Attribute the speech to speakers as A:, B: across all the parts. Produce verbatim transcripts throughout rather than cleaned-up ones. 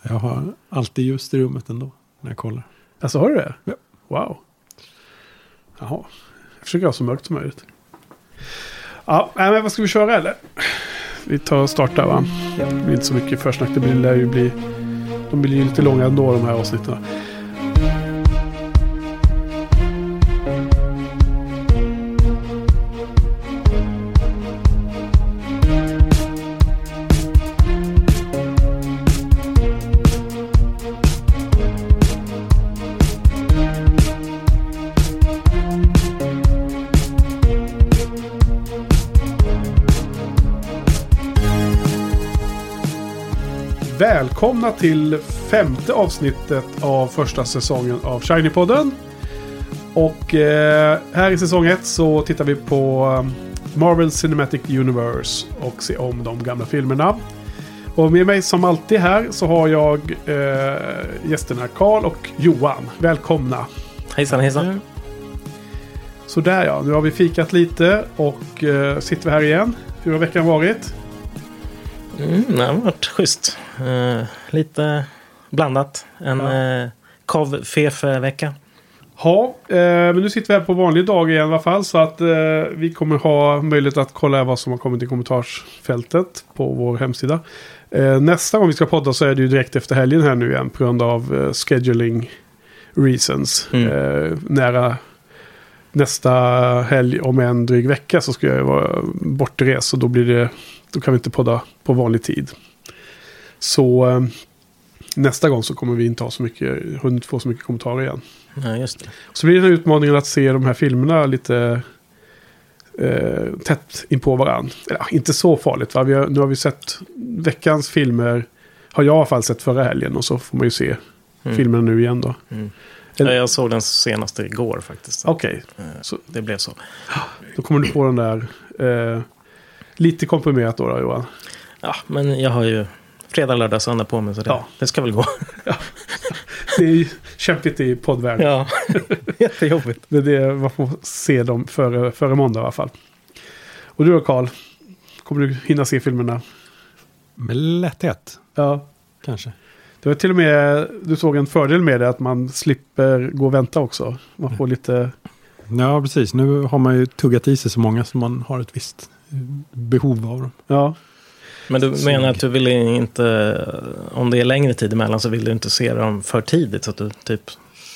A: Jag har alltid ljust i rummet ändå när jag kollar.
B: Alltså har du det?
A: Ja.
B: Wow. Jaha. Jag försöker ha så mörkt som möjligt. Ja, men vad ska vi köra eller? Vi tar och startar, va? Det blir inte så mycket försnack. Det blir, lär ju bli, de blir ju lite långa ändå, de här avsnitten. Välkomna till femte avsnittet av första säsongen av Shiny-podden. Och eh, här i säsong ett så tittar vi på Marvel Cinematic Universe och ser om de gamla filmerna. Och med mig som alltid här så har jag eh, gästerna Carl och Johan. Välkomna.
C: Hejsan, hejsan.
B: Så där ja, nu har vi fikat lite och eh, sitter vi här igen. Hur har veckan varit?
C: Mm, det har varit schysst. Uh, lite blandat. En ja. uh, kavfef-vecka.
B: Ja, eh, men nu sitter vi här på vanlig dag igen i alla fall. Så att eh, vi kommer ha möjlighet att kolla vad som har kommit i kommentarsfältet på vår hemsida. Eh, nästa gång vi ska podda så är det ju direkt efter helgen här nu igen. På grund av eh, scheduling reasons. Mm. Eh, nära nästa helg om en dryg vecka så ska jag vara bortresa. Och då blir det... Då kan vi inte podda på vanlig tid. Så eh, nästa gång så kommer vi inte ha så mycket, hunnit få så mycket kommentarer igen.
C: Ja, just det.
B: Så blir det den här utmaningen att se de här filmerna lite eh, tätt in på varandra. Ja, inte så farligt, va? Vi har, nu har vi sett veckans filmer. Har jag i alla fall sett förra helgen. Och så får man ju se mm. filmerna nu igen då.
C: Mm. Ja, jag såg den senaste igår faktiskt.
B: Okej. Okay.
C: Eh, så det blev så.
B: Då kommer du på den där... Eh, lite komprimerat då, då, Johan.
C: Ja, men jag har ju fredag, lördag, söndag på mig så det, ja. det ska väl gå.
B: Ja. Det är ju kämpigt i poddvärlden.
C: Ja, jättejobbigt.
B: Det är det man får se dem före, före måndag i alla fall. Och du då, Carl? Kommer du hinna se filmerna?
A: Med lätthet.
B: Ja.
A: Kanske.
B: Det var till och med, du såg en fördel med det att man slipper gå och vänta också. Man får lite...
A: Ja, precis. Nu har man ju tuggat i sig så många som man har ett visst behov av dem.
B: Ja.
C: Men du så menar att du vill inte, om det är längre tid emellan så vill du inte se dem för tidigt så att du typ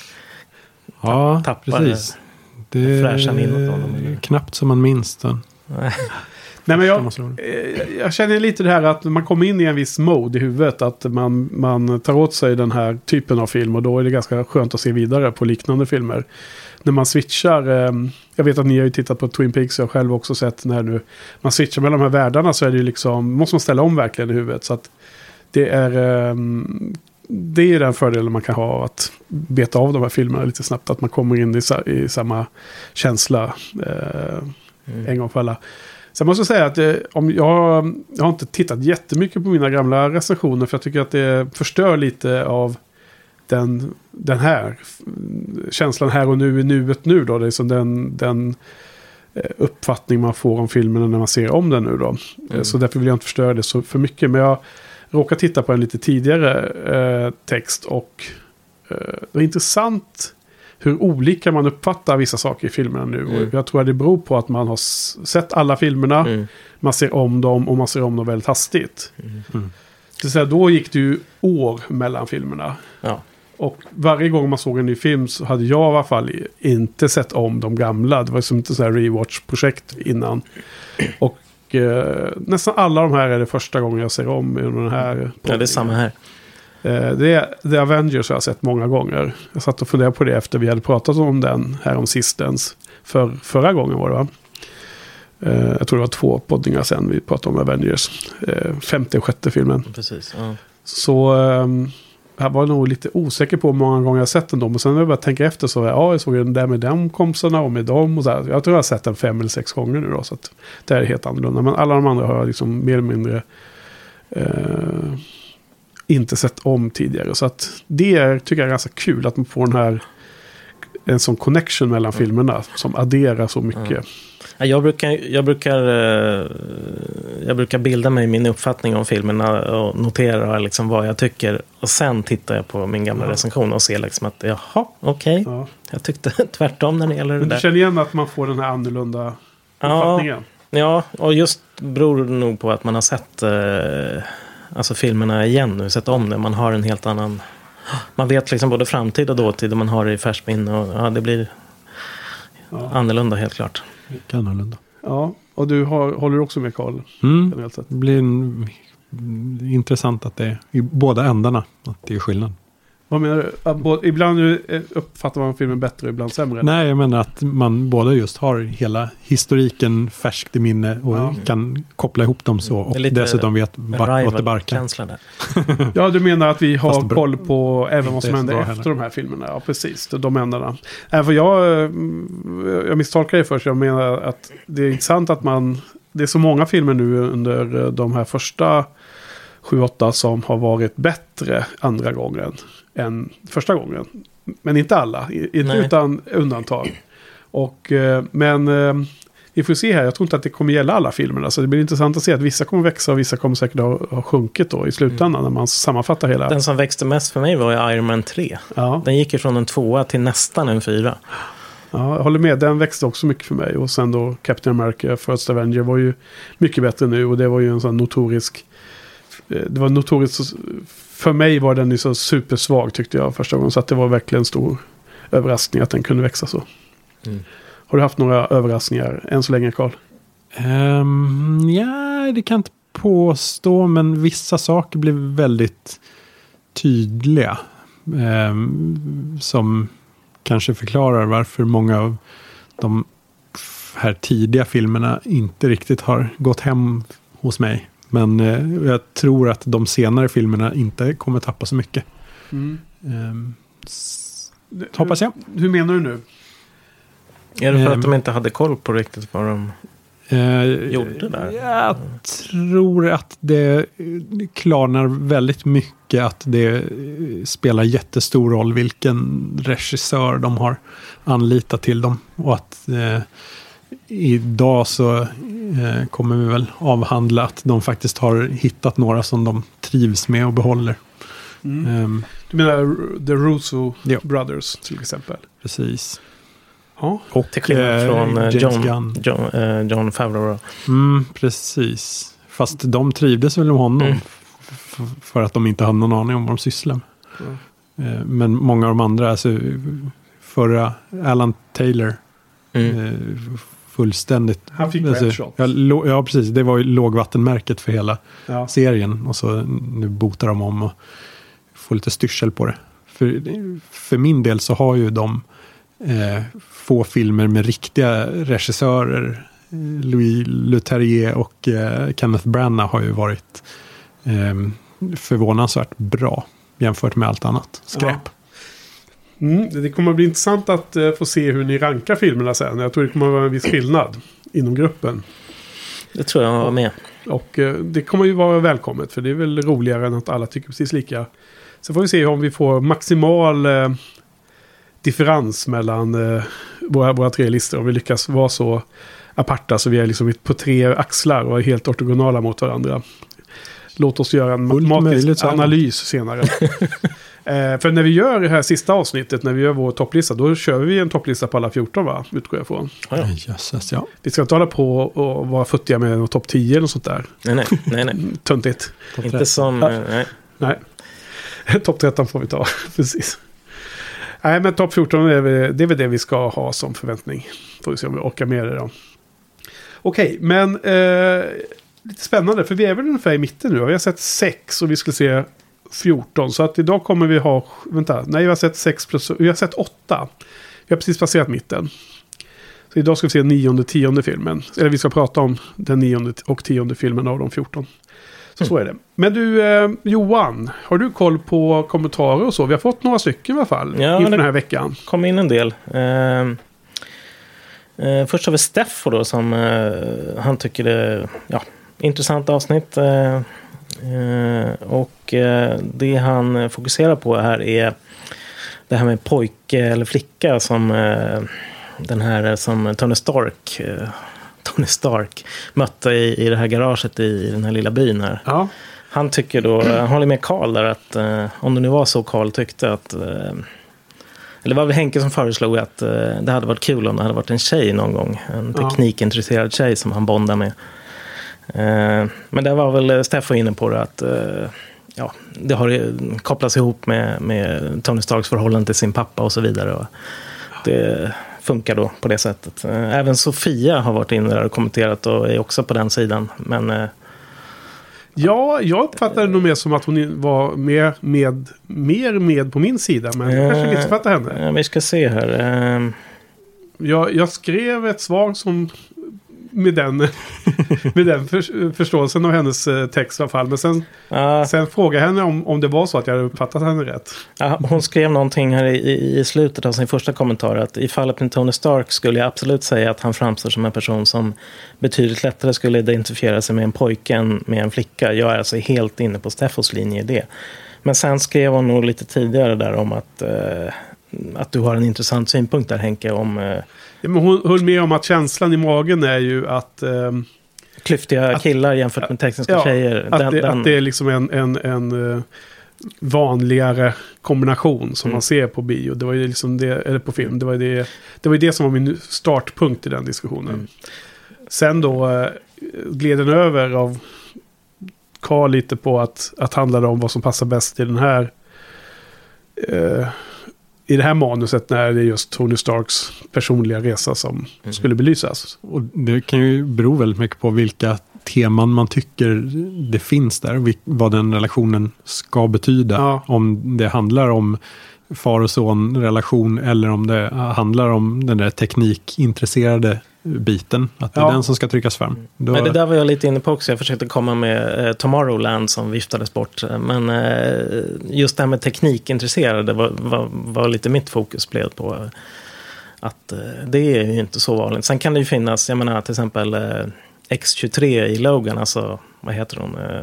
A: ja,
C: tappar
A: precis. Det
C: fräscha minnet av dem?
A: Eller? Knappt som man minns den.
B: Nej. Nej, men jag, jag känner lite det här att man kommer in i en viss mode i huvudet. Att man, man tar åt sig den här typen av film. Och då är det ganska skönt att se vidare på liknande filmer. När man switchar, eh, jag vet att ni har ju tittat på Twin Peaks, jag har själv också sett när nu man switchar mellan de här världarna så är det ju liksom, måste man ställa om verkligen i huvudet. Så att det är, eh, det är den fördelen man kan ha av att beta av de här filmerna lite snabbt. Att man kommer in i, i samma känsla eh, mm. en gång för alla. Sen måste jag säga att eh, om jag, jag har inte tittat jättemycket på mina gamla recensioner för jag tycker att det förstör lite av Den, den här känslan här och nu i nuet nu då. Det är som den, den uppfattning man får om filmen när man ser om den nu då. Mm. Så därför vill jag inte förstöra det så för mycket. Men jag råkar titta på en lite tidigare eh, text och eh, det är intressant hur olika man uppfattar vissa saker i filmerna nu. Mm. Och jag tror att det beror på att man har s- sett alla filmerna, mm. man ser om dem och man ser om dem väldigt hastigt. Mm. Mm. Så säga, då gick det ju år mellan filmerna. Ja. Och varje gång man såg en ny film så hade jag i alla fall inte sett om de gamla. Det var som ett sånt här rewatch-projekt innan. Och eh, nästan alla de här är det första gången jag ser om i den här.
C: Ja, det är samma här.
B: Eh, det är The Avengers har jag sett många gånger. Jag satt och funderade på det efter vi hade pratat om den här om sistens. För, förra gången var det va? Eh, jag tror det var två poddingar sen vi pratade om Avengers. Eh, femte och sjätte filmen.
C: Precis, ja.
B: Så... Eh, jag var nog lite osäker på hur många gånger jag sett den då. Men sen när jag började tänka efter så ja, jag såg den där med de kompisarna och med dem. Och så här. Jag tror jag har sett den fem eller sex gånger nu då. Så att det är helt annorlunda. Men alla de andra har jag liksom mer eller mindre eh, inte sett om tidigare. Så att det är, tycker jag är ganska kul att man får den här en sån connection mellan filmerna som adderar så mycket.
C: Mm. Jag brukar, jag brukar, jag brukar bilda mig min uppfattning om filmerna och notera liksom vad jag tycker. Och sen tittar jag på min gamla ja. recension och ser liksom att jaha, okej. Okay. Ja. Jag tyckte tvärtom när det gäller det
B: Men
C: där.
B: Du känner igen att man får den här annorlunda uppfattningen?
C: Ja, ja, och just beror det nog på att man har sett eh, alltså filmerna igen nu, sett om det. Man har en helt annan... Man vet liksom både framtid och dåtid och man har det i färsminne och ja, det blir ja. annorlunda helt klart.
A: Mycket annorlunda.
B: Ja, och du har, håller också med Carl.
A: Mm. Det blir en, intressant att det är i båda ändarna att det är skillnad.
B: Vad menar du? Ibland uppfattar man filmen bättre, ibland sämre.
A: Nej, jag menar att man både just har hela historiken färskt i minne och mm. kan koppla ihop dem så och dessutom vet vart det barkar.
B: Ja, du menar att vi har koll på även vad som händer efter heller. De här filmerna. Ja, precis. De ändarna. Även jag, jag misstolkar det först. Jag menar att det är intressant att man... Det är så många filmer nu under de här första sju åtta som har varit bättre andra gången än första gången. Men inte alla. Inte Nej. utan undantag. Och, men vi får se här. Jag tror inte att det kommer gälla alla filmerna. Så det blir intressant att se att vissa kommer växa och vissa kommer säkert ha, ha sjunkit då i slutändan mm. när man sammanfattar hela.
C: Den som växte mest för mig var ju Iron Man tre. Ja. Den gick ju från en tvåa till nästan en fyra.
B: Ja, jag håller med. Den växte också mycket för mig. Och sen då Captain America First Avenger var ju mycket bättre nu. Och det var ju en sån notorisk... Det var notoriskt... För mig var den ju så supersvag tyckte jag första gången. Så att det var verkligen en stor överraskning att den kunde växa så. Mm. Har du haft några överraskningar än så länge, Carl?
A: Um, ja, det kan jag inte påstå. Men vissa saker blev väldigt tydliga. Um, som kanske förklarar varför många av de här tidiga filmerna inte riktigt har gått hem hos mig. Men eh, jag tror att de senare filmerna inte kommer tappa så mycket. Mm. Um, s- hoppas jag.
B: Hur, hur menar du nu?
C: Är det för um, att de inte hade koll på riktigt vad de uh, gjorde där?
A: Jag tror att det klarnar väldigt mycket att det spelar jättestor roll vilken regissör de har anlitat till dem. Och att... Eh, idag så eh, kommer vi väl avhandla att de faktiskt har hittat några som de trivs med och behåller.
B: Mm. Um, du menar The Russo ja. Brothers till exempel?
A: Precis.
B: Ja.
C: Och till skillnad från eh, John, John, eh, John Favreau.
A: Mm, precis. Fast de trivdes väl med honom mm. f- för att de inte hade någon aning om vad de sysslar med. Mm. Eh, men många av de andra, alltså förra Alan Taylor mm. eh, fullständigt.
B: Han fick alltså, rätt shot.
A: Ja, lo, ja, precis. Det var ju lågvattenmärket för hela ja. serien. Och så nu botar de om och får lite styrsel på det. För, för min del så har ju de eh, få filmer med riktiga regissörer. Louis Leterrier och eh, Kenneth Branagh har ju varit eh, förvånansvärt bra jämfört med allt annat skräp. Ja.
B: Mm, det kommer att bli intressant att uh, få se hur ni rankar filmerna sen. Jag tror det kommer att vara en viss skillnad inom gruppen.
C: Det tror jag var med.
B: Och uh, det kommer ju vara välkommet för det är väl roligare än att alla tycker precis lika. Så får vi se om vi får maximal uh, differens mellan uh, våra, våra tre listor. Om vi lyckas vara så aparta så vi är liksom på tre axlar och är helt ortogonala mot varandra. Låt oss göra en matematisk analys senare. Eh, för när vi gör det här sista avsnittet, när vi gör vår topplista, då kör vi en topplista på alla fjorton, va? Utgår jag från.
A: Ja, ja. Jesus, ja.
B: Vi ska inte hålla på och vara futtiga med en topp tio eller sånt där.
C: Nej, nej, nej. nej.
B: Töntigt.
C: Inte som... Ja. Nej.
B: nej. topp tretton får vi ta, precis. Nej, men topp fjorton är vi, det är väl det vi ska ha som förväntning. Får vi se om vi orkar med det då. Okej, men eh, lite spännande, för vi är väl ungefär i mitten nu. Vi har sett sex och vi skulle se fjorton. Så att idag kommer vi ha... Vänta, nej, vi har sett sex plus... Vi har sett åtta. Vi har precis passerat mitten. Så idag ska vi se nionde, tionde filmen. Eller vi ska prata om den nionde och tionde filmen av de fjorton. Så mm. så är det. Men du, eh, Johan, har du koll på kommentarer och så? Vi har fått några stycken i alla fall
C: ja,
B: inför den här veckan.
C: Kom in en del. Eh, eh, först har vi Steffo då som eh, han tycker det är ja, intressant avsnitt. Eh, Uh, och uh, det han fokuserar på här är det här med pojke eller flicka som uh, den här som Tony Stark uh, Tony Stark mötte i, i det här garaget i, i den här lilla byn här.
B: Ja.
C: Han tycker då, han håller med Carl där att eh, om det nu var så Carl tyckte att eh, eller det var väl Henke som föreslog att eh, det hade varit kul om det hade varit en tjej någon gång. En teknikintresserad tjej som han bondar med. Eh, men det var väl Steffo inne på det att eh, ja, det har kopplats ihop med, med Tony Starks förhållande till sin pappa och så vidare. Och det funkar då på det sättet. Eh, även Sofia har varit inne där och kommenterat och är också på den sidan. Men eh,
B: ja, jag uppfattade det nog mer som att hon var mer med, mer med på min sida. Men jag kanske missuppfattade henne.
C: Ja, vi ska se här. Uh...
B: Jag, jag skrev ett svar som med den, med den för, förståelsen av hennes text i alla fall. Men sen, uh... sen frågade henne om, om det var så att jag hade uppfattat henne rätt.
C: Uh, hon skrev någonting här i, i slutet av sin första kommentar. Att i fallet med Tony Stark skulle jag absolut säga att han framstår som en person som betydligt lättare skulle identifiera sig med en pojke än med en flicka. Jag är alltså helt inne på Steffos linje i det. Men sen skrev hon nog lite tidigare där om att, uh, att du har en intressant synpunkt där, Henke, om... Uh,
B: ja, men hon höll med om att känslan i magen är ju att... Um,
C: klyftiga
B: att,
C: killar jämfört med tekniska
B: ja,
C: tjejer.
B: Att,
C: den,
B: det,
C: den...
B: att det är liksom en, en, en uh, vanligare kombination som mm. man ser på bio. Det var ju liksom det, eller på film. Det var ju det, det, var ju det som var min startpunkt i den diskussionen. Mm. Sen då uh, gled den över av Carl lite på att, att handla om vad som passar bäst i den här uh, i det här manuset när det är just Tony Starks personliga resa som mm. skulle belysas.
A: Och det kan ju bero väldigt mycket på vilka teman man tycker det finns där. Vad den relationen ska betyda. Ja. Om det handlar om far- och son-relation eller om det handlar om den där teknikintresserade biten. Att det är ja. den som ska tryckas fram. Då...
C: Men det där var jag lite inne på också. Jag försökte komma med eh, Tomorrowland som viftades bort. Men eh, just det här med teknikintresserade var, var, var lite mitt fokus blev på. Eh, att eh, det är ju inte så vanligt. Sen kan det ju finnas, jag menar till exempel eh, X tjugotre i Logan. Alltså, vad heter hon? Eh,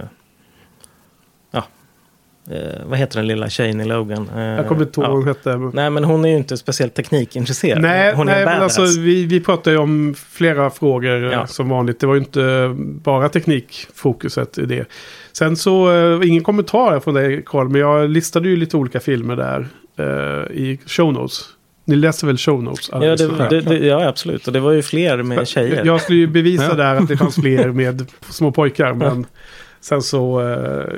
C: Eh, vad heter den lilla tjejen i Logan? Eh,
B: jag kommer inte ihåg vad hon hette.
C: Nej, men hon är ju inte speciellt teknikintresserad.
B: Nej,
C: hon
B: nej
C: är
B: men alltså, vi, vi pratar ju om flera frågor
C: ja.
B: som vanligt. Det var ju inte bara teknikfokuset i det. Sen så, eh, ingen kommentar från dig, Carl, men jag listade ju lite olika filmer där eh, i show notes. Ni läser väl show notes?
C: Ja, det, det, det, ja, absolut. Och det var ju fler med tjejer.
B: Jag skulle ju bevisa där att det fanns fler med små pojkar, men sen så... Eh,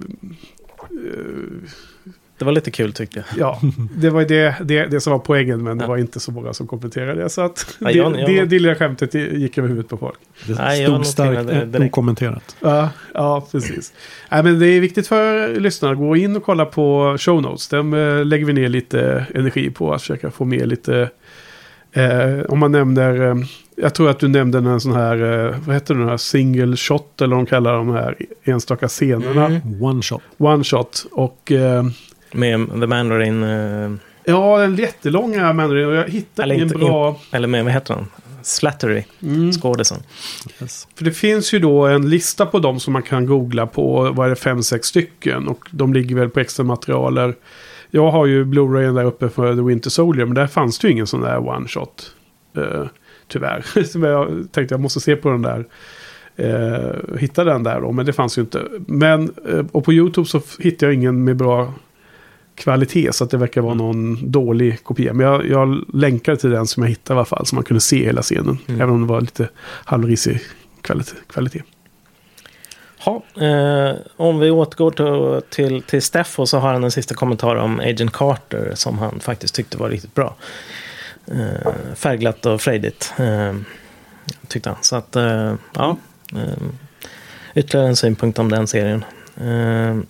C: det var lite kul tyckte jag.
B: Ja, det var det, det, det som var poängen, men det ja. var inte så många som kommenterade det. Så att
C: ja, jag,
B: det,
C: jag,
B: det,
C: jag,
B: det lilla skämtet gick över huvudet på folk.
A: Det Nej, stod starkt okommenterat.
B: Ja, ja, precis. Nej, men det är viktigt för lyssnarna att gå in och kolla på show notes. Dem äh, lägger vi ner lite energi på att försöka få med lite... Eh, om man nämner... Eh, jag tror att du nämnde en sån här... Eh, vad heter det nu? Single shot, eller vad de kallar de här enstaka scenerna.
A: Mm. One shot.
B: One shot. Och... Eh,
C: med The Mandarin... Uh...
B: Ja, den jättelånga Mandarin. Och jag hittade ingen bra...
C: In, eller med, vad heter den? Slattery. Mm. Skådisen.
B: Yes. För det finns ju då en lista på dem som man kan googla på. Vad är det? Fem, sex stycken. Och de ligger väl på extra materialer. Jag har ju Blu-rayen där uppe för The Winter Soldier. Men där fanns det ju ingen sån där one shot. Uh, tyvärr. Så jag tänkte jag måste se på den där. Uh, hitta den där då. Men det fanns ju inte. Men, uh, och på YouTube så hittade jag ingen med bra kvalitet. Så att det verkar vara någon dålig kopia. Men jag, jag länkar till den som jag hittade i alla fall. Så man kunde se hela scenen. Mm. Även om det var lite halvrisig kvalitet. kvalitet.
C: Ja, eh, om vi återgår till, till, till Steffo så har han en sista kommentar om Agent Carter som han faktiskt tyckte var riktigt bra. Eh, färgglatt och frejdigt eh, tyckte han. Så att, eh, ja, eh, ytterligare en synpunkt om den serien. Eh,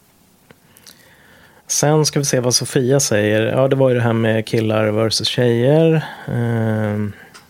C: sen ska vi se vad Sofia säger. Ja, det var ju det här med killar versus tjejer. Eh,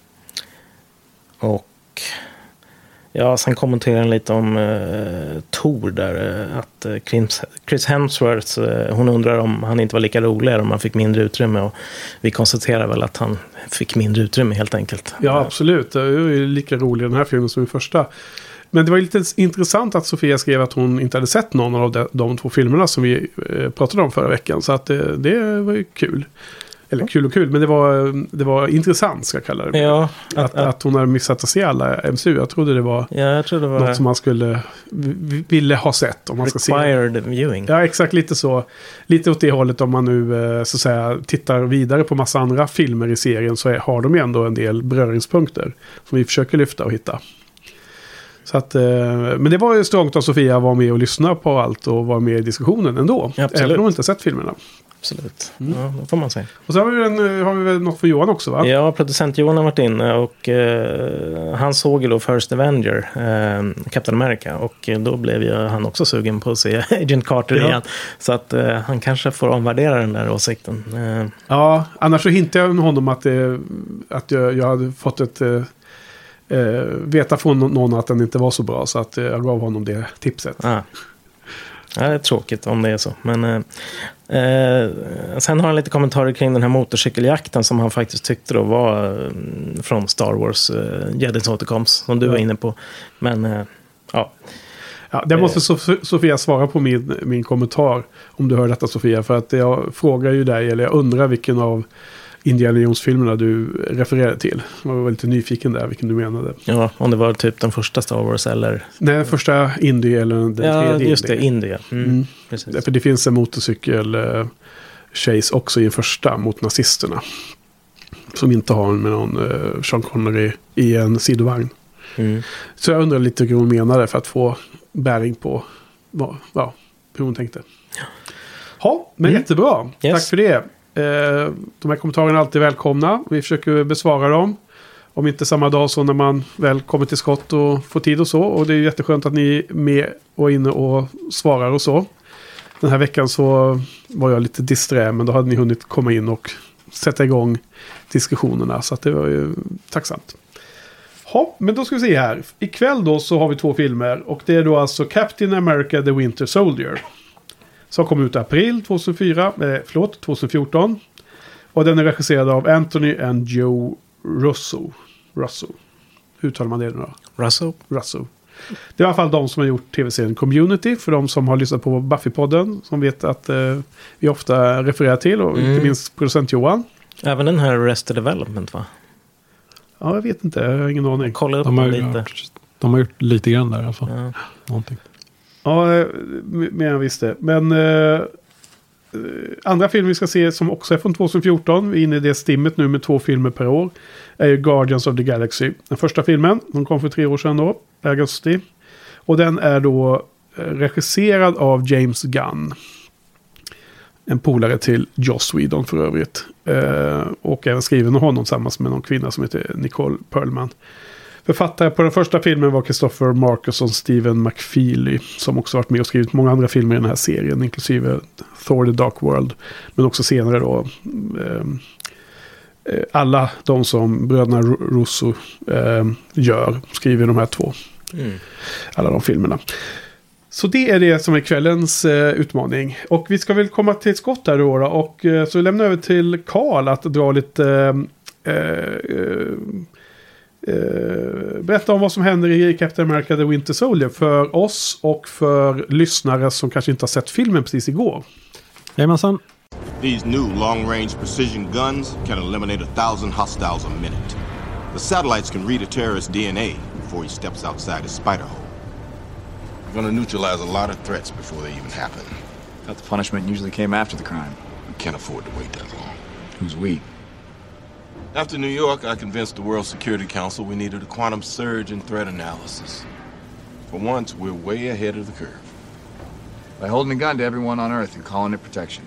C: och ja, sen kommenterar han lite om eh, Thor där. Eh, att eh, Chris, Chris Hemsworth, eh, hon undrar om han inte var lika rolig om han fick mindre utrymme. Och vi konstaterar väl att han fick mindre utrymme helt enkelt.
B: Ja, absolut. Det är ju lika rolig i den här filmen som i första. Men det var lite intressant att Sofia skrev att hon inte hade sett någon av de, de två filmerna som vi eh, pratade om förra veckan. Så att det, det var ju kul. Eller kul och kul, men det var, det var intressant, ska jag kalla det.
C: Ja,
B: att, att, att hon hade missat att se alla M C U. Jag trodde det var,
C: ja, jag tror det var
B: något som man skulle v- ville ha sett. Om man ska se.
C: Required viewing.
B: Ja, exakt, lite så. Lite åt det hållet, om man nu så att säga tittar vidare på massa andra filmer i serien, så är, har de ju ändå en del beröringspunkter som vi försöker lyfta och hitta. Så att, men det var ju strångt av Sofia att vara med och lyssna på allt och vara med i diskussionen ändå.
C: Ja, absolut.
B: Även om hon inte sett filmerna.
C: Absolut, mm. ja, det får man säga.
B: Och så har vi, en, har vi väl något för Johan också, va?
C: Ja, producent Johan har varit inne och eh, han såg ju då First Avenger, eh, Captain America, och då blev ju han också sugen på att se Agent Carter ja. igen. Så att eh, han kanske får omvärdera den där åsikten. Eh.
B: Ja, annars så hintade jag honom att, det, att jag, jag hade fått ett... Eh, veta från någon att den inte var så bra, så att jag gav honom det tipset.
C: Ah. Ja, det är tråkigt om det är så. Men eh, eh, sen har han lite kommentarer kring den här motorcykeljakten som han faktiskt tyckte då var eh, från Star Wars, eh, Jedins återkomst, som du ja. var inne på. Men eh, ja.
B: Ja, det måste Sof- Sofia svara på min, min kommentar, om du hör detta, Sofia, för att jag frågar ju dig, eller jag undrar vilken av Indiana Jones-filmerna du refererade till. Jag var lite nyfiken där, vilken du menade.
C: Ja, om det var typ den första Star Wars eller...
B: Nej, den första Indy eller den
C: ja,
B: tredje
C: Ja, just det, Indy. Mm.
B: Mm.
C: Precis.
B: För det finns en motorcykel eh, chase också i den första mot nazisterna. Som inte har med någon eh, Sean Connery i en sidovagn.
C: Mm. Så
B: jag undrar lite hur hon menade för att få bäring på vad, ja, hur hon tänkte. Ja, ha, men mm. jättebra.
C: Yes.
B: Tack för det. De här kommentarerna är alltid välkomna. Vi försöker besvara dem. Om inte samma dag så när man väl kommer till skott och får tid och så. Och det är jätteskönt att ni är med och inne och svarar och så. Den här veckan så var jag lite disträ, men då hade ni hunnit komma in och sätta igång diskussionerna. Så att det var ju tacksamt. Ja, men då ska vi se här. Ikväll då så har vi två filmer. Och det är då alltså Captain America The Winter Soldier. Som kom ut i april tjugohundrafyra, eh, förlåt, tjugohundrafjorton. Och den är regisserad av Anthony and Joe Russo. Russo. Hur uttalar man det nu då?
C: Russo.
B: Russo. Det är i alla fall de som har gjort tv-serien Community. För de som har lyssnat på Buffy-podden. Som vet att eh, vi ofta refererar till. Och mm. inte minst producent Johan.
C: Även den här Arrested Development, va?
B: Ja, jag vet inte. Jag har ingen aning.
C: Kolla upp
A: de har,
C: lite.
A: De har gjort lite grann där i alla fall.
C: Ja.
A: Någonting.
B: Ja, mer än visst det. Men eh, andra filmer vi ska se som också är från tjugohundrafjorton. Vi är inne i det stimmet nu med två filmer per år. Är ju Guardians of the Galaxy. Den första filmen, som kom för tre år sedan då. Augusti. Och den är då regisserad av James Gunn. En polare till Joss Whedon för övrigt. Eh, och även skriven av honom tillsammans med någon kvinna som heter Nicole Perlman. Författare på den första filmen var Christopher Marcus och Stephen McFeely, som också varit med och skrivit många andra filmer i den här serien, inklusive Thor the Dark World, men också senare då eh, alla de som bröderna Russo eh, gör, skriver de här två. Mm. Alla de filmerna. Så det är det som är kvällens eh, utmaning. Och vi ska väl komma till skott där då, då och eh, så lämnar jag över till Carl att dra lite eh, eh, Uh, berätta om vad som händer i Captain America The Winter Soldier för oss och för lyssnare som kanske inte har sett filmen precis igår.
A: Jajamensan.
D: These new long-range precision guns can eliminate a thousand hostiles a minute. The satellites can read a terrorist's D N A before he steps outside his spider hole. We're gonna neutralize a lot of threats before they even happen.
E: Thought the punishment usually came after the crime.
D: We can't afford to wait that long.
E: Who's we?
D: After New York, I convinced the World Security Council we needed a quantum surge in threat analysis. For once, we're way ahead of the curve.
E: By holding a gun to everyone on Earth and calling it protection.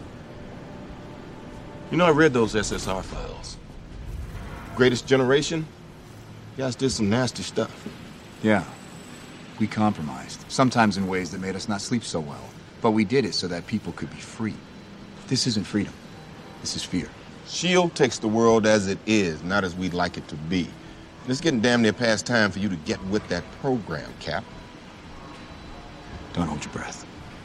D: You know, I read those S S R files. Greatest Generation? You guys did some nasty stuff.
E: Yeah. We compromised. Sometimes in ways that made us not sleep so well. But we did it so that people could be free. This isn't freedom. This is fear.
D: S H I E L D takes the world as it is, not as we'd like it to be. And it's getting damn near past time for you to get with that program, Cap.
E: Don't hold your breath.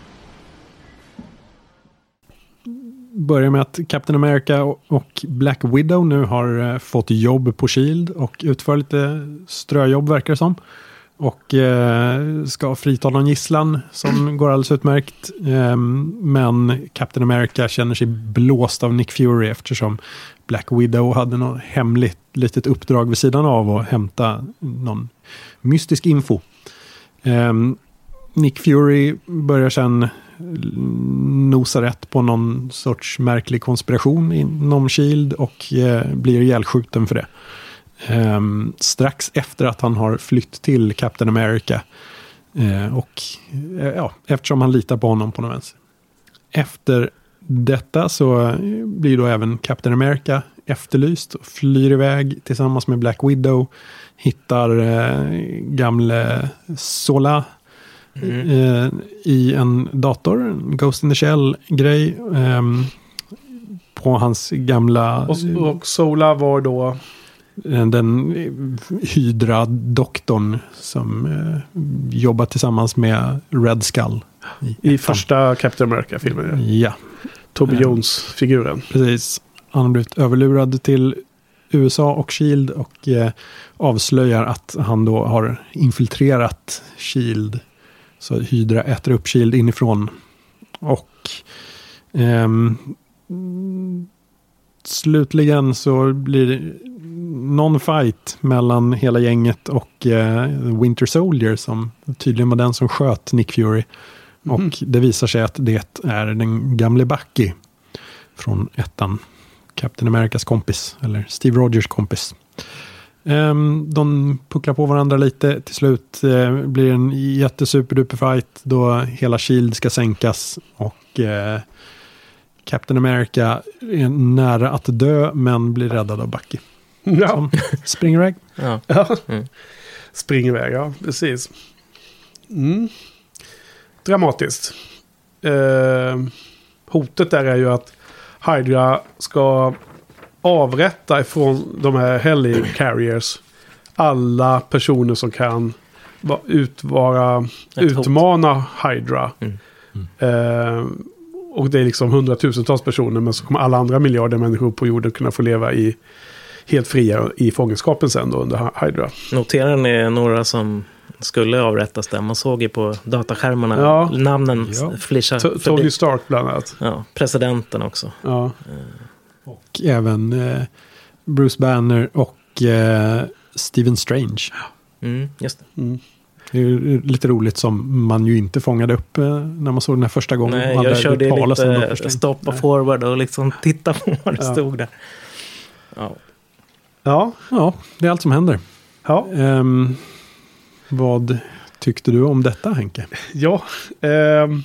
A: Börjar med att Captain America och Black Widow nu har fått jobb på S H I E L D och utför lite ströjobb verkar det som. och eh, ska frita någon gisslan som går alldeles utmärkt. Eh, men Captain America känner sig blåst av Nick Fury eftersom Black Widow hade något hemligt litet uppdrag vid sidan av att hämta någon mystisk info. Eh, Nick Fury börjar sedan nosa rätt på någon sorts märklig konspiration inom S H I E L D och eh, blir ihjälskjuten för det. Um, strax efter att han har flytt till Captain America uh, och uh, ja, eftersom han litar på honom på något vänster. Efter detta så blir då även Captain America efterlyst och flyr iväg tillsammans med Black Widow, hittar uh, gamle Sola mm. uh, i en dator, en Ghost in the Shell grej um, på hans gamla
B: och, och Sola var då
A: den Hydra-doktorn som eh, jobbar tillsammans med Red Skull.
B: I, I första Captain America-filmen.
A: Ja. ja.
B: Toby eh, Jones-figuren.
A: Precis. Han har blivit överlurad till U S A och S H I E L D och eh, avslöjar att han då har infiltrerat S H I E L D. Så Hydra äter upp S H I E L D inifrån. Och ehm, slutligen så blir det någon fight mellan hela gänget och eh, Winter Soldier som tydligen var den som sköt Nick Fury. Mm. Och det visar sig att det är den gamle Bucky från ettan. Captain Americas kompis, eller Steve Rogers kompis. Um, de pucklar på varandra lite. Till slut uh, blir det en jättesuperduper fight då hela S H I E L D ska sänkas och uh, Captain America är nära att dö men blir räddad av Bucky.
B: Ja.
A: Som springer iväg.
C: Ja.
B: Ja.
C: Mm.
B: Springer iväg, ja. Precis. Mm. Dramatiskt. Eh, hotet där är ju att Hydra ska avrätta ifrån de här Helicarriers alla personer som kan va, utvara, utmana Hydra. Mm. Mm. Eh, och det är liksom hundratusentals personer, men så kommer alla andra miljarder människor på jorden kunna få leva i helt fria i fångenskapen sen då under Hydra.
C: Noterar ni några som skulle avrättas där? Man såg ju på dataskärmarna ja. namnen ja. flisha.
B: T- Tony Stark bland annat.
C: Ja, presidenten också.
A: Ja. Uh. Och även eh, Bruce Banner och eh, Stephen Strange.
C: Mm, just det.
A: Mm. Det är lite roligt som man ju inte fångade upp eh, när man såg den här första gången.
C: Nej, jag körde lite stopp och forward och liksom titta på vad det ja. stod där. Ja.
B: Ja.
A: Ja, det är allt som händer.
B: Ja.
A: Um, vad tyckte du om detta, Henke?
B: Ja, um,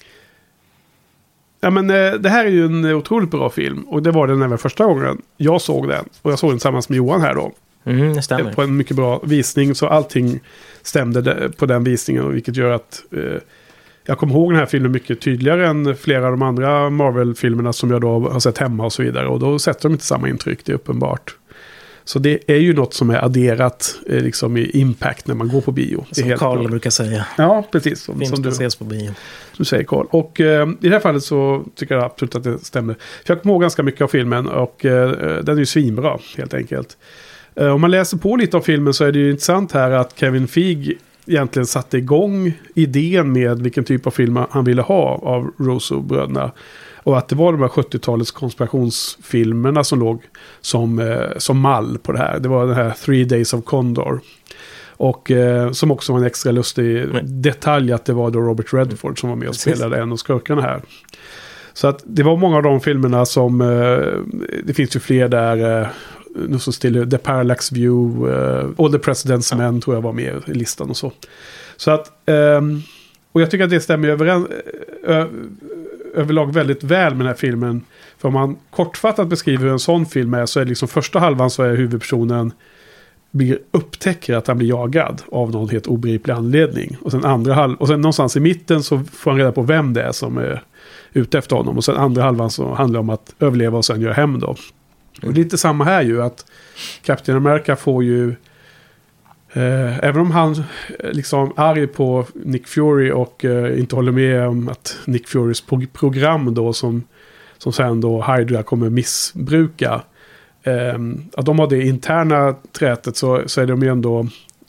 B: ja men uh, det här är ju en otroligt bra film. Och det var den även första gången jag såg den. Och jag såg den tillsammans med Johan här då.
C: Mm, det stämmer.
B: På en mycket bra visning. Så allting stämde på den visningen. Vilket gör att uh, jag kommer ihåg den här filmen mycket tydligare än flera av de andra Marvel-filmerna som jag då har sett hemma och så vidare. Och då sätter de inte samma intryck, det är uppenbart. Så det är ju något som är adderat eh, liksom i impact när man går på bio.
C: Som Carl brukar säga.
B: Ja, precis. Som,
C: Film
B: som
C: ska
B: du,
C: ses på bio.
B: Du säger Carl. Och eh, i det här fallet så tycker jag absolut att det stämmer. För jag kommer ihåg ganska mycket av filmen och eh, den är ju svinbra helt enkelt. Eh, om man läser på lite av filmen så är det ju intressant här att Kevin Feige egentligen satte igång idén med vilken typ av film han ville ha av Russo-bröderna. Och att det var de här sjuttiotalets konspirationsfilmerna som låg som, eh, som mall på det här. Det var den här Three Days of Condor. Och eh, som också var en extra lustig mm. detalj att det var då Robert Redford som var med och spelade en av skurkarna här. Så att det var många av de filmerna som, eh, det finns ju fler där, eh, nu så still, The Parallax View, eh, och The President's Men ja. tror jag var med i listan och så. Så att, eh, och jag tycker att det stämmer överens, ö, överlag väldigt väl med den här filmen. För om man kortfattat beskriver hur en sån film är så är det liksom första halvan så är huvudpersonen blir upptäcker att han blir jagad av någon helt obegriplig anledning. Och sen andra halv och sen någonstans i mitten så får han reda på vem det är som är ute efter honom. Och sen andra halvan så handlar det om att överleva och sen göra hem då. Och det är lite samma här ju att Captain America får ju eh, även om han liksom arg på Nick Fury och eh, inte håller med om att Nick Furys pro- program då som, som sen då Hydra kommer missbruka, eh, att de har det interna trätet så, så är de ju ändå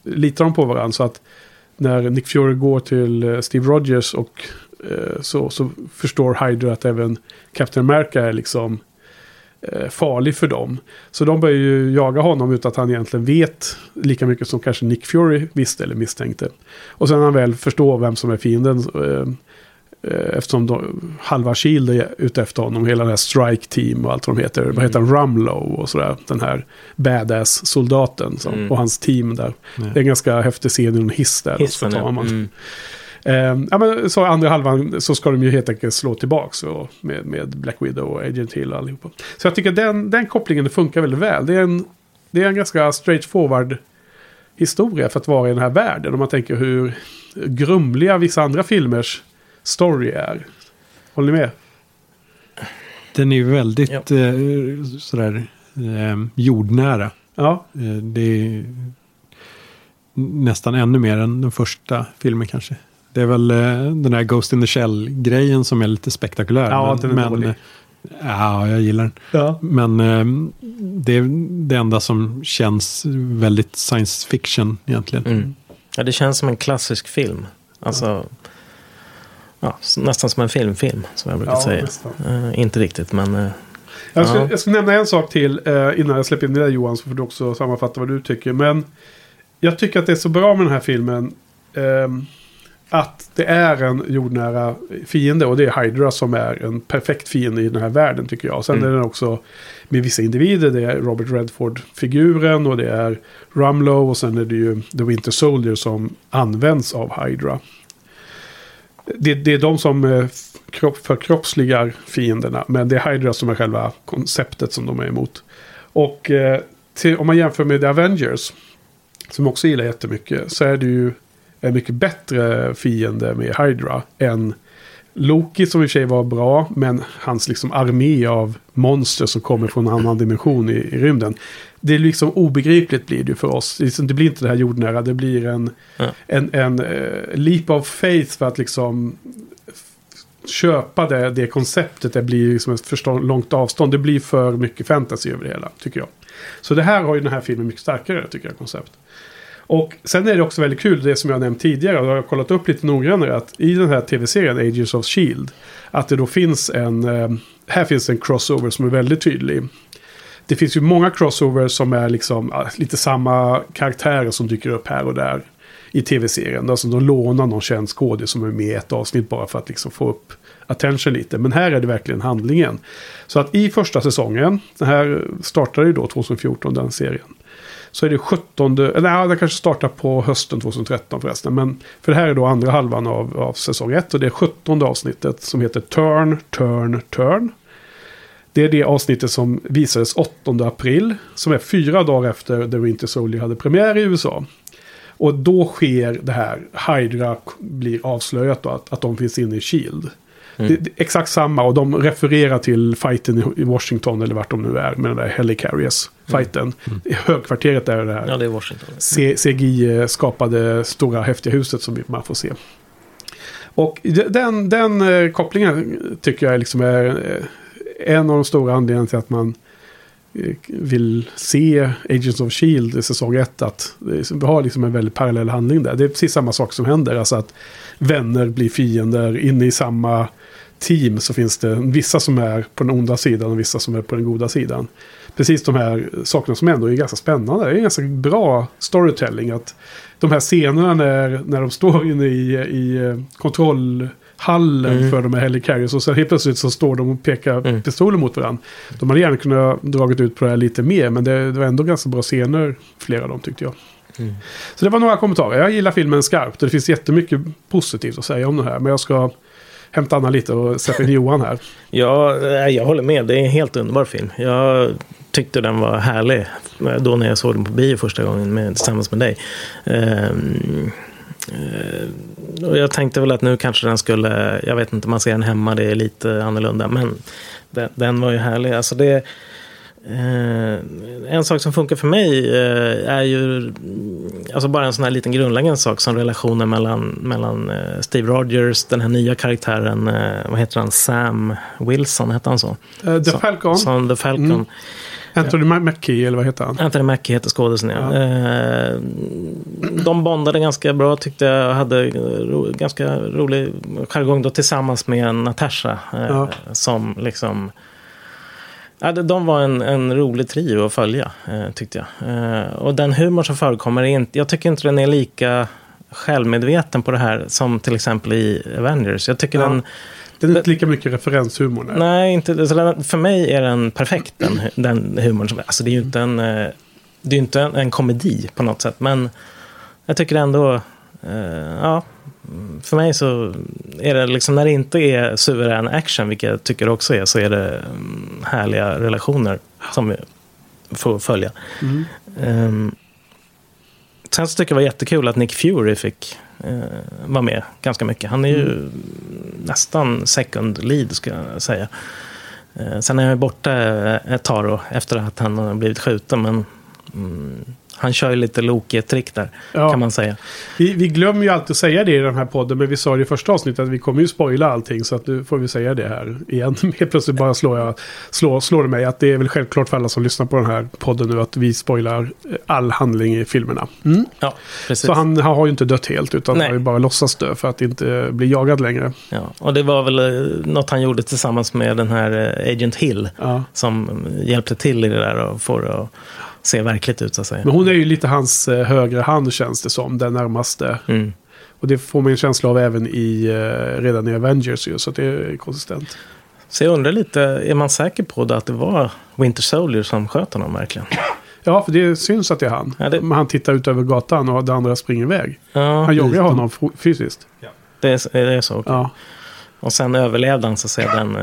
B: litar de på varandra. Så att när Nick Fury går till Steve Rogers och eh, så, så förstår Hydra att även Captain America är liksom eh, farlig för dem. Så de börjar ju jaga honom utan att han egentligen vet lika mycket som kanske Nick Fury visste eller misstänkte. Och sen när han väl förstår vem som är fienden, eh, eftersom de, halva Shield är ute efter honom, hela det här Strike Team och allt vad de heter, mm. vad heter han, Rumlow och sådär, den här badass-soldaten som, mm. och hans team där. Mm. Det är en ganska häftig scen i en hiss där.
C: Hissen,
B: så
C: ja.
B: man.
C: Mm.
B: Eh, ja, men så andra halvan så ska de ju helt enkelt slå tillbaka så, med, med Black Widow och Agent Hill och allihopa. Så jag tycker den, den kopplingen funkar väldigt väl. Det är en, det är en ganska straightforward historia för att vara i den här världen. Om man tänker hur grumliga vissa andra filmers story är. Håller ni med?
A: Den är ju väldigt
C: ja.
A: eh, sådär eh, jordnära.
B: Ja.
A: Eh, det är nästan ännu mer än den första filmen kanske. Det är väl eh, den här Ghost in the Shell-grejen som är lite spektakulär.
B: Ja,
A: men,
B: den är
A: men,
B: dålig.
A: Ja, jag gillar den.
B: Ja.
A: Men eh, det är det enda som känns väldigt science fiction egentligen.
C: Mm. Ja, det känns som en klassisk film. Alltså... Ja. Ja, nästan som en filmfilm som jag brukar
B: ja,
C: säga. Uh, inte riktigt, men... Uh,
B: jag, ska,
C: ja.
B: jag ska nämna en sak till uh, innan jag släpper in det där, Johan, så får du också sammanfatta vad du tycker. Men jag tycker att det är så bra med den här filmen um, att det är en jordnära fiende, och det är Hydra som är en perfekt fiende i den här världen, tycker jag. Sen mm. är den också med vissa individer. Det är Robert Redford-figuren och det är Rumlow, och sen är det ju The Winter Soldier som används av Hydra. Det, det är de som kropp, förkroppsligar fienderna. Men det är Hydra som är själva konceptet som de är emot. Och eh, till, om man jämför med The Avengers, som också gillar jättemycket, så är det ju en mycket bättre fiende med Hydra än Loki, som i och för sig var bra, men hans liksom armé av monster som kommer från en annan dimension i, i rymden. Det är liksom obegripligt blir det för oss. Det blir inte det här jordnära. Det blir en, ja. en, en uh, leap of faith för att liksom köpa det, det konceptet. Det blir liksom ett för långt avstånd. Det blir för mycket fantasy över det hela, tycker jag. Så det här har ju den här filmen mycket starkare, tycker jag, koncept. Och sen är det också väldigt kul, det som jag nämnt tidigare, och jag har kollat upp lite noggrannare, att i den här tv-serien Agents of Shield, att det då finns en, uh, här finns en crossover som är väldigt tydlig. Det finns ju många crossovers som är liksom äh, lite samma karaktärer som dyker upp här och där i tv-serien. Alltså de lånar någon känd skådespelare som är med i ett avsnitt bara för att liksom få upp attention lite. Men här är det verkligen handlingen. Så att i första säsongen, den här startade ju då tjugohundrafjorton, den serien. Så är det sjuttonde, eller ja, det kanske startar på hösten tjugohundratretton förresten. Men för det här är då andra halvan av, av säsong ett, och det är sjuttonde avsnittet som heter Turn, Turn, Turn. Det är det avsnittet som visades åttonde april. Som är fyra dagar efter The Winter Soldier hade premiär i U S A. Och då sker det här. Hydra blir avslöjat då, att, att de finns inne i Shield. Mm. Det, det, exakt samma, och de refererar till fighten i, i Washington, eller vart de nu är, med den där Helicarriers-fighten. Mm. Mm. I högkvarteret är det här.
C: Ja, det är Washington.
B: C- C G I-skapade stora häftiga huset som man får se. Och den, den eh, kopplingen tycker jag liksom är... Eh, en av de stora anledningarna till att man vill se Agents of Shield i säsong ett, att vi har liksom en väldigt parallell handling där. Det är precis samma sak som händer, alltså att vänner blir fiender. Inne i samma team så finns det vissa som är på den onda sidan och vissa som är på den goda sidan. Precis de här sakerna som ändå är ganska spännande. Det är ganska bra storytelling, att de här scenerna när, när de står inne i, i kontroll hallen mm. för de här Helicarriers, och sen helt plötsligt så står de och pekar mm. pistoler mot varandra. De hade gärna kunnat dragit ut på det här lite mer, men det, det var ändå ganska bra scener, flera av dem tyckte jag. Mm. Så det var några kommentarer. Jag gillar filmen skarpt, och det finns jättemycket positivt att säga om det här, men jag ska hämta Anna lite och sätta in Johan här.
C: Ja, jag håller med. Det är en helt underbar film. Jag tyckte den var härlig då när jag såg den på bio första gången med, tillsammans med dig. Um, Uh, och jag tänkte väl att nu kanske den skulle, jag vet inte, man ser den hemma, det är lite annorlunda, men den, den var ju härlig. Alltså det, Eh, en sak som funkar för mig eh, är ju alltså bara en sån här liten grundläggande sak som relationen mellan, mellan eh, Steve Rogers, den här nya karaktären, eh, vad heter han, Sam Wilson, heter han så?
B: Uh, The
C: som,
B: Falcon.
C: Som The Falcon.
B: Mm. Anthony ja. Mackie, eller vad heter han?
C: Anthony Mackie heter skådespelaren, ja.
B: ja.
C: Eh, de bondade ganska bra, tyckte jag, hade ro, ganska rolig jargong då tillsammans med Natasha eh, ja. som liksom... Ja, de var en, en rolig trio att följa, eh, tyckte jag. Eh, och den humor som förekommer är inte... Jag tycker inte den är lika självmedveten på det här som till exempel i Avengers. Jag tycker ja. den...
B: Den är inte lika mycket referenshumor. Nej,
C: nej inte, för mig är den perfekt, den, den humorn. Som, alltså det är ju inte en, det är inte en, en komedi på något sätt. Men jag tycker ändå... Eh, ja, för mig så är det liksom, när det inte är suverän action, vilket jag tycker också är, så är det härliga relationer som vi får följa. Mm. Um, sen så tycker jag det var jättekul att Nick Fury fick uh, vara med ganska mycket. Han är ju mm. nästan second lead, ska jag säga. Uh, sen är jag borta ett tag då, efter att han har blivit skjuten, men mm, han kör ju lite Loki-trick där, ja. kan man säga.
B: Vi, vi glömmer ju alltid att säga det i den här podden, men vi sa det i första avsnittet att vi kommer ju spoila allting, så att nu får vi säga det här igen. Helt plötsligt bara slår, jag, slår, slår det mig att det är väl självklart för alla som lyssnar på den här podden nu att vi spoilar all handling i filmerna. Mm?
C: Ja, precis.
B: Så han, han har ju inte dött helt, utan Nej. har ju bara låtsas dö för att inte bli jagad längre.
C: Ja, och det var väl något han gjorde tillsammans med den här Agent Hill, ja. som hjälpte till i det där och får att ser verkligt ut, så att säga.
B: Men hon är ju lite hans eh, högre hand, känns det som, den närmaste. Mm. Och det får man en känsla av även i eh, redan i Avengers ju, så att det är konsistent.
C: Så jag undrar lite, är man säker på det att det var Winter Soldier som sköt honom verkligen?
B: Ja, för det syns att det är han. Ja, det... Men han tittar ut över gatan och den andra springer iväg.
C: Ja,
B: han jagar honom f- fysiskt.
C: Ja. Det, är, det är så, okay. Ja. Och sen överlevde han, så att säga, den,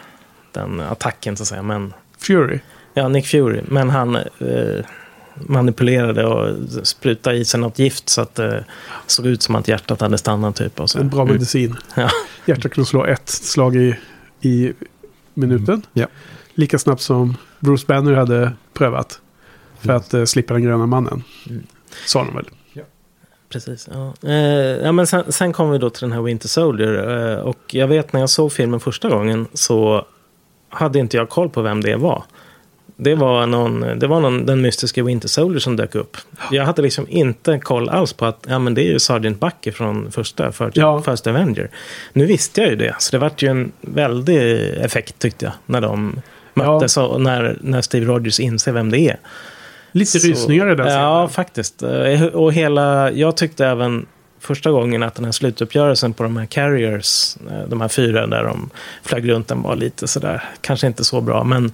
C: den attacken, så att säga. Men...
B: Fury?
C: Ja, Nick Fury. Men han eh, manipulerade och sprutade i sig något gift så att det eh, såg ut som att hjärtat hade stannat typ. Och så.
B: En bra medicin. Mm. Ja. Hjärtat kunde slå ett slag i, i minuten. Mm. Ja. Lika snabbt som Bruce Banner hade prövat för mm. att eh, slippa den gröna mannen. Mm. Sa de väl. Ja.
C: Precis. Ja. Eh, ja, men sen, sen kom vi då till den här Winter Soldier. Eh, och jag vet, när jag såg filmen första gången så hade inte jag koll på vem det var. Det var, någon, det var någon, den mystiska Winter Soldier som dök upp. Jag hade liksom inte koll alls på att ja, men det är ju Sergeant Bucky från första First, ja. First Avenger. Nu visste jag ju det. Så det var ju en väldig effekt, tyckte jag, när de möttes, ja. och när, när Steve Rogers inser vem det är.
B: Lite så, rysningar i den scenen.
C: Ja, faktiskt. Och hela, jag tyckte även första gången att den här slutuppgörelsen på de här Carriers, de här fyra där de flög runt, den var lite sådär, kanske inte så bra, men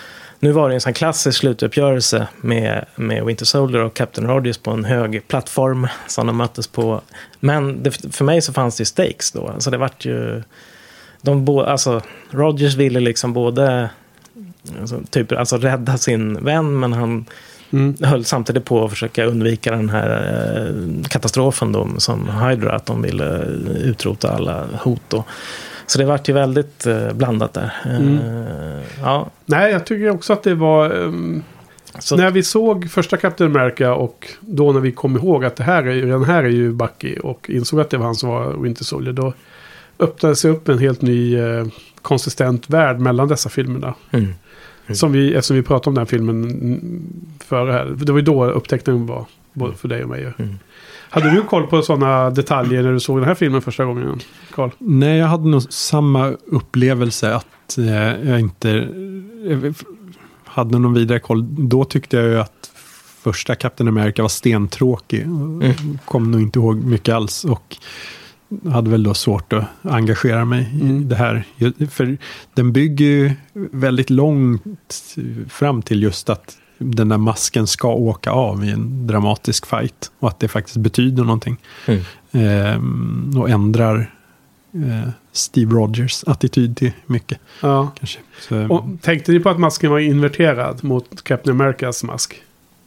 C: nu var det en sån klassisk slutuppgörelse med, med Winter Soldier och Captain Rogers på en hög plattform som de möttes på. Men det, för mig så fanns det ju stakes då. Alltså det vart ju... De bo, alltså, Rogers ville liksom både alltså, typ, alltså, rädda sin vän, men han mm. höll samtidigt på att försöka undvika den här eh, katastrofen då, som Hydra, att de ville utrota alla hot då. Så det var ju väldigt eh, blandat där. Mm. Uh, ja.
B: Nej, jag tycker också att det var... Um, så... När vi såg första Captain America och då när vi kom ihåg att det här är, den här är ju Bucky och insåg att det var han som var Winter Soldier, då öppnade sig upp en helt ny uh, konsistent värld mellan dessa filmerna. Mm. Mm. Som vi, eftersom vi pratade om den här filmen före här. Det var ju då upptäckten var, både för dig och mig. Mm. Hade du koll på sådana detaljer när du såg den här filmen första gången, Carl?
A: Nej, jag hade nog samma upplevelse att eh, jag inte jag hade någon vidare koll. Då tyckte jag ju att första Captain America var stentråkig. Mm. Kom nog inte ihåg mycket alls och hade väl då svårt att engagera mig mm. i det här. För den bygger ju väldigt långt fram till just att den där masken ska åka av i en dramatisk fight. Och att det faktiskt betyder någonting. Mm. Ehm, och ändrar eh, Steve Rogers attityd till mycket.
B: Ja.
A: Kanske. Så,
B: och tänkte ni på att masken var inverterad mot Captain Americas mask?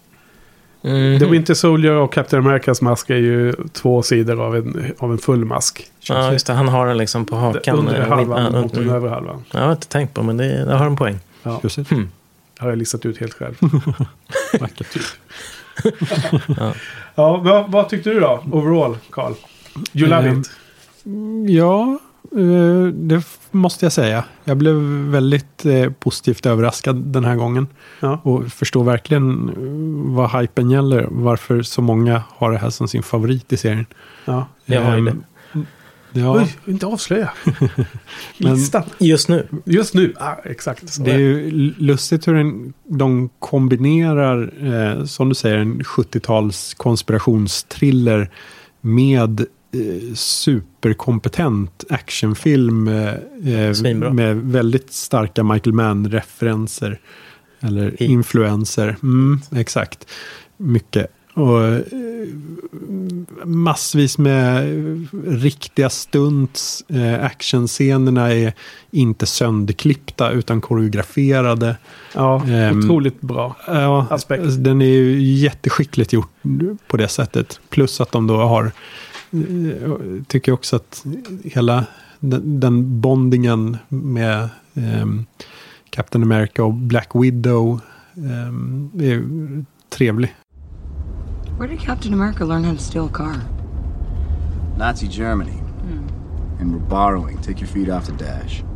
B: Mm. The Winter Soldier och Captain Americas mask är ju två sidor av en, av en full mask.
C: Ja, just det. Han har den liksom på hakan.
B: Under halvan mot den övre halvan.
C: Jag har inte tänkt på, men det, det har en poäng.
B: Ja.
C: Hmm.
B: har jag listat ut helt själv.
A: Vackert.
B: Typ. ja, ja vad, vad tyckte du då? Overall, Carl? You love
A: um,
B: it?
A: Ja, uh, det måste jag säga. Jag blev väldigt uh, positivt överraskad den här gången.
B: Ja.
A: Och förstår verkligen uh, vad hypen gäller. Varför så många har det här som sin favorit i serien.
B: Ja,
C: jag har um, det.
A: Ja.
B: Oj, inte avslöja.
A: Men
C: just nu.
B: Just nu, ah, exakt. Så
A: det är ju lustigt hur en, de kombinerar, eh, som du säger, en sjuttio-tals konspirationstriller med eh, superkompetent actionfilm eh, med väldigt starka Michael Mann-referenser. Eller Hit. influenser. Mm, exakt. Mycket. Och eh, massvis med riktiga stunts. Eh, actionscenerna är inte sönderklippta utan koreograferade.
B: Ja,
A: eh,
B: otroligt bra
A: ja,
B: aspekt.
A: Den är ju jätteskickligt gjort på det sättet. Plus att de då har, eh, tycker jag också att hela den, den bondingen med eh, Captain America och Black Widow eh, är trevlig.
F: Where did Captain America learn how to steal a car?
E: Nazi Germany.
F: Hmm.
E: And we're borrowing. Take your feet off the dash.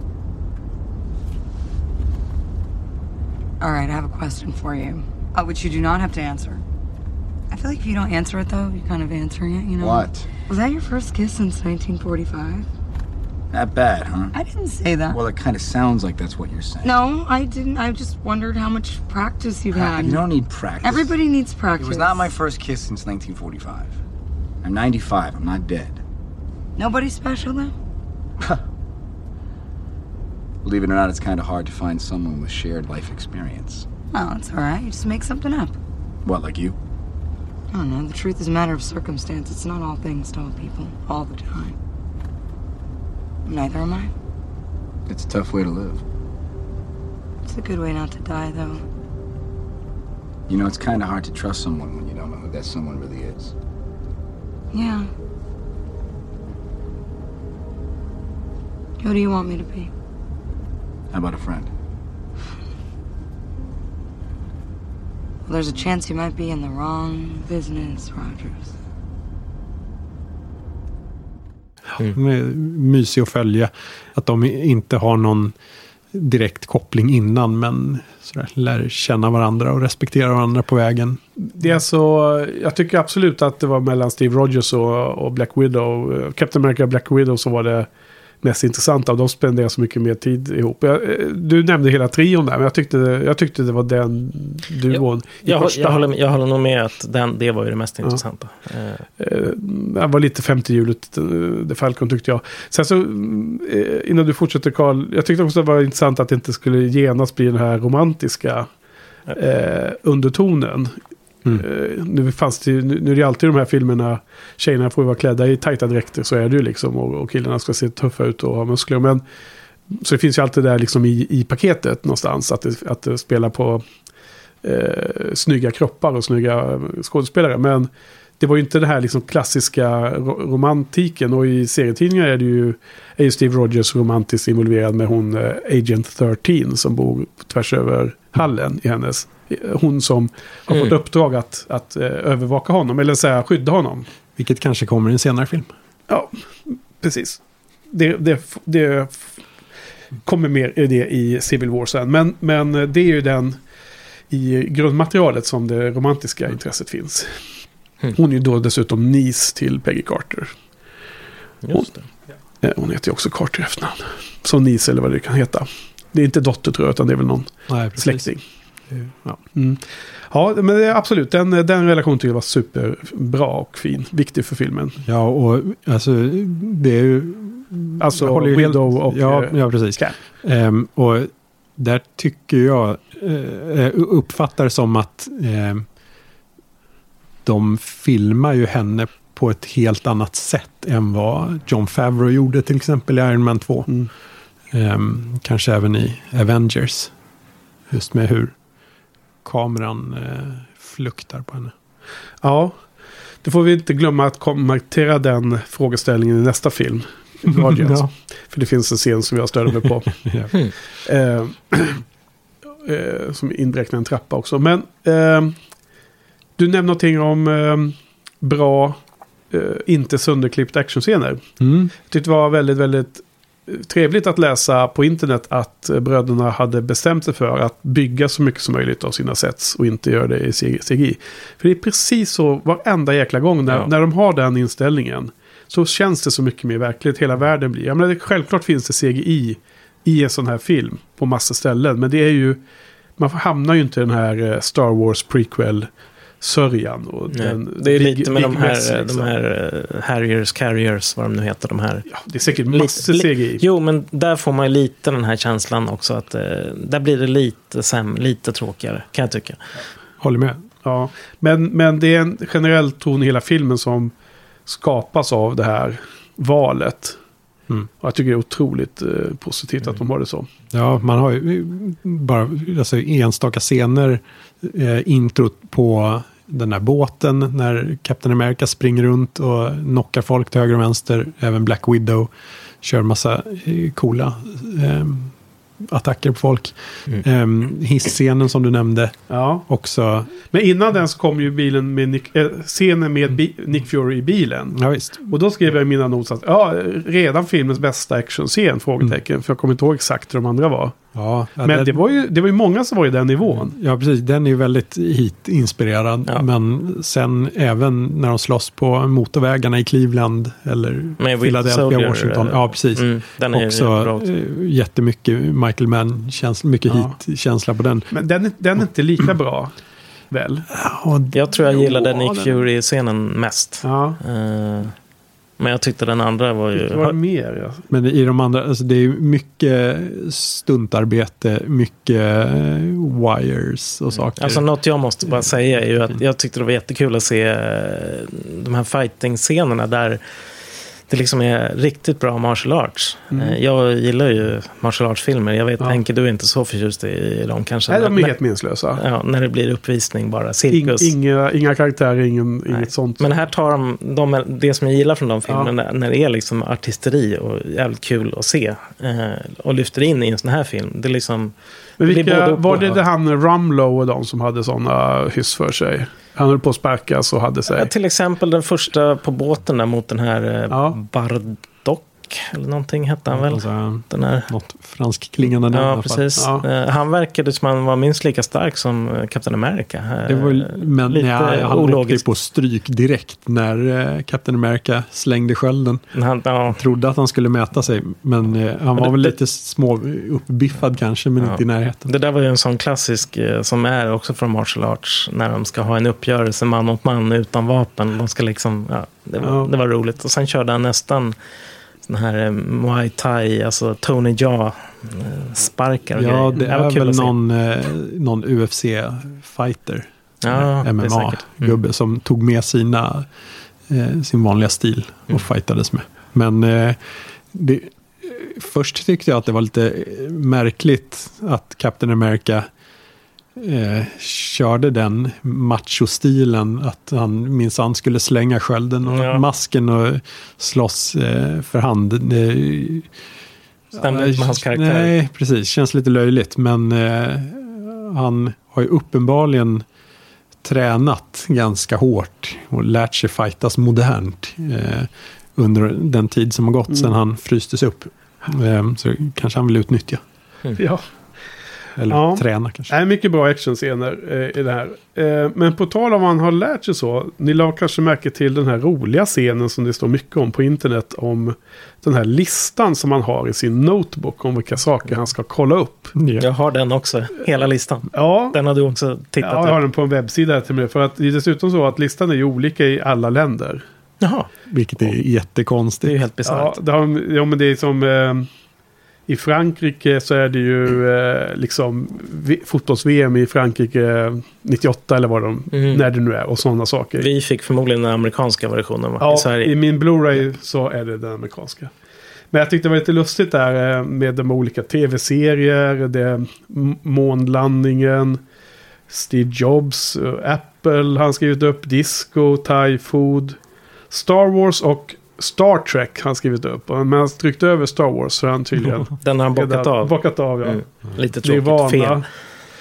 F: All right, I have a question for you, uh, which you do not have to answer. I feel like if you don't answer it, though, you're kind of answering it, you know?
E: What?
F: Was that your first kiss since nineteen forty-five?
E: That bad, huh?
F: I didn't say that.
E: Well, it kind of sounds like that's what you're saying.
F: No, I didn't. I just wondered how much practice you've had.
E: You don't need practice.
F: Everybody needs practice.
E: It was not my first kiss since nineteen forty-five. I'm ninety-five. I'm not dead.
F: Nobody special, then?
E: Believe it or not, it's kind of hard to find someone with shared life experience.
F: Oh, it's all right. You just make something up.
E: What, like you?
F: I don't know. The truth is a matter of circumstance. It's not all things to all people, all the time. Neither am I.
E: It's a tough way to live.
F: It's a good way not to die, though.
E: You know, it's kind of hard to trust someone when you don't know who that someone really is.
F: Yeah. Who do you want me to be?
E: How about a friend?
F: Well, there's a chance you might be in the wrong business, Rogers.
A: Mm. Mysig att följa. Att de inte har någon direkt koppling innan, men sådär, lär känna varandra och respektera varandra på vägen.
B: Det är så, jag tycker absolut att det var mellan Steve Rogers och, och Black Widow. Captain America och Black Widow så var det mest intressanta, och de spenderar så mycket mer tid ihop. Jag, du nämnde hela trion där, men jag tyckte, jag tyckte det var den duon.
C: Jag, jag, jag, håller, jag håller nog med att den, det var ju det mest intressanta.
B: Ja. Det var lite femte hjulet, det Falcon tyckte jag. Sen så, innan du fortsätter Carl, jag tyckte också det var intressant att det inte skulle genast bli den här romantiska eh, undertonen. Mm. Uh, nu, fanns det, nu, nu är det alltid de här filmerna, tjejerna får vara klädda i tajta dräkter, så är det ju liksom, och, och killarna ska se tuffa ut och ha muskler, men så det finns ju alltid där liksom i, i paketet någonstans att det, att det spelar på uh, snygga kroppar och snygga skådespelare, men det var ju inte det här liksom klassiska ro- romantiken, och i serietidningar är det ju, är ju Steve Rogers romantiskt involverad med hon uh, Agent tretton som bor tvärs över hallen i hennes, hon som har mm. fått uppdrag att, att uh, övervaka honom, eller säga skydda honom.
A: Vilket kanske kommer i en senare film.
B: Ja, precis. Det, det, det kommer mer i det i Civil War sen, men, men det är ju den i grundmaterialet som det romantiska intresset finns. Mm. Hon är ju då dessutom niece till Peggy Carter.
C: Just det.
B: Hon, hon heter ju också Carter efternamn. Som niece eller vad det kan heta. Det är inte dotter tror jag, utan det är väl någon Nej, släkting. Ja. Mm. Ja, men det är absolut. Den, den relationen tycker jag var superbra och fin. Viktig för filmen.
A: Ja, och alltså det är ju...
B: Alltså Widow och...
A: Ja, ja precis. Um, och där tycker jag uh, uppfattar som att uh, de filmar ju henne på ett helt annat sätt än vad Jon Favreau gjorde till exempel i Iron Man två. Mm. Um, kanske även i Avengers. Just med hur kameran uh, fluktar på henne.
B: Ja, det får vi inte glömma att kommentera den frågeställningen i nästa film. Ja. För det finns en scen som jag störde mig på. ja. uh, eh, som inberäknar en trappa också. Men eh, du nämnde någonting om eh, bra, eh, inte sönderklippt actionscener.
A: Mm.
B: Jag tyckte det var väldigt, väldigt trevligt att läsa på internet att bröderna hade bestämt sig för att bygga så mycket som möjligt av sina sets och inte göra det i C G I. För det är precis så varenda jäkla gång när,
C: ja.
B: när de har den inställningen så känns det så mycket mer verkligt. Hela världen blir. Jag menar, det, självklart finns det C G I i en sån här film på massa ställen. Men det är ju, man hamnar ju inte i den här Star Wars prequel sörjan. Och den,
C: det är
B: big,
C: lite med de här,
B: mess, liksom.
C: de här uh, Harriers, Carriers, vad de nu heter, de här.
B: Ja, det är säkert massor
C: lite,
B: C G I.
C: Jo, men där får man ju lite den här känslan också att uh, där blir det lite säm, lite tråkigare, kan jag tycka.
A: Håller med.
B: Ja, men, men det är en generell ton i hela filmen som skapas av det här valet.
A: Mm.
B: Och jag tycker det är otroligt eh, positivt mm. att de har det så.
A: Ja, man har ju bara alltså, enstaka scener, eh, introt på den här båten när Captain America springer runt och knockar folk till höger och vänster. Även Black Widow kör massa eh, coola eh, attacker på folk. Mm. Eh, hissscenen som du nämnde.
B: Ja.
A: Också.
B: Men innan den så kom ju bilen med Nick, äh, scenen med bi- Nick Fury i bilen.
A: Ja, visst.
B: Och då skrev jag i mina notes att ja, redan filmens bästa actionscen, frågetecken. Mm. För jag kommer inte ihåg exakt hur de andra var.
A: Ja,
B: men
A: det,
B: det, var ju, det var ju många som var i den nivån.
A: Ja, precis. Den är ju väldigt hit-inspirerad. Ja. Men sen även när de slåss på motorvägarna i Cleveland eller
C: med
A: Philadelphia,
C: Soldier,
A: Washington. Ja, precis. Mm,
C: den är
A: också, också jättemycket Michael Mann-känsla, mycket ja. hit-känsla på den.
B: Men den, den är inte lika bra, väl?
C: Ja, jag tror jag gillade Nick Fury-scenen mest.
B: Ja.
C: Uh, Men jag tyckte den andra var ju...
B: Det var mer, ja.
A: Men i de andra, alltså det är mycket stuntarbete, mycket wires och saker.
C: Alltså något jag måste bara säga är ju att jag tyckte det var jättekul att se de här fighting-scenerna där det liksom är riktigt bra martial arts. Mm. Jag gillar ju martial arts-filmer. Jag vet, ja. Henke, du är inte så förtjust i dem kanske.
B: Nej, de är
C: när,
B: helt minslösa.
C: Ja, när det blir uppvisning bara. Cirkus.
B: In, inga, inga karaktärer, ingen, inget sånt.
C: Men här tar de, de det som jag gillar från de filmerna, ja. när det är liksom artisteri och jävligt kul att se. Eh, och lyfter in i en sån här film. Det är liksom...
B: Men vilka, var det det han Rumlow och de som hade sådana hyss för sig? Han höll på att sparkas och hade sig.
C: Ja, till exempel den första på båten där mot den här
B: ja.
C: Bardock eller någonting hette han väl.
A: Alltså,
C: den här...
A: Något fransk-klingande namn.
C: Ja, precis. Ja. Han verkade som han var minst lika stark som Captain America.
A: Det var, men lite ja, han åkte på stryk direkt när Captain America slängde skölden.
C: Han ja.
A: trodde att han skulle mäta sig, men han men var det, väl lite små uppbiffad kanske, men ja. inte i närheten.
C: Det där var ju en sån klassisk som är också från martial arts, när de ska ha en uppgörelse man mot man utan vapen. De ska liksom, ja, det var, ja. det var roligt. Och sen körde han nästan den här Muay Thai, alltså Tony Jaa sparkar och
A: ja,
C: grejer.
A: det, det är väl någon, eh, någon U F C-fighter.
C: Ja,
A: M M A-gubbe mm. som tog med sina, eh, sin vanliga stil och mm. fightades med. Men eh, det, först tyckte jag att det var lite märkligt att Captain America Eh, körde den macho-stilen att han minsann skulle slänga skölden och ja. masken och slåss eh, för hand. Det
C: stämmer inte med hans karaktär.
A: Nej, precis. Känns lite löjligt, men eh, han har ju uppenbarligen tränat ganska hårt och lärt sig fightas modernt eh, under den tid som har gått mm. sedan han frystes upp. Eh, så kanske han vill utnyttja.
B: Mm. Ja.
A: Eller ja. träna kanske.
B: Det är mycket bra actionscener eh, i det här. Eh, men på tal om man har lärt sig så. Ni la kanske märke till den här roliga scenen som det står mycket om på internet. Om den här listan som man har i sin notebook. Om vilka saker han ska kolla upp.
C: Ja. Jag har den också. Hela listan.
B: Ja.
C: Den har du också tittat på.
B: Ja, jag har den på en webbsida till mig. För att det är dessutom så att listan är ju olika i alla länder.
C: Jaha.
A: Vilket är jättekonstigt.
C: Det är ju helt bisarrt.
B: Ja, det har, ja, men det är som... Eh, I Frankrike så är det ju eh, liksom fotbolls-V M i Frankrike nittioåtta eller vad de, mm. när det nu är och sådana saker.
C: Vi fick förmodligen den amerikanska versionen, va?
B: Ja,
C: i Sverige.
B: I min Blu-ray så är det den amerikanska. Men jag tyckte det var lite lustigt där eh, med de olika tv-serier, det månlandningen, Steve Jobs, Apple, han skrivit upp Disco, Thai Food, Star Wars och Star Trek har han skrivit upp. Men han tryckte över Star Wars så han tydligen...
C: Den har han bockat av.
B: Bockat av, ja. Mm.
C: Lite tråkigt fel.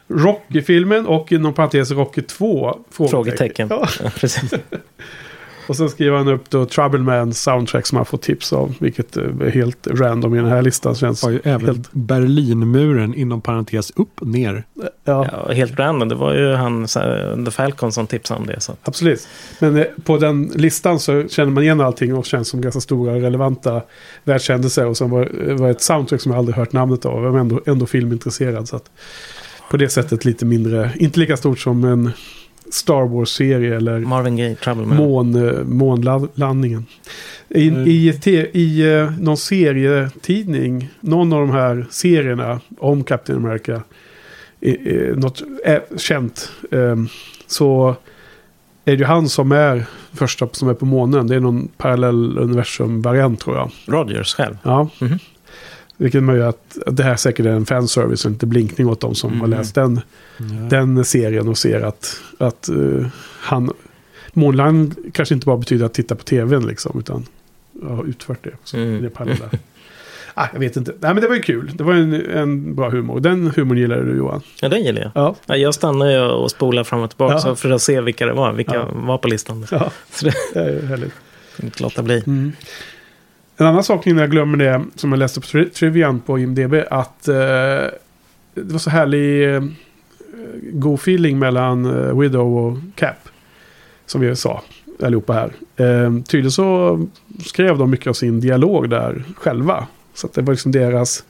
B: Rocky-filmen och inom parentes Rocky två.
C: Frågetecken. Ja. Ja, precis.
B: Och sen skriver han upp då Trouble Man soundtrack som han får tips av. Vilket är helt random i den här listan. Känns
A: ju även
B: helt...
A: Berlinmuren inom parentes upp och ner.
C: Ja. Ja, helt random. Det var ju han, The Falcon, som tipsade om det. Så.
B: Absolut. Men på den listan så känner man igen allting och känns som ganska stora relevanta världshändelser. Och sen var, var ett soundtrack som jag aldrig hört namnet av. Jag var ändå, ändå filmintresserad. Så att på det sättet lite mindre, inte lika stort som en Star Wars-serie eller
C: Marvin Gaye, Trouble Man.
B: Mån, månlandningen. I, mm. i, i, i någon serietidning, någon av de här serierna om Captain America, i, i, något är känt, um, så är det ju han som är första som är på månen. Det är någon parallell universum-variant, tror jag.
C: Rogers själv?
B: Ja. Mm-hmm. Vilket man gör att, att det här säkert är en fanservice och inte blinkning åt dem som mm. har läst den, ja. den serien och ser att, att uh, han månland kanske inte bara betyder att titta på tvn liksom, utan har utfört det. Så mm. det parallella. ah, jag vet inte. Nej, men det var ju kul. Det var en, en bra humor. Den humorn gillar du, Johan.
C: Ja, den gillar jag.
B: Ja.
C: Ja, jag stannar ju och spolar fram och tillbaka ja. för att se vilka det var. Vilka
B: ja.
C: var på listan.
B: Ja,
C: så det,
B: det är härligt.
C: Inte låta bli.
B: Mm. En annan sak innan jag glömmer det, som jag läste på tri- Trivian på I M D B, att eh, det var så härlig eh, god feeling mellan eh, Widow och Cap, som vi sa allihopa här. Eh, tydligen så skrev de mycket av sin dialog där själva, så att det var liksom deras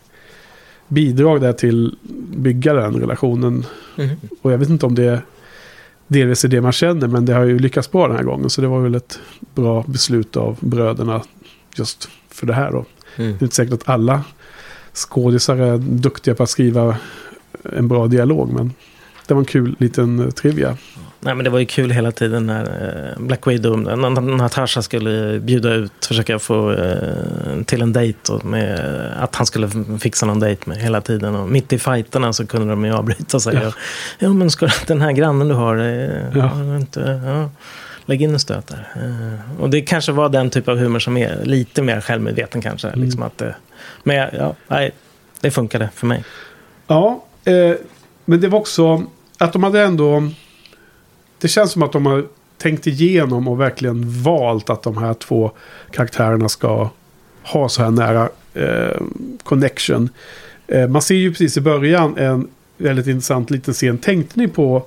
B: bidrag där till bygga den relationen. Mm. Och jag vet inte om det delvis är det man känner, men det har ju lyckats bra den här gången, så det var väl ett bra beslut av bröderna just för det här då. Mm. Det är inte säkert att alla skådisar är duktiga på att skriva en bra dialog, men det var en kul liten trivia.
C: Nej, men det var ju kul hela tiden när Black Widow, när Natasha skulle bjuda ut, försöka få eh, till en dejt och med, att han skulle fixa någon dejt med hela tiden, och mitt i fighterna så kunde de ju avbryta sig. Ja, och, ja men ska den här grannen du har, eh, ja. har inte, ja. Lägg in en stöt där. Uh, och det kanske var den typ av humor som är lite mer självmedveten kanske. Mm. Liksom att, uh, men ja, nej, det funkade för mig.
B: Ja, eh, men det var också att de hade ändå... Det känns som att de har tänkt igenom och verkligen valt att de här två karaktärerna ska ha så här nära eh, connection. Eh, man ser ju precis i början en väldigt intressant liten scen. Tänkte ni på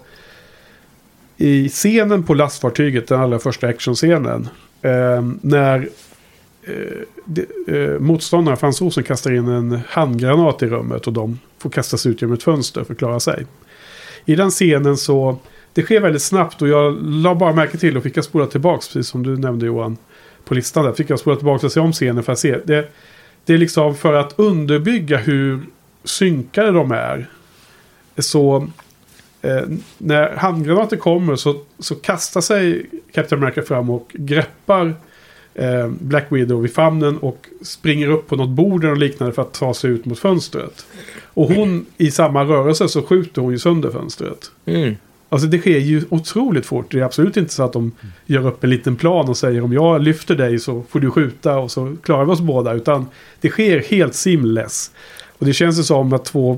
B: i scenen på lastfartyget, den allra första actionscenen, eh, när eh, de, eh, motståndaren fransosen kastar in en handgranat i rummet och de får kastas ut genom ett fönster för att klara sig. I den scenen så, det sker väldigt snabbt och jag la bara märke till och fick jag spola tillbaka, precis som du nämnde Johan på listan där, fick jag spola tillbaka och se om scenen för att se. Det, det är liksom för att underbygga hur synkade de är. Så Eh, när handgranater kommer så, så kastar sig Captain America fram och greppar eh, Black Widow vid famnen och springer upp på något bord och liknande för att ta sig ut mot fönstret. Och hon, i samma rörelse så skjuter hon ju sönder fönstret. Mm. Alltså det sker ju otroligt fort. Det är absolut inte så att de gör upp en liten plan och säger om jag lyfter dig så får du skjuta och så klarar vi oss båda. Utan det sker helt seamless. Och det känns ju som att två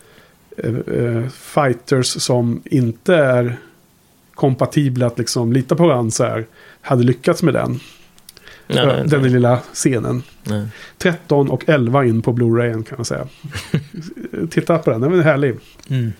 B: Uh, fighters som inte är kompatibla att liksom lita på varandra så här, hade lyckats med den. Nej, uh, nej, den nej. lilla scenen. Nej. tretton och elva in på Blu-rayen kan man säga. Titta på den, den är härlig. Mm.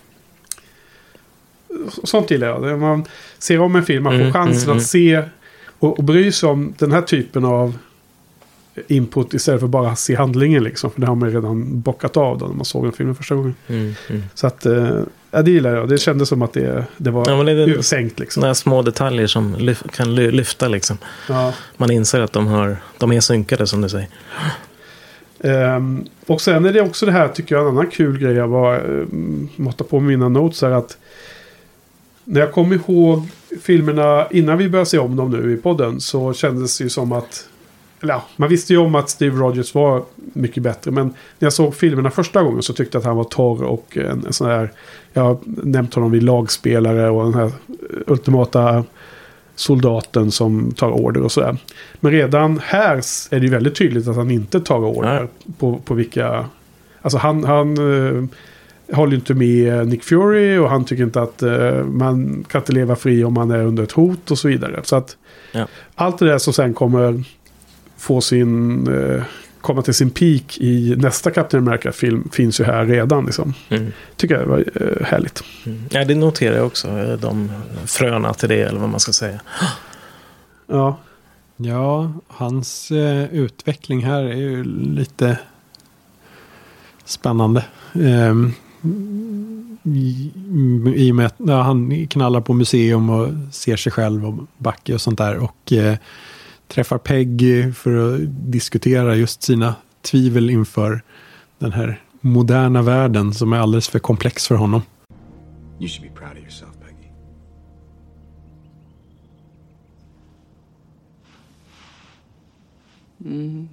B: Sånt gillar jag. När man ser om en film, man får mm, chansen mm, att mm. se och, och bry sig om den här typen av input istället för bara att se handlingen liksom, för det har man redan bockat av då när man såg den filmen första gången. Mm, mm. Så att, eh, ja, det gillar jag. Det kändes som att det, det var ja, det är ursänkt liksom.
C: Några små detaljer som lyf- kan lyfta liksom. Ja. Man inser att de, har, de är synkade som du säger.
B: Um, och sen är det också det här, tycker jag, en annan kul grej jag var um, måste på mina notes är att när jag kom ihåg filmerna innan vi började se om dem nu i podden så kändes det ju som att ja, man visste ju om att Steve Rogers var mycket bättre, men när jag såg filmerna första gången så tyckte jag att han var torr och en, en sån här, jag har nämnt honom vid lagspelare och den här ultimata soldaten som tar order och sådär. Men redan här är det ju väldigt tydligt att han inte tar order på, på vilka, alltså han, han håller inte med Nick Fury och han tycker inte att uh, man kan inte leva fri om man är under ett hot och så vidare. Så att
C: ja. allt
B: det där som sen kommer få sin uh, komma till sin peak i nästa Captain America-film finns ju här redan liksom. Mm. Tycker jag det var uh, härligt.
C: Mm. Ja, det noterar jag också. De fröna till det, eller vad man ska säga.
B: Ja.
A: Ja, hans eh, utveckling här är ju lite spännande. Ehm, i, I och med att ja, han knallar på museum och ser sig själv och Bucky och sånt där. Och eh, träffar Peg för att diskutera just sina tvivel inför den här moderna världen som är alldeles för komplex för honom.
E: You should be proud of yourself, Peggy.
G: Mm.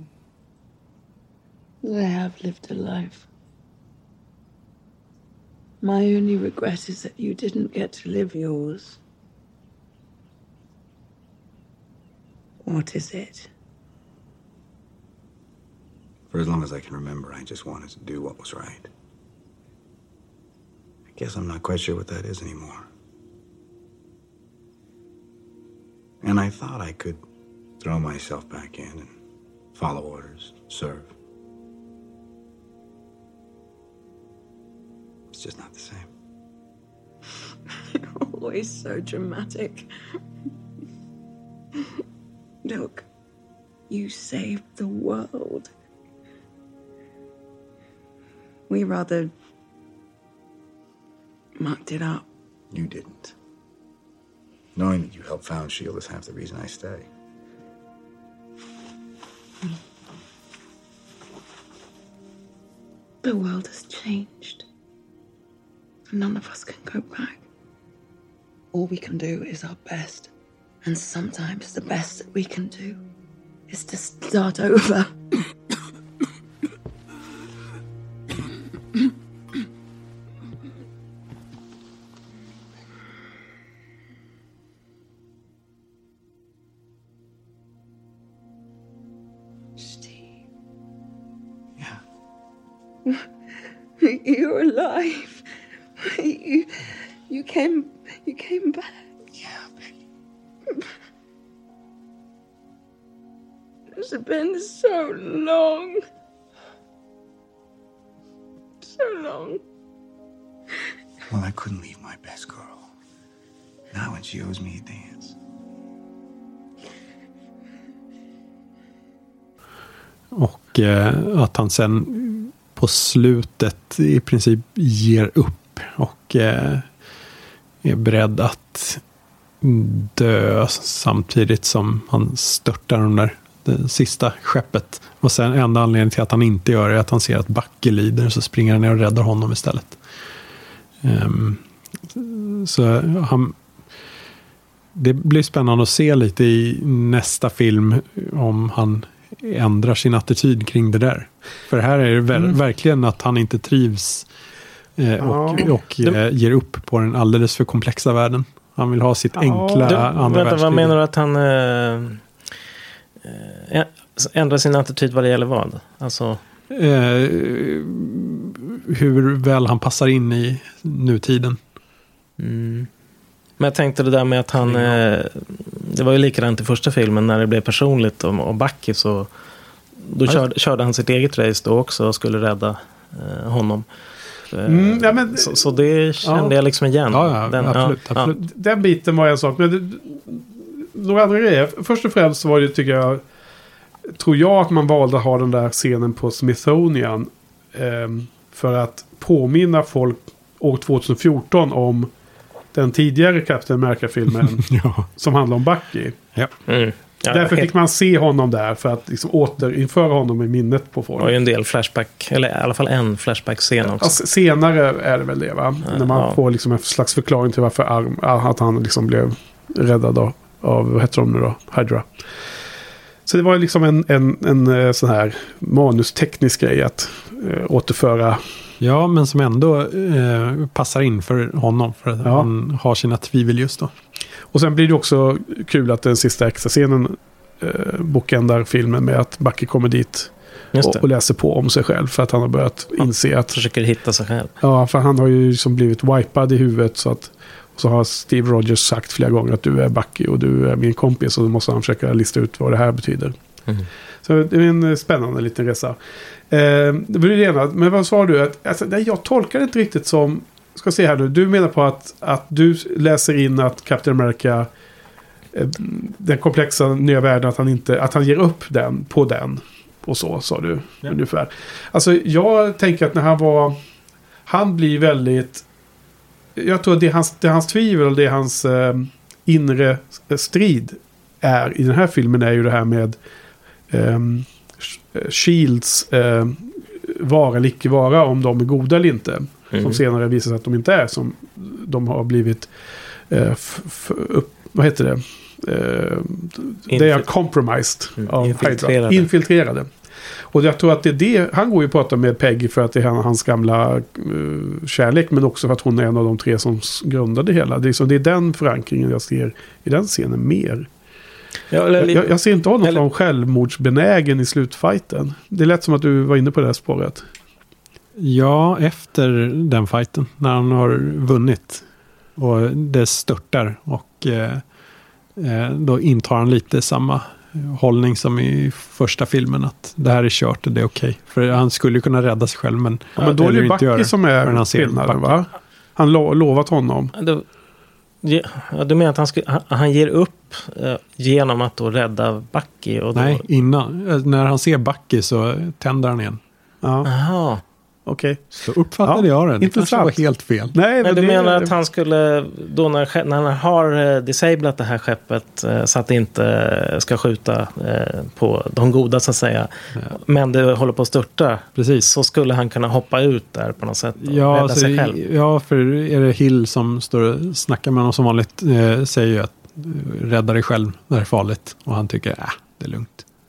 G: I have lived a life. My only regret is that you didn't get to live yours. What is it?
E: For as long as I can remember, I just wanted to do what was right. I guess I'm not quite sure what that is anymore. And I thought I could throw myself back in and follow orders, serve. It's just not the same.
G: You're always so dramatic. Look, you saved the world. We rather mucked it up.
E: You didn't. Knowing that you helped found S H I E L D is half the reason I stay.
G: The world has changed. None of us can go back. All we can do is our best. And sometimes the best that we can do is to start over. Steve.
E: Yeah.
G: You're alive. You, you came, you came back.
E: Yeah, Peggy.
G: It's been so long. So long.
E: Well, I couldn't leave my best girl. Not when she owes me a dance.
A: Och eh, att han sen på slutet i princip ger upp och eh, är beredd att dö samtidigt som han störtar de där det sista skeppet. Och sen enda anledningen till att han inte gör det är att han ser att Bucky lider, så springer han ner och räddar honom istället. Um, så han, det blir spännande att se lite i nästa film om han ändrar sin attityd kring det där. För här är det ver- mm. verkligen att han inte trivs eh, och, ja. och eh, ger upp på den alldeles för komplexa världen. Han vill ha sitt ja. enkla
C: du,
A: andra
C: vänta,
A: världskrig.
C: Vad menar du att han eh, eh, ändrar sin attityd vad det gäller vad? Alltså...
A: Eh, hur väl han passar in i nutiden.
C: Mm. Men jag tänkte det där med att han eh, det var ju likadant i första filmen när det blev personligt och, och Bucky, så då körde, körde han sitt eget race då också och skulle rädda eh, honom.
B: Mm, ja, men,
C: så, så det kände ja. jag liksom igen.
A: Ja, ja,
C: Den,
A: absolut,
C: ja,
A: absolut.
B: Ja. Den biten var en sak. Men det, några andra grejer. Först och främst så var det, tycker jag, tror jag att man valde att ha den där scenen på Smithsonian eh, för att påminna folk år tjugohundrafjorton om den tidigare Captain America-filmen
A: ja.
B: som handlar om Bucky.
A: Ja.
C: Mm. Ja,
B: Därför
C: helt...
B: fick man se honom där för att liksom återinföra honom i minnet på folk.
C: Och en del flashback, eller i alla fall en flashback-scen också.
B: Alltså, senare är det väl det, va? Ja, När man ja. får liksom en slags förklaring till varför arm, att han liksom blev räddad av, av vad heter de nu då? Hydra. Så det var liksom en, en, en sån här manusteknisk grej att äh, återföra.
A: Ja, men som ändå eh, passar in för honom. För att ja. han har sina tvivel just då.
B: Och sen blir det också kul att den sista extra scenen eh, bokändar filmen med att Bucky kommer dit och, och läser på om sig själv för att han har börjat
C: han
B: inse att...
C: försöker hitta sig själv.
B: Ja, för han har ju liksom blivit wipad i huvudet så att så har Steve Rogers sagt flera gånger att du är Bucky och du är min kompis och då måste han försöka lista ut vad det här betyder. Mm. Så det är en spännande liten resa. Eh, det blir det ena. Men vad sa du? Att, alltså, nej, jag tolkar det inte riktigt som... Ska se här nu. Du menar på att, att du läser in att Captain America eh, den komplexa nya världen att han inte att han ger upp den på den. Och så sa du ja. Ungefär. Alltså jag tänker att när han var... Han blir väldigt... Jag tror att det är hans, det är hans tvivel och det är hans eh, inre strid är i den här filmen är ju det här med eh, Shields eh, vara eller icke vara om de är goda eller inte. Mm. Som senare visar sig att de inte är som de har blivit eh, f- f- upp, vad heter det? Eh, Infil- they are compromised
C: mm.
B: av
C: infiltrerade.
B: infiltrerade. Och jag tror att det är det, han går ju och pratar med Peggy för att det är hans gamla uh, kärlek, men också för att hon är en av de tre som grundade hela. Det är, så, det är den förankringen jag ser i den scenen mer. Ja, eller, jag, jag ser inte honom eller, som självmordsbenägen i slutfighten. Det lät som att du var inne på det här spåret.
A: Ja, efter den fighten, när han har vunnit och det störtar och eh, då intar han lite samma hållning som i första filmen att det här är kört och det är okej. Okay. För han skulle ju kunna rädda sig själv men,
B: ja, men då är det ju Bucky som är skillnaden, va? Han lo- lovat honom.
C: Du, ja, du menar att han, skulle, han, han ger upp eh, genom att då rädda Bucky? Och då...
A: Nej, innan. När han ser Bucky så tänder han igen.
B: Ja.
C: Aha.
B: Okej. Okay.
A: Så uppfattade ja, jag det. Det kanske var helt fel.
B: Nej,
C: men du
B: det,
C: menar
B: det...
C: att han skulle, då när, när han har disablat det här skeppet eh, så att det inte ska skjuta eh, på de goda så att säga. Ja. Men det håller på att störta.
A: Precis.
C: Så skulle han kunna hoppa ut där på något sätt och
A: ja,
C: rädda sig själv.
A: Ja, för är det Hill som står och snackar med honom som vanligt eh, säger ju att eh, rädda dig själv, det är farligt. Och han tycker, äh, det är lugnt.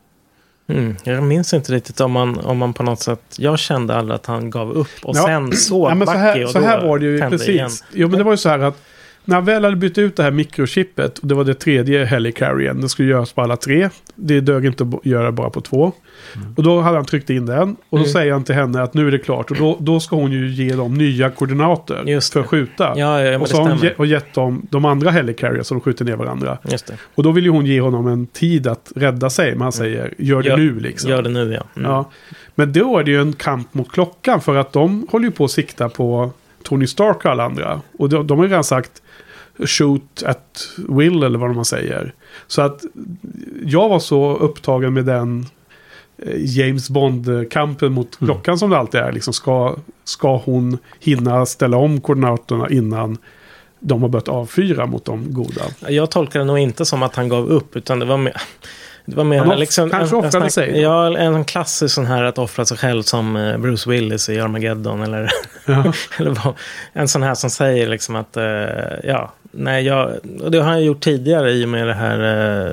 C: Mm, jag minns inte riktigt om man, om man på något sätt... Jag kände aldrig att han gav upp och
B: ja.
C: sen såg
B: ja, men så här,
C: och
B: så här var det ju precis. Igen. Jo, men det var ju så här att när han väl hade bytt ut det här mikrochippet och det var det tredje helicarriern, det skulle göras på alla tre. Det dög inte att göra bara på två. Mm. Och då hade han tryckt in den och då mm. säger han till henne att nu är det klart och då, då ska hon ju ge dem nya koordinater för att skjuta.
C: Ja, ja,
B: och så har hon ge, och gett dem de andra helicarriers så de skjuter ner varandra.
C: Just det.
B: Och då vill ju hon ge honom en tid att rädda sig, men han säger gör det
C: gör,
B: nu liksom.
C: Gör det nu, ja. Mm.
B: ja. Men då är det ju en kamp mot klockan för att de håller ju på att sikta på Tony Stark och alla andra. Och de, de har ju redan sagt shoot at will eller vad man säger. Så att jag var så upptagen med den James Bond-kampen mot mm. klockan som det alltid är. Liksom ska, ska hon hinna ställa om koordinaterna innan de har börjat avfyra mot de goda?
C: Jag tolkar det nog inte som att han gav upp utan det var mer... Det var mer
B: han
C: liksom,
B: kanske
C: en,
B: offrade
C: en,
B: sig.
C: Ja, en klassisk sån här att offra sig själv som Bruce Willis i Armageddon eller,
B: ja.
C: eller en sån här som säger liksom att ja, nej, jag, och det har han gjort tidigare i och med det här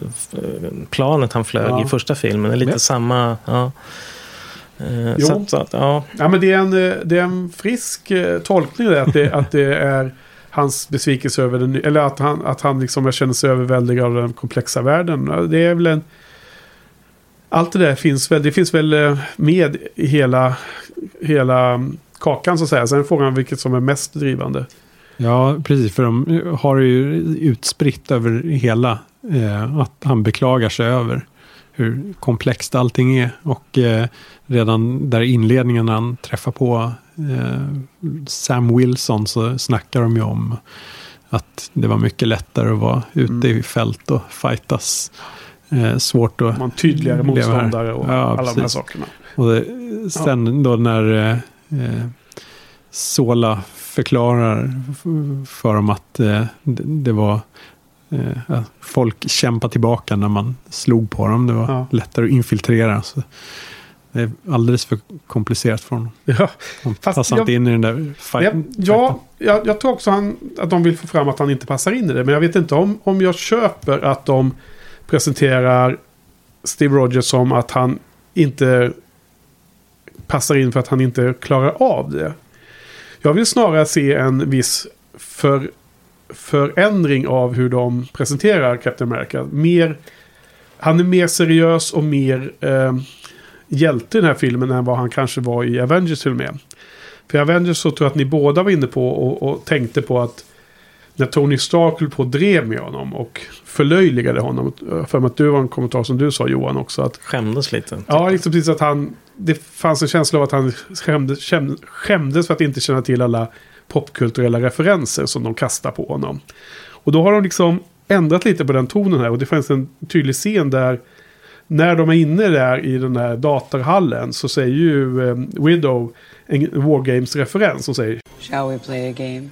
C: planet han flög ja. i första filmen. Det är lite ja. samma ja.
B: Jo.
C: Så att, så att, ja.
B: ja, men det är en, det är en frisk tolkning det, att, det, att det är hans besvikelse över den, eller att han, att han liksom känner sig överväldigad av den komplexa världen. Det är väl en... Allt det där finns väl, det finns väl med i hela, hela kakan så att säga. Sen är frågan vilket som är mest drivande.
A: Ja, precis. För de har ju utspritt över hela eh, att han beklagar sig över hur komplext allting är. Och eh, redan där i inledningen när han träffar på eh, Sam Wilson så snackar de ju om att det var mycket lättare att vara ute mm. i fält och fightas. Eh, svårt att...
B: Man tydligare motståndare och ja, alla precis. de här sakerna.
A: Och det, sen ja. då när eh, Sola förklarar för dem att eh, det, det var eh, folk kämpade tillbaka när man slog på dem. Det var ja. lättare att infiltrera. Så det är alldeles för komplicerat för honom.
B: Ja,
A: han passar jag, inte in i den där fighten.
B: Ja, jag, jag tror också han, att de vill få fram att han inte passar in i det. Men jag vet inte om, om jag köper att de presenterar Steve Rogers som att han inte passar in för att han inte klarar av det. Jag vill snarare se en viss för, förändring av hur de presenterar Captain America. Mer, han är mer seriös och mer eh, hjälte i den här filmen än vad han kanske var i Avengers till och med. För i Avengers så tror jag att ni båda var inne på och, och tänkte på att när Tony Stark höll på och drev med honom och förlöjligade honom. För att du var en kommentar som du sa, Johan, också. Att,
C: skämdes lite. Typ.
B: Ja, liksom precis att han... Det fanns en känsla av att han skämdes, skämdes för att inte känna till alla popkulturella referenser som de kastar på honom. Och då har de liksom ändrat lite på den tonen här. Och det fanns en tydlig scen där när de är inne där i den här datorhallen så säger ju um, Widow en Wargames-referens som säger
F: Shall we play a game?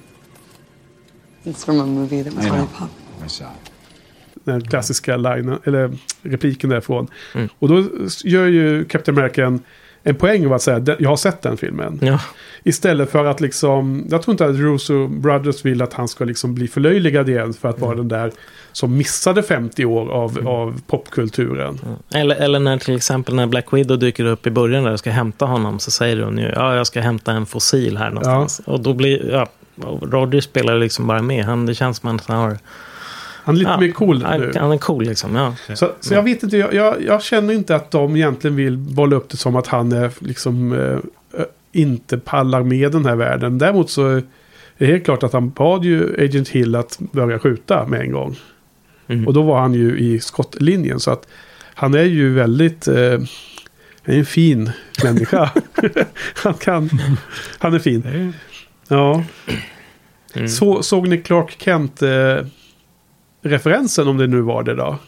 F: It's from a movie that was really popular.
E: I saw.
B: Den klassiska line, eller repliken därifrån.
C: Mm.
B: Och då gör ju Captain America en, en poäng av att säga jag har sett den filmen.
C: Ja.
B: Istället för att liksom, jag tror inte att Russo Brothers vill att han ska liksom bli förlöjligad igen för att vara mm. den där som missade femtio år av, mm. av popkulturen.
C: Mm. Eller, eller när till exempel när Black Widow dyker upp i början där och ska hämta honom så säger hon ju, ja jag ska hämta en fossil här någonstans. Ja. Och då blir, ja, Roddy spelar liksom bara med. Han, det känns som att han har...
B: Han är lite
C: ja,
B: mer cool nu.
C: Han är cool liksom, ja.
B: Så, så jag vet inte, jag, jag, jag känner inte att de egentligen vill bolla upp det som att han är liksom äh, inte pallar med den här världen. Däremot så är det helt klart att han bad ju Agent Hill att börja skjuta med en gång. Mm. Och då var han ju i skottlinjen. Så att han är ju väldigt... Eh, han är en fin människa. han kan... Han är fin. Ja. Mm. Så, såg ni Clark Kent... Eh, referensen om det nu var det då?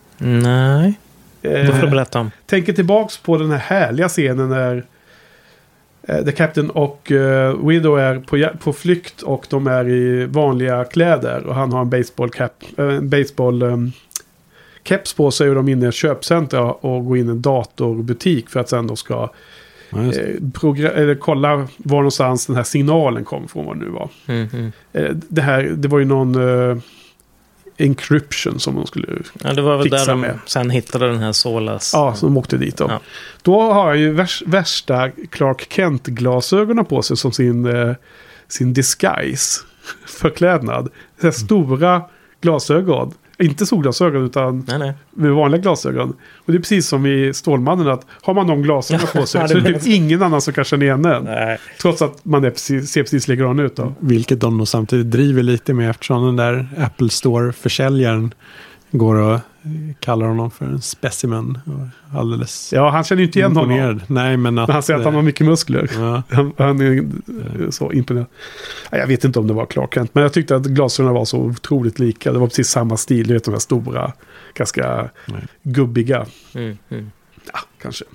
C: Nej.
B: Eh,
C: då får du berätta om.
B: Tänker tillbaks på den här härliga scenen när eh, The Captain och eh, Widow är på, på flykt och de är i vanliga kläder och han har en baseball cap, eh, baseball um, keps på sig och de är inne i ett köpcenter och går in i en datorbutik för att sen då ska eh, progr- eller kolla var någonstans den här signalen kom från, vad det nu var.
C: Mm, mm.
B: Eh, det här, det var ju någon eh, encryption som de skulle
C: ja, det var väl
B: fixa
C: där de
B: med.
C: Sen hittade den här Solas.
B: Ja, som åkte dit då.
C: Ja.
B: Då har han ju värs, värsta Clark Kent-glasögonen på sig som sin, eh, sin disguise förklädnad. Så här stora glasögon. Inte solglasögon utan
C: nej, nej.
B: med vanliga glasögon. Och det är precis som i Stålmannen att har man de glasögonen på sig
C: ja,
B: så är det typ ingen annan som kan känna igen den.
C: Nej.
B: Trots att man är precis, ser precis likadan ut då.
A: Vilket de nog samtidigt driver lite med eftersom den där Apple Store-försäljaren går och kallar honom för en specimen. Alldeles
B: ja, han känner ju inte igen
A: imponerad.
B: honom.
A: Nej, men, att,
B: men han säger att han har mycket muskler.
A: Ja.
B: Han, han är så imponerad. Jag vet inte om det var Clark Kent, men jag tyckte att glasögonen var så otroligt lika. Det var precis samma stil, du vet de här stora, ganska Nej. gubbiga.
C: Mm, mm.
B: Ja, kanske.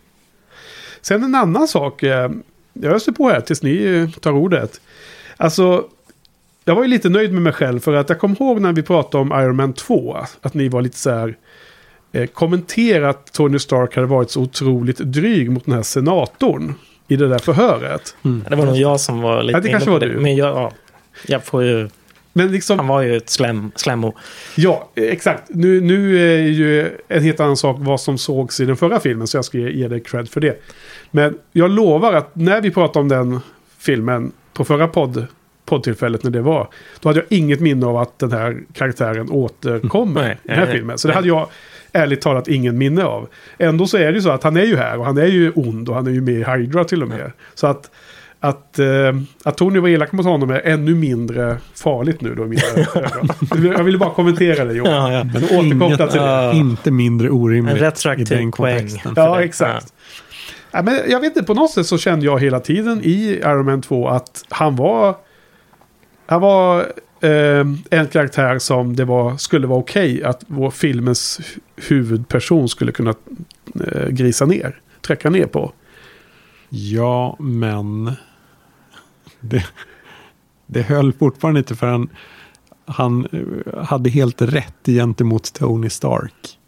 B: Sen en annan sak. Jag öser på här tills ni tar ordet. Alltså, jag var ju lite nöjd med mig själv för att jag kom ihåg när vi pratade om Iron Man två att ni var lite så här eh, kommenterat att Tony Stark hade varit så otroligt dryg mot den här senatorn i det där förhöret.
C: Mm. Det var nog jag som var lite
B: ja, det kanske var det.
C: Men jag, ja, jag får ju...
B: Men liksom,
C: han var ju ett slem, slemmo.
B: Ja, exakt. Nu, nu är ju en helt annan sak vad som sågs i den förra filmen så jag ska ge, ge dig cred för det. Men jag lovar att när vi pratade om den filmen på förra podd poddtillfället när det var, då hade jag inget minne av att den här karaktären återkommer
C: nej,
B: i den här
C: nej,
B: filmen. Så
C: nej.
B: det hade jag ärligt talat ingen minne av. Ändå så är det ju så att han är ju här och han är ju ond och han är ju med i Hydra till och med. Ja. Så att att, eh, att Tony var elak mot honom är ännu mindre farligt nu då i mina ögon. Jag ville bara kommentera det, Johan.
C: Ja, ja.
B: Men återkoppla till det.
A: Uh, inte mindre orimligt
C: en retroaktiv poäng.
B: Ja, exakt. Ja. Ja, men jag vet inte, på något sätt så kände jag hela tiden i Iron Man två att han var Han var eh, en karaktär som det var, skulle vara okej okay att vår filmens huvudperson skulle kunna eh, grisa ner, träcka ner på.
A: Ja, men det, det höll fortfarande inte för han, han hade helt rätt gentemot Tony Stark.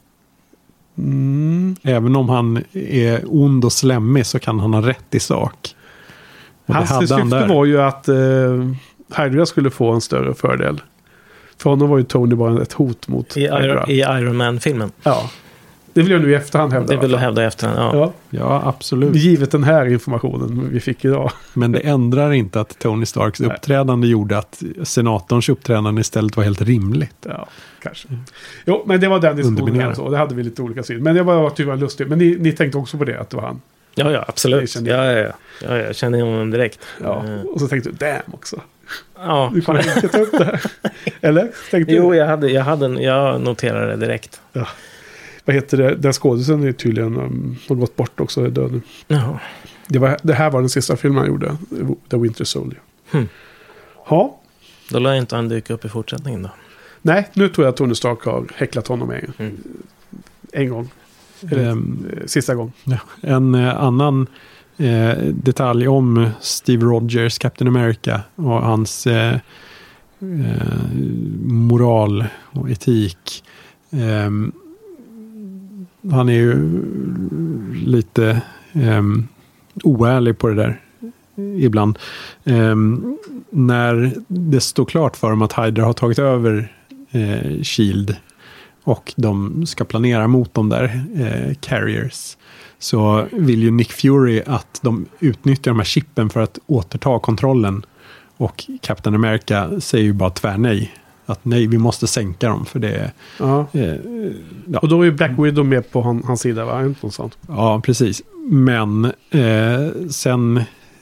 B: Mm.
A: Även om han är ond och slemmig så kan han ha rätt i sak. Och
B: hans
A: det
B: syfte
A: han
B: var ju att eh, Hydra skulle få en större fördel. För honom var ju Tony bara ett hot mot
C: I,
B: Hydra.
C: I Iron Man-filmen.
B: Ja. Det vill jag nu i efterhand hävda.
C: Det vill du hävda i efterhand, ja.
B: ja.
A: Ja, absolut.
B: Givet den här informationen vi fick idag.
A: Men det ändrar inte att Tony Starks
B: Nej.
A: uppträdande gjorde att senatorns uppträdande istället var helt rimligt.
B: Ja, kanske. Jo, men det var den diskussionen. Alltså. Det hade vi lite olika syn. Men det var tyvärr lustigt. Men ni, ni tänkte också på det, att det var han.
C: Ja, ja, absolut.
B: kände
C: Ja, ja, ja. ja, jag känner honom direkt.
B: Ja.
C: Eh,
B: Och så tänkte du, damn också.
C: ja.
B: Du kommer inte ta upp det här. Eller? Tänkte
C: Jo,
B: du?
C: jag, hade, jag, hade en, jag noterade det direkt.
B: Ja. Vad heter det? Den skådisen är tydligen um, har gått bort också. Är död nu.
C: Jaha.
B: Det, var, det här var den sista filmen han gjorde. The Winter Soldier.
C: Hmm.
B: Ja.
C: Då lär inte han dyka upp i fortsättningen då.
B: Nej, nu tror jag att Tony Stark har häcklat honom en,
C: Mm.
B: en gång. Eller
A: Um,
B: sista gång.
A: Ja, en eh, annan eh, detalj om Steve Rogers, Captain America och hans eh, eh, moral och etik. Eh, han är ju lite eh, oärlig på det där ibland. Eh, när det står klart för dem att Hydra har tagit över eh, Shield och de ska planera mot de där eh, carriers, så vill ju Nick Fury att de utnyttjar de här chippen för att återta kontrollen, och Captain America säger ju bara tvärnej. Att nej, vi måste sänka dem för det
B: Ja.
A: eh, ja.
B: Och då är ju Black Widow med på han, hans sida, va? Inte något sånt.
A: Ja, precis. Men eh, sen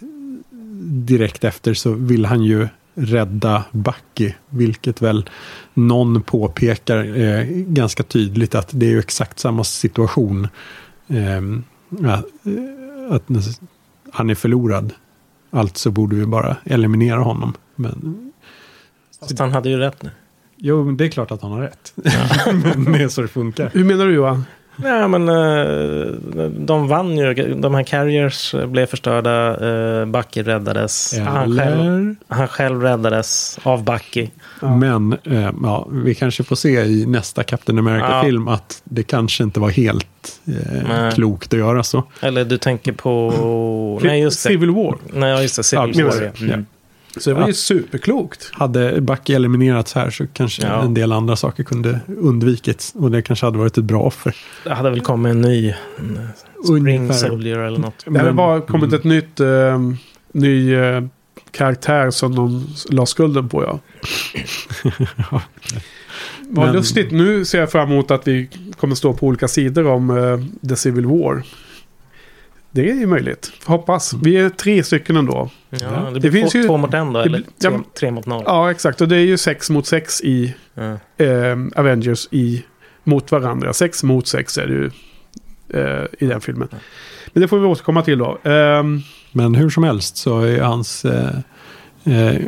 A: direkt efter så vill han ju rädda Bucky, vilket väl någon påpekar eh, ganska tydligt att det är ju exakt samma situation. Eh, att, att han är förlorad. Alltså borde vi bara eliminera honom. Men,
C: Fast han hade ju rätt nu.
A: jo, det är klart att han har rätt. Ja. Men det är så det funkar.
B: Hur menar du, Johan?
C: Ja, men uh, de vann ju. De här carriers blev förstörda. Uh, Bucky räddades. Han själv, han själv räddades av Bucky.
A: Ja. Men eh, ja, vi kanske får se i nästa Captain America-film ja. att det kanske inte var helt eh, klokt att göra så.
C: Eller du tänker på... Nej, just det.
B: Civil War.
C: Nej, just det. Civil
B: ja,
C: War.
B: Mm. Ja. Så det var ju superklokt.
A: Hade Bucky eliminerats här så kanske ja. en del andra saker kunde undvikits. Och det kanske hade varit ett bra offer.
C: Det hade väl kommit en ny Spring Ungefär. Soldier eller något.
B: Det hade bara kommit mm. ett nytt äh, ny äh, karaktär som de la skulden på, ja. ja. Vad Men... lustigt. Nu ser jag fram emot att vi kommer stå på olika sidor om äh, The Civil War. Det är ju möjligt. Hoppas. Vi är tre stycken ändå.
C: Ja, det, det blir finns två, ju två mot en då, eller
B: ja,
C: tre, tre mot noll.
B: Ja, exakt. Och det är ju sex mot sex i ja. eh, Avengers i, mot varandra. Sex mot sex är det ju eh, i den filmen. Ja. Men det får vi återkomma till då. Eh,
A: Men hur som helst så är hans eh, eh,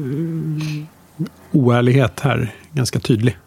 A: oärlighet här ganska tydlig.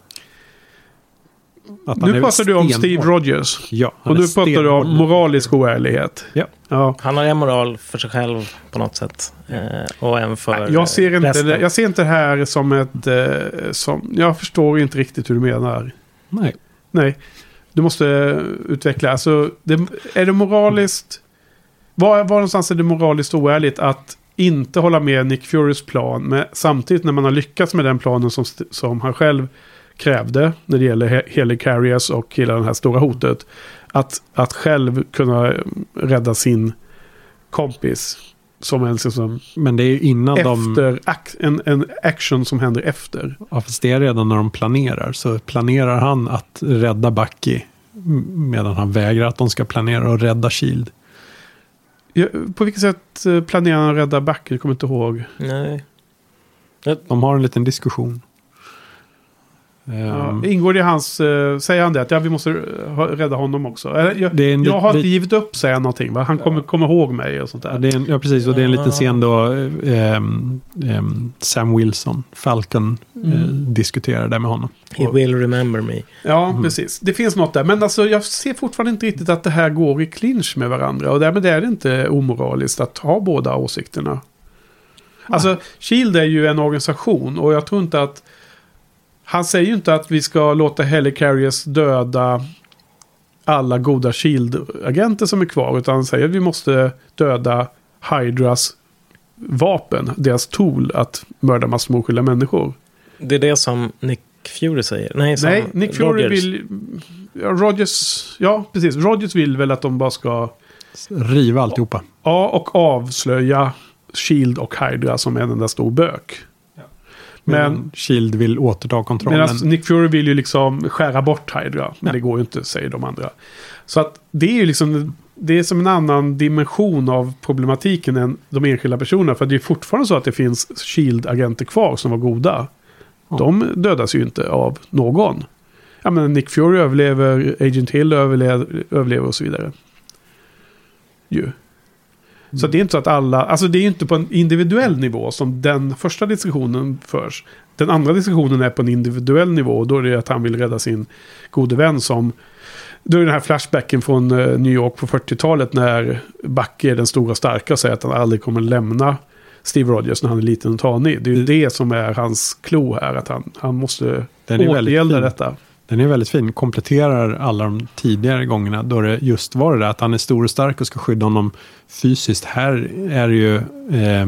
B: Nu pratar du om Steve Rogers.
A: Ja,
B: och nu pratar du om moralisk oärlighet.
A: Ja.
B: Ja.
C: Han har en moral för sig själv på något sätt. Eh, och en för
B: jag ser inte
C: resten.
B: det, Jag ser inte det här som ett... Eh, som, jag förstår inte riktigt hur du menar.
A: Nej.
B: Nej. Du måste utveckla. Alltså, det, är det moraliskt... Var, var någonstans är det moraliskt oärligt att inte hålla med Nick Furys plan, men samtidigt när man har lyckats med den planen som, som han själv krävde när det gäller Helicarriers och hela det här stora hotet, att, att själv kunna rädda sin kompis som en liksom,
A: men det är ju innan
B: efter
A: de
B: ac- en, en action som händer efter.
A: Ja, fast det är redan när de planerar, så planerar han att rädda Bucky medan han vägrar att de ska planera att rädda Shield.
B: Ja, på vilket sätt planerar han att rädda Bucky? Jag kommer inte ihåg.
C: Nej.
A: De har en liten diskussion.
B: Ja, um, ingår det i hans... Uh, säger han det? Att ja, vi måste uh, rädda honom också. Eller, jag,
A: det är en,
B: jag har
A: vi,
B: inte givit upp, säger han någonting. Va? Han kommer ja. komma ihåg mig och sånt där.
A: Ja, det är en, ja, precis. Och det är en liten scen då um, um, Sam Wilson, Falcon, mm. uh, diskuterar det med honom.
C: He will remember me.
B: Ja, mm. precis. Det finns något där. Men alltså, jag ser fortfarande inte riktigt att det här går i clinch med varandra. Och därmed är det inte omoraliskt att ha båda åsikterna. Mm. Alltså, Shield är ju en organisation. Och jag tror inte att... Han säger ju inte att vi ska låta Helicarriers döda alla goda Shield-agenter som är kvar. Utan han säger att vi måste döda Hydras vapen. Deras tool att mörda massor med oskyldiga människor.
C: Det är det som Nick Fury säger. Nej, som
B: Nej Nick Fury
C: Rogers.
B: vill... Rogers, ja precis. Rogers vill väl att de bara ska
A: riva alltihopa.
B: Ja, och avslöja Shield och Hydra som är en enda stor bök. Ja.
A: Men, men Shield vill återta kontrollen.
B: Medan Nick Fury vill ju liksom skära bort Hydra. Men ja. Det går ju inte, säger de andra. Så att det är ju liksom, det är som en annan dimension av problematiken än de enskilda personerna. För det är fortfarande så att det finns Shield-agenter kvar som var goda. Ja. De dödas ju inte av någon. Ja, men Nick Fury överlever, Agent Hill överlever, överlever och så vidare. Ju. Mm. Så det är inte så att alla, alltså det är inte på en individuell nivå som den första diskussionen förs. Den andra diskussionen är på en individuell nivå och då är det att han vill rädda sin gode vän som, då är den här flashbacken från New York på fyrtiotalet när Bucky är den stora starka och säger att han aldrig kommer lämna Steve Rogers när han är liten och tanig. Det är ju det som är hans klo här, att han, han måste återgälda detta.
A: Den är väldigt fin. Kompletterar alla de tidigare gångerna då det just var det där att han är stor och stark och ska skydda honom fysiskt. Här är det ju eh,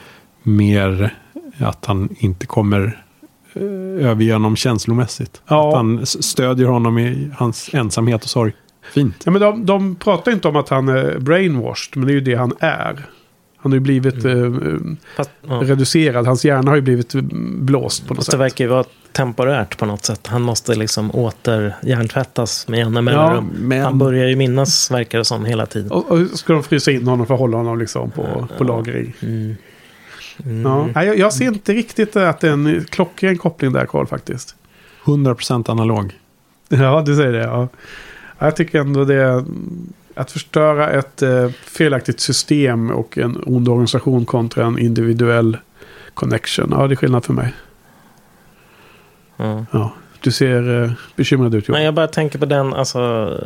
A: mer att han inte kommer eh, överge honom känslomässigt. Ja. Att han stödjer honom i hans ensamhet och sorg. Fint.
B: Ja, men de, de pratar inte om att han är brainwashed, men det är ju det han är. Han har ju blivit mm. eh, Fast, ja. reducerad. Hans hjärna har ju blivit blåst på något
C: Fast
B: sätt.
C: Det verkar ju vara temporärt på något sätt. Han måste liksom åter hjärntvättas med jämna mellanrum. Ja, men... Han börjar ju minnas, verkar det som, hela tiden.
B: Och, och ska de frysa in honom för att hålla honom liksom på, ja. på lagring. Mm. Mm. Ja, jag, jag ser inte riktigt att det är en klockren koppling där, Carl, faktiskt.
A: hundra procent analog.
B: Ja, du säger det, ja. Jag tycker ändå det är att förstöra ett eh, felaktigt system och en ond organisation kontra en individuell connection. Ja, det är skillnad för mig. Mm. Ja, du ser eh, bekymrad ut.
C: Nej, jag bara tänker på den, alltså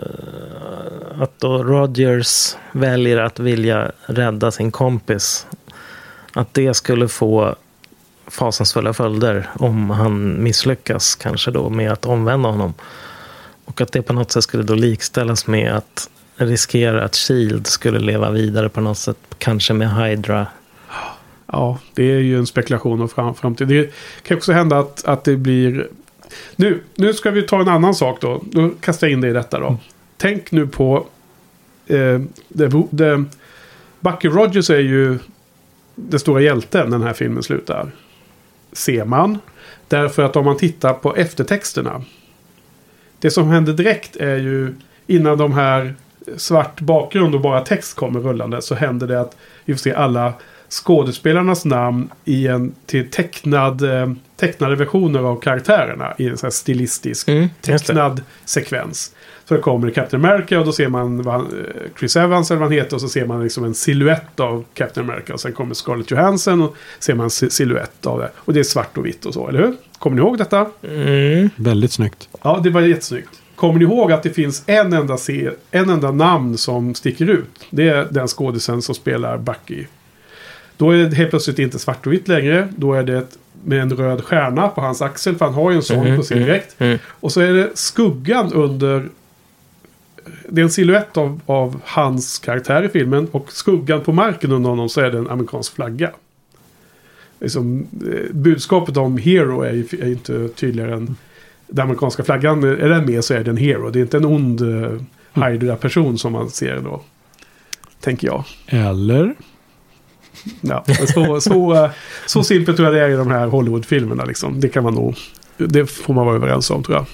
C: att då Rogers väljer att vilja rädda sin kompis. Att det skulle få fasansfulla följder om han misslyckas kanske då med att omvända honom. Och att det på något sätt skulle då likställas med att riskera att Shield skulle leva vidare på något sätt, kanske med Hydra.
B: Ja, det är ju en spekulation och fram, framtid. Det kan också hända att, att det blir... Nu, nu ska vi ta en annan sak då. Då kastar jag in det i detta då. Mm. Tänk nu på... Eh, det, det, Bucky Rogers är ju den stora hjälten när den här filmen slutar. Ser man. Därför att om man tittar på eftertexterna. Det som händer direkt är ju innan de här svart bakgrund och bara text kommer rullande så händer det att vi får se alla skådespelarnas namn i en till tecknad, eh, tecknade versioner av karaktärerna i en sån här stilistisk mm, tecknad sekvens. Så det kommer Captain America och då ser man vad han, Chris Evans eller vad han heter och så ser man liksom en silhuett av Captain America och sen kommer Scarlett Johansson och ser man en silhuett av det. Och det är svart och vitt och så, eller hur? Kommer ni ihåg detta?
A: Mm. Väldigt snyggt.
B: Ja, det var jättesnyggt. Kommer ni ihåg att det finns en enda, se, en enda namn som sticker ut? Det är den skådisen som spelar Bucky. Då är det helt plötsligt inte svart och vitt längre. Då är det ett, med en röd stjärna på hans axel. För han har ju en sån mm, på sig direkt. Mm, mm. Och så är det skuggan under... Det är en silhuett av, av hans karaktär i filmen. Och skuggan på marken under honom så är det en amerikansk flagga. Liksom, budskapet om hero är ju är inte tydligare än... Den amerikanska flaggan, är den med så är det en hero. Det är inte en ond uh, Hydra-person som man ser då. Tänker jag.
A: Eller?
B: Ja, så, så, så simpelt tror jag det är i de här Hollywood-filmerna. Liksom. Det kan man nog... Det får man vara överens om, tror jag.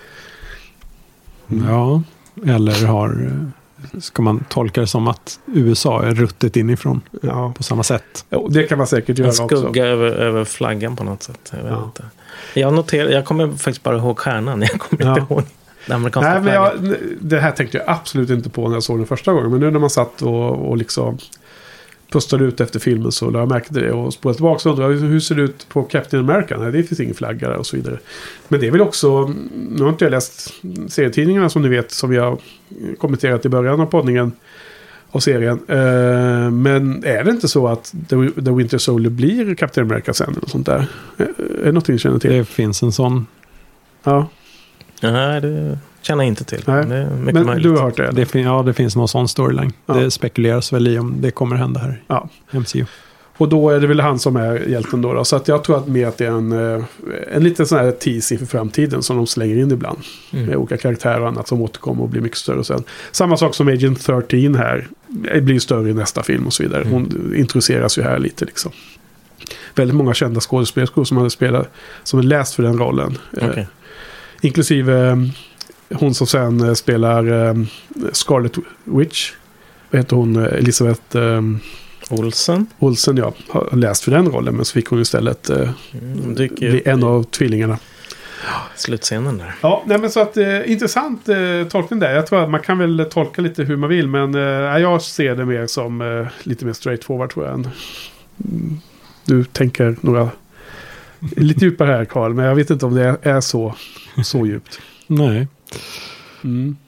A: Mm. Ja, eller har... Ska man tolka det som att U S A är ruttet inifrån ja. På samma sätt?
B: Ja, det kan man säkert göra
C: också. En skugga
B: också.
C: Över, över flaggan på något sätt. Jag vet ja. inte. Jag noterar, jag kommer faktiskt bara ihåg stjärnan. Jag kommer ja. inte ihåg den amerikanska Nej, men
B: jag, det här tänkte jag absolut inte på när jag såg den första gången. Men nu när man satt och, och liksom pustade ut efter filmen så lade jag märke till det. Och spårade tillbaka och undrade hur ser det ut på Captain America? Nej, det finns ingen flagga där och så vidare. Men det är väl också, nu har inte jag läst serietidningarna som ni vet, som vi har kommenterat i början av poddningen av serien. Uh, men är det inte så att The, The Winter Soldier blir Captain America sen eller sånt där? Är det något ni känner till?
A: Det finns en sån.
B: Ja.
C: Nej, det känner jag inte till.
B: Nej.
C: Det är mycket
B: men
C: möjligt.
B: Du har hört det?
A: det fin- ja, det finns någon sån storyline. Ja. Det spekuleras väl i om det kommer hända här.
B: Ja.
A: M C U.
B: Och då är det väl han som är hjälten då. då. Så att jag tror att mer att det är en, en liten sån här tease inför framtiden som de slänger in ibland. Mm. Med olika karaktärer och annat som återkommer och blir mycket större sen. Samma sak som Agent tretton här. Det blir större i nästa film och så vidare. Hon mm. introduceras ju här lite liksom. Väldigt många kända skådespelerskor som hade spelat, som hade läst för den rollen.
C: Okay.
B: Eh, inklusive eh, hon som sen eh, spelar eh, Scarlet Witch. Vad heter hon? Elisabeth... Eh,
C: Olsen.
B: Olsen, ja. Har läst för den rollen, men så fick hon istället eh, mm, bli en av tvillingarna.
C: Slutscenen där.
B: Ja, nej, men så att eh, intressant eh, tolkning där. Jag tror att man kan väl tolka lite hur man vill, men eh, jag ser det mer som eh, lite mer straightforward tror jag. Än, mm, du tänker några lite djupare här, Carl, men jag vet inte om det är så, så djupt.
A: Nej.
B: Mm.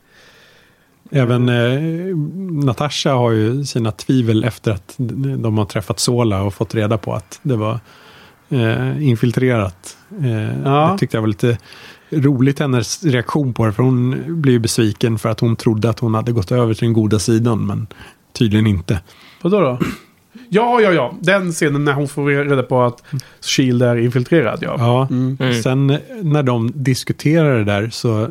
A: Även eh, Natasha har ju sina tvivel efter att de har träffat Sola och fått reda på att det var eh, infiltrerat. Eh,
B: ja.
A: Det tyckte jag var lite roligt, hennes reaktion på det, för hon blev ju besviken för att hon trodde att hon hade gått över till den goda sidan, men tydligen inte.
B: Vadå då? Ja, ja, ja. Den scenen när hon får reda på att S H I E L D är infiltrerad, ja.
A: Ja,
B: mm.
A: Mm. Sen när de diskuterar det där så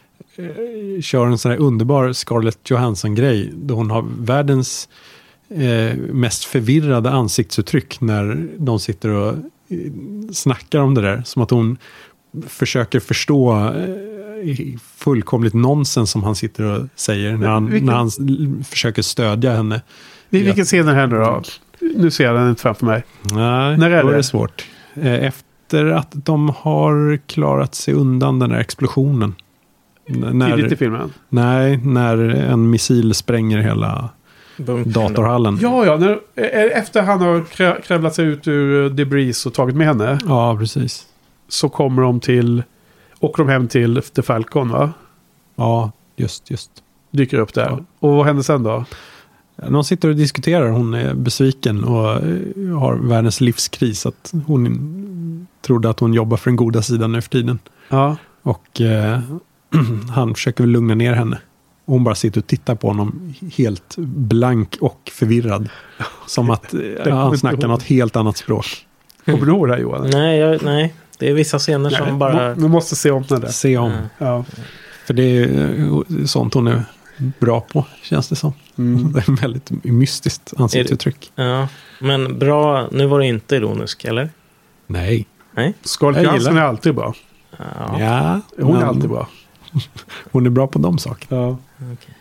A: kör en sån här underbar Scarlett Johansson-grej då hon har världens eh, mest förvirrade ansiktsuttryck när de sitter och eh, snackar om det där. Som att hon försöker förstå eh, fullkomligt nonsens som han sitter och säger när han, vilken, när han försöker stödja henne.
B: Vilken scen är det här nu då? Nu ser jag den inte framför mig.
A: Nej,
B: när är
A: då
B: det?
A: är det svårt. Eh, efter att de har klarat sig undan den här explosionen. När,
B: tidigt i filmen?
A: Nej, när en missil spränger hela Bunken. datorhallen.
B: Ja, ja. När, efter han har krä, krävlat sig ut ur debris och tagit med henne.
A: Ja, precis.
B: Så kommer de till... Åker de hem till The Falcon, va?
A: Ja, just, just.
B: Dyker upp där. Ja. Och vad händer sen då?
A: De sitter och diskuterar. Hon är besviken och har världens livskris. Att hon trodde att hon jobbar för den goda sidan nu för tiden.
B: Ja. Och...
A: Eh, han försöker väl lugna ner henne. Och hon bara sitter och tittar på honom helt blank och förvirrad. Som att ja, han snackar något helt annat språk.
B: Kommer du ihåg det här, Johan?
C: Nej, jag, nej, det är vissa scener nej, som bara...
B: Vi måste se om det.
A: Se om.
B: Mm. Ja.
A: För det är sånt hon är bra på, känns det som. Mm. Det är väldigt mystiskt ansiktsuttryck.
C: Ja, men bra, nu var det inte ironisk, eller?
A: Nej.
C: Nej.
B: Scarlett Johansson är alltid bra.
C: Ja.
A: Ja,
B: hon är alltid bra.
A: Hon är bra på de sakerna.
B: Ja. Okay.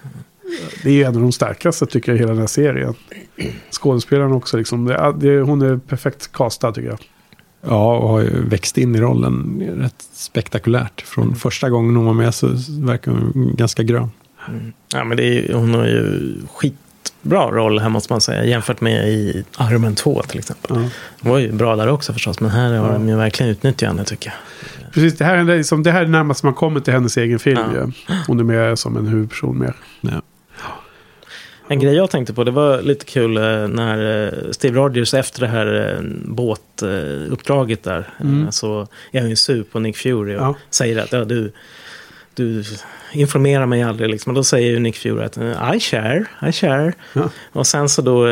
B: Det är en av de starkaste tycker jag i hela den här serien. Skådespelaren också. Liksom. Det, det, hon är perfekt castad tycker jag.
A: Ja, och har ju växt in i rollen rätt spektakulärt. Från mm. första gången hon var med så verkar hon ganska grön.
C: Mm. Ja, men det är, hon har ju skitbra roll här måste man säga. Jämfört med i Iron Man två till exempel. Mm. Hon var ju bra där också förstås. Men här har mm. de ju verkligen utnyttjat henne tycker jag.
B: Precis, det här är liksom, det här är närmast man kommer till hennes egen film. Ja. Ja. Hon är med som en huvudperson mer. Ja.
C: En grej jag tänkte på, det var lite kul när Steve Rogers efter det här båtuppdraget där mm. så är han ju sur på Nick Fury och ja. säger att ja, du, du informerar mig aldrig liksom. Och då säger ju Nick Fury att I share, I share. Ja. Och sen så då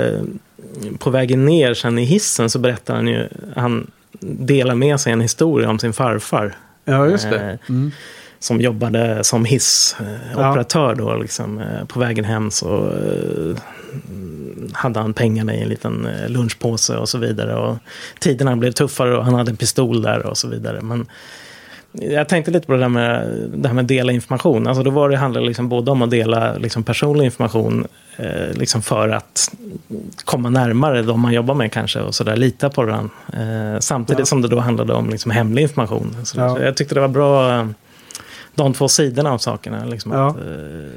C: på vägen ner sen i hissen så berättar han ju, han delar med sig en historia om sin farfar.
B: Ja, just det. Mm.
C: Som jobbade som hissoperatör ja. då liksom. På vägen hem så eh, hade han pengarna i en liten lunchpåse och så vidare. Och tiderna blev tuffare och han hade en pistol där och så vidare. Men jag tänkte lite på det där med, det här med dela information. Alltså då var det handlade liksom både om att dela liksom personlig information eh, liksom för att komma närmare de man jobbar med kanske och sådär, lita på den. Eh, samtidigt ja. som det då handlade om liksom hemlig information. Så, ja. så jag tyckte det var bra eh, de två sidorna av sakerna. Liksom
B: ja.
C: Att, eh,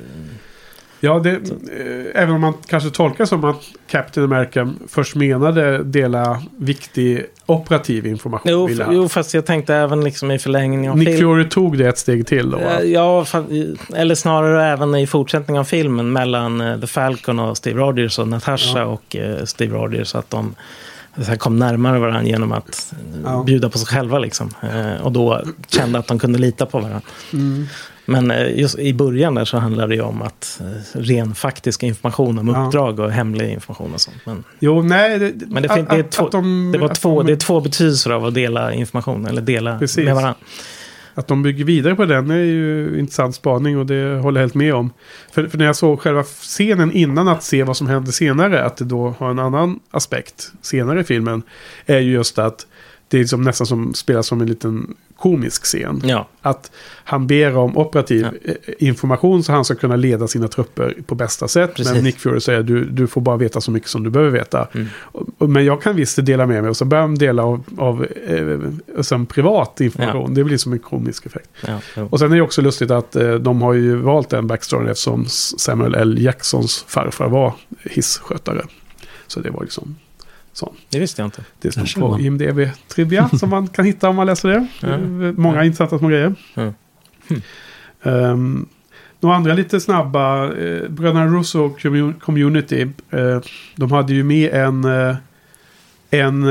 B: ja, det, eh, även om man kanske tolkar som att Captain America först menade dela viktig operativ information.
C: Jo, f- jo fast jag tänkte även liksom i förlängning av
B: Nick
C: film.
B: Fury tog det ett steg till då, va?
C: Ja, eller snarare även i fortsättning av filmen mellan The Falcon och Steve Rogers och Natasha ja. och Steve Rogers, att de så här, kom närmare varandra genom att ja. bjuda på sig själva liksom. Eh, och då kände att de kunde lita på varandra. Mm. Men eh, just i början där så handlade det ju om att eh, ren faktisk information om uppdrag ja. och hemlig information och sånt. Men,
B: jo, nej, det,
C: men det, att, det, är två, de, det, var två, de, det är två betydelser av att dela information eller dela precis. med varandra.
B: Att de bygger vidare på den är ju intressant spaning och det håller jag helt med om. För, för när jag såg själva scenen innan att se vad som hände senare, att det då har en annan aspekt senare i filmen, är ju just att det är liksom nästan som spelas som en liten komisk scen.
C: Ja.
B: Att han ber om operativ ja. information så han ska kunna leda sina trupper på bästa sätt. Precis. Men Nick Fury säger du, du får bara veta så mycket som du behöver veta. Mm. Men jag kan visst dela med mig och så börjar de dela av, av eh, som privat information. Ja. Det blir som en komisk effekt.
C: Ja. Ja.
B: Och sen är det också lustigt att eh, de har ju valt en backstory eftersom Samuel L. Jacksons farfar var hisskötare. Så det var liksom... Så.
C: Det visste jag inte.
B: Det står på I M D B-trivia som man kan hitta om man läser det. Mm. Många mm. intressanta små grejer. Mm. Mm. Um, några andra lite snabba. Eh, Bröderna Russo Community. Eh, de hade ju med en, eh, en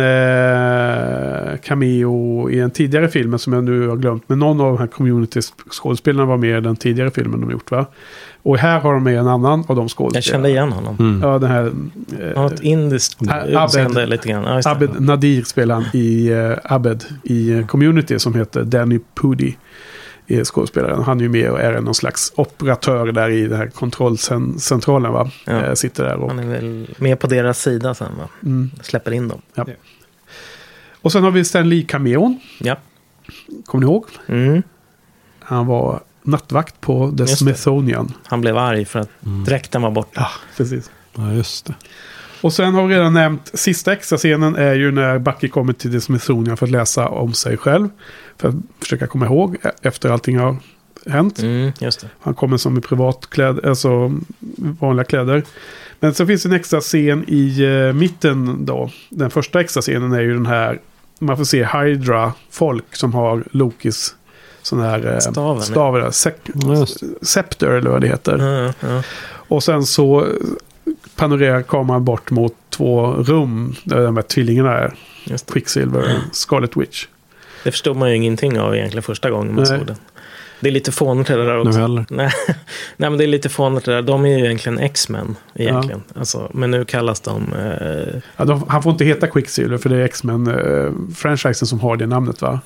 B: eh, cameo i en tidigare film som jag nu har glömt. Men någon av de här Community-skådespelarna var med i den tidigare filmen de gjort, va? Och här har de med en annan av de skådespelarna.
C: Jag kände igen honom.
B: Mm. Ja, den här...
C: Eh, ja, ett indiskt utseende lite grann. Ja,
B: Abed Nadir spelar han i uh, Abed i uh, Community som heter Danny Pudi. Är skådespelaren. Han är ju med och är någon slags operatör där i den här kontrollcentralen, va?
C: Ja.
B: Äh, sitter där och...
C: Han är väl med på deras sida sen, va?
B: Mm.
C: Släpper in dem.
B: Ja. Och sen har vi Stan Lee-cameon.
C: Ja.
B: Kommer ni ihåg?
C: Mm.
B: Han var nattvakt på The just Smithsonian.
C: Det. Han blev arg för att mm. dräkten var borta.
B: Ja, precis.
A: Ja, just det.
B: Och sen har vi redan nämnt, sista extra scenen är ju när Bucky kommer till The Smithsonian för att läsa om sig själv. För att försöka komma ihåg efter allting har hänt.
C: Mm, just det.
B: Han kommer som i privatkläder, alltså vanliga kläder. Men så finns en extra scen i uh, mitten då. Den första extra scenen är ju den här, man får se Hydra-folk som har Lokis sån här
C: Staven,
B: stavar, ja. Se- Scepter eller vad det heter.
C: Ja, ja.
B: Och sen så panorerar kameran bort mot två rum där de här tvillingarna är. Quicksilver och Scarlet Witch.
C: Det förstod man ju ingenting av egentligen första gången man såg den. Det är lite fånigt det där också.
A: Nu heller.
C: Nej, nej, men det är lite fånigt det där. De är ju egentligen X-Men egentligen. Ja. Alltså, men nu kallas de... Eh...
B: Ja, de... Han får inte heta Quicksilver för det är X-Men-franchisen eh, som har det namnet, va?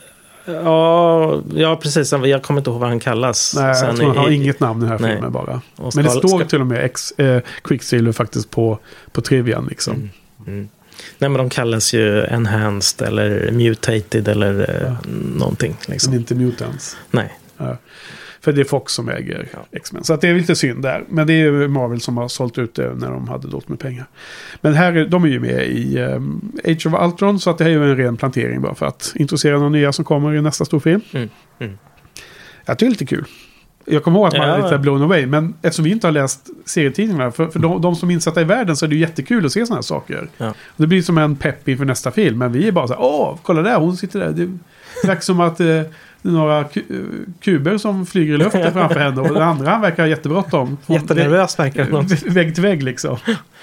C: Ja, ja, precis. Jag kommer inte ihåg vad han kallas.
B: Nej,
C: sen
B: jag tror han har
C: i...
B: inget namn i den här nej. filmen bara.
C: Skal...
B: Men det står till och med X, eh, Quicksilver faktiskt på, på trivian liksom.
C: Mm. Mm. Nej, men de kallas ju enhanced eller mutated eller ja. någonting. Liksom.
B: Men inte mutants.
C: Nej.
B: Ja. För det är Fox som äger ja. X-Men. Så att det är lite synd där. Men det är Marvel som har sålt ut det när de hade dåligt med pengar. Men här, de är ju med i um, Age of Ultron. Så att det här är ju en ren plantering bara för att introducera några nya som kommer i nästa stor film.
C: Mm. Mm.
B: Jag tycker det är lite kul. Jag kommer ihåg att man
C: ja.
B: är lite blown away. Men eftersom vi inte har läst serietidningarna. För, för de, de som är insatta i världen så är det ju jättekul att se sådana här saker.
C: Ja.
B: Det blir som en pepp inför nästa film. Men vi är bara så här, åh, kolla där, hon sitter där. Det verkar som att eh, det är några ku- kuber som flyger i luften framför henne. Och den andra, han verkar jättebråttom.
C: Jättenervös verkar han.
B: Vägg till vägg liksom.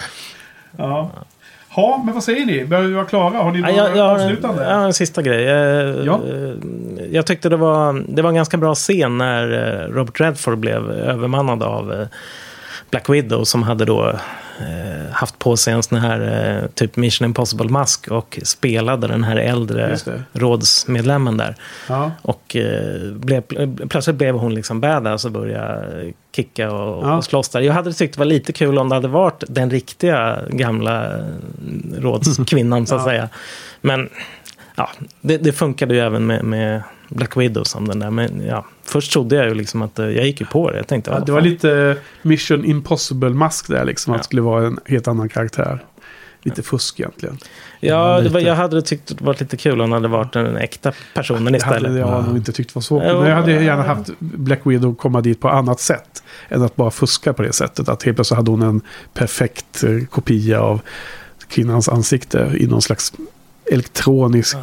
B: Ja. Ja, men vad säger ni? Börjar vi vara klara? Har ni några
C: ja, jag,
B: avslutande?
C: Ja, en sista grej. Jag,
B: ja.
C: jag tyckte det var, det var en ganska bra scen när Robert Redford blev övermannad av Black Widow som hade då eh, haft på sig en sån här eh, typ Mission Impossible-mask och spelade den här äldre rådsmedlemmen där.
B: Ja.
C: Och eh, blev, plötsligt blev hon liksom badass och började kicka och,
B: ja.
C: och slåss där. Jag hade tyckt det var lite kul om det hade varit den riktiga gamla rådskvinnan så att ja. säga. Men ja, det, det funkade ju även med, med Black Widow som den där. Men ja, först trodde jag ju liksom att jag gick ju på det. Jag tänkte,
B: ja, det var lite Mission Impossible-mask där liksom. Ja. Att det skulle vara en helt annan karaktär. Lite fusk egentligen.
C: Ja,
B: ja
C: det var, jag hade tyckt det var lite kul om det hade varit den äkta personen istället.
B: Det hade jag nog inte tyckt var så. Men jag hade gärna haft Black Widow komma dit på annat sätt. Än att bara fuska på det sättet. Att helt plötsligt hade hon en perfekt kopia av kvinnans ansikte i någon slags elektronisk ja.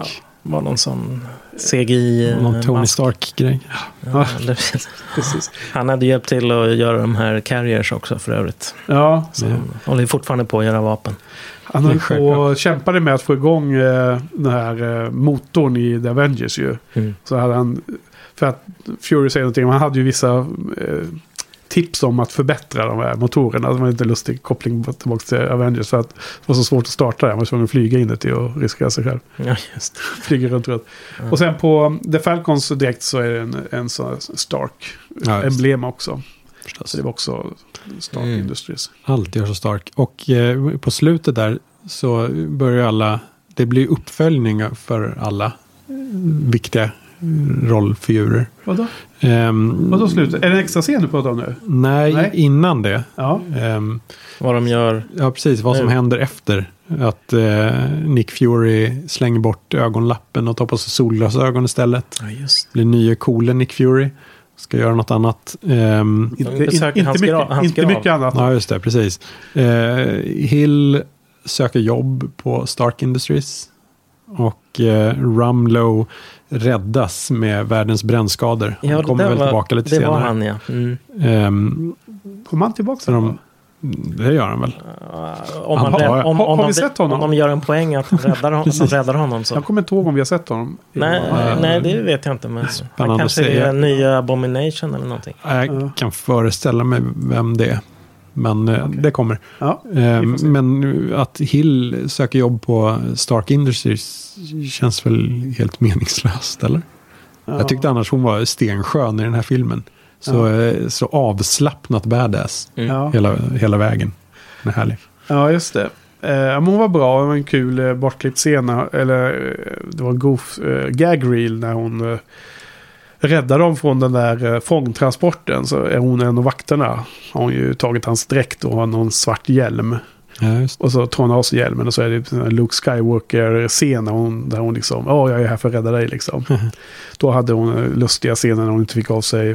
C: var någon sån C G I.
A: Någon Tony Stark-grej.
C: Ja, precis. Han hade hjälpt till att göra de här Carriers också för övrigt.
B: Ja.
C: Så han håller fortfarande på att göra vapen.
B: Han höll på och kämpade med att få igång eh, den här eh, motorn i The Avengers ju. Mm. Så hade han, för att Fury säger någonting, han hade ju vissa eh, tips om att förbättra de här motorerna. Det var inte lustig koppling tillbaka till Avengers för att det var så svårt att starta det. Man var tvungen att flyga in det och riskera sig själv.
C: Ja, just.
B: Flyger runt runt. Ja. Och sen på The Falcons direkt så är det en, en sån Stark-emblem ja, också. Förstås. Så det var också Stark mm. Industries.
A: Allt gör så Stark. Och eh, på slutet där så börjar alla, det blir uppföljning för alla viktiga rollfigurer.
B: Vadå?
A: Um,
B: Vadå slutet? Är det en extra scen du pratar om nu?
A: Nej, nej. innan det.
B: Ja.
A: Um,
C: vad de gör.
A: Ja, precis. Vad nu. Som händer efter. Att uh, Nick Fury slänger bort ögonlappen och tar på sig solglasögon istället.
C: Ja, just.
A: Blir nya coola Nick Fury. Ska göra något annat. Um,
B: inte, in, inte,
C: hans
B: mycket,
C: gra- hans
B: inte mycket annat.
A: Ja, just det. Precis. Uh, Hill söker jobb på Stark Industries. Och uh, Rumlow räddas med världens brännskador. Han
C: ja,
A: kommer väl
C: var,
A: tillbaka lite
C: det
A: senare.
C: Det var han, ja. Mm.
A: Um,
B: kommer han tillbaka?
A: De, det gör han väl.
C: Uh, om man, har, om, om,
B: har
C: de,
B: vi sett honom?
C: Om de gör en poäng att de räddar, hon, de räddar honom. Så.
B: Jag kommer inte ihåg om vi har sett honom.
C: Nej, uh, nej det vet jag inte. Men han kanske är en ny Abomination eller någonting.
A: Jag uh. kan föreställa mig vem det är. Men okay. det kommer.
B: Ja,
A: um, men att Hill söker jobb på Stark Industries känns väl helt meningslöst, eller? Ja. Jag tyckte annars hon var stenskön i den här filmen. Så, ja. så avslappnat badass mm. hela, hela vägen. Den är härlig.
B: Ja, just det. Eh, hon var bra. Det var en kul eh, bortklippt scen. Eller det var en goof eh, gag reel när hon eh, räddar dem från den där eh, fångtransporten. Så är hon en av vakterna. Har hon ju tagit hans dräkt och har någon svart hjälm.
A: Ja, just.
B: Och så tar hon av sig hjälmen och så är det en Luke Skywalker-scen där hon, där hon liksom, ja, jag är här för att rädda dig liksom. Då hade hon lustiga scener när hon inte fick av sig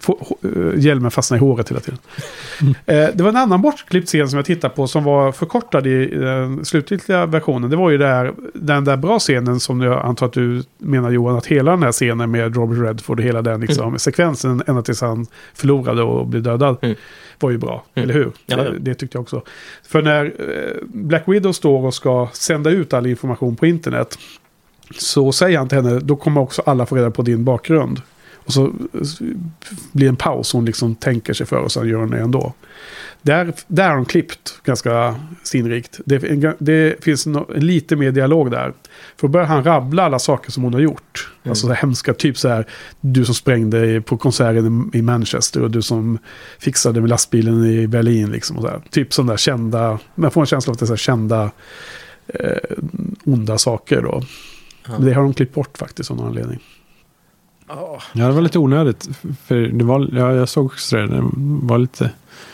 B: hjälmen fastnade i håret hela tiden. Mm. Eh, det var en annan bortklippt scen som jag tittade på som var förkortad i den slutgiltiga versionen. Det var ju där, den där bra scenen som jag antar att du menar Johan, att hela den här scenen med Robert Redford och hela den liksom, mm. sekvensen ända tills han förlorade och blev dödad mm. var ju bra, mm. eller hur?
C: Ja,
B: det, det tyckte jag också. För när eh, Black Widow står och ska sända ut all information på internet så säger han till henne, då kommer också alla få reda på din bakgrund. Och så blir en paus, hon liksom tänker sig för och sen gör hon det ändå. Där, där har de klippt ganska sinrikt. Det, det finns no, lite mer dialog där. För då börjar han rabbla alla saker som hon har gjort. Mm. Alltså det hemska, typ så här, du som sprängde på konserten i Manchester och du som fixade med lastbilen i Berlin. Liksom och så här. Typ sådana där kända, man får en känsla av att det är så här kända eh, onda saker då. Mm. Det har de klippt bort faktiskt av någon anledning.
A: Oh. Ja, det var lite onödigt. För det var, ja, jag såg också det. Det var lite...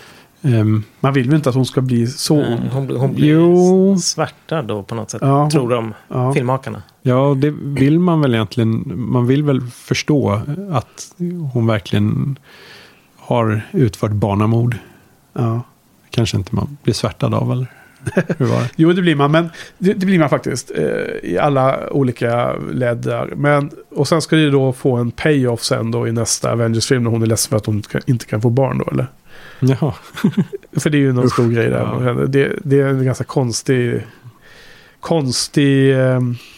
A: Um,
B: Man vill väl inte att hon ska bli så...
C: Nej, hon, hon blir
A: jo.
C: svärtad då på något sätt.
B: Ja,
C: tror de,
B: ja.
C: filmmakarna.
A: Ja, det vill man väl egentligen. Man vill väl förstå att hon verkligen har utfört barnamord.
B: Ja.
A: Kanske inte man blir svärtad av, eller? Hur var det?
B: Jo, det blir man, men det, det blir man faktiskt eh, i alla olika led där. Men, och sen ska det då få en payoff sen då i nästa Avengers-film när hon är ledsen för att hon kan, inte kan få barn då, eller?
A: Jaha.
B: För det är ju någon stor grej där. Ja. Det, det är en ganska konstig konstig eh,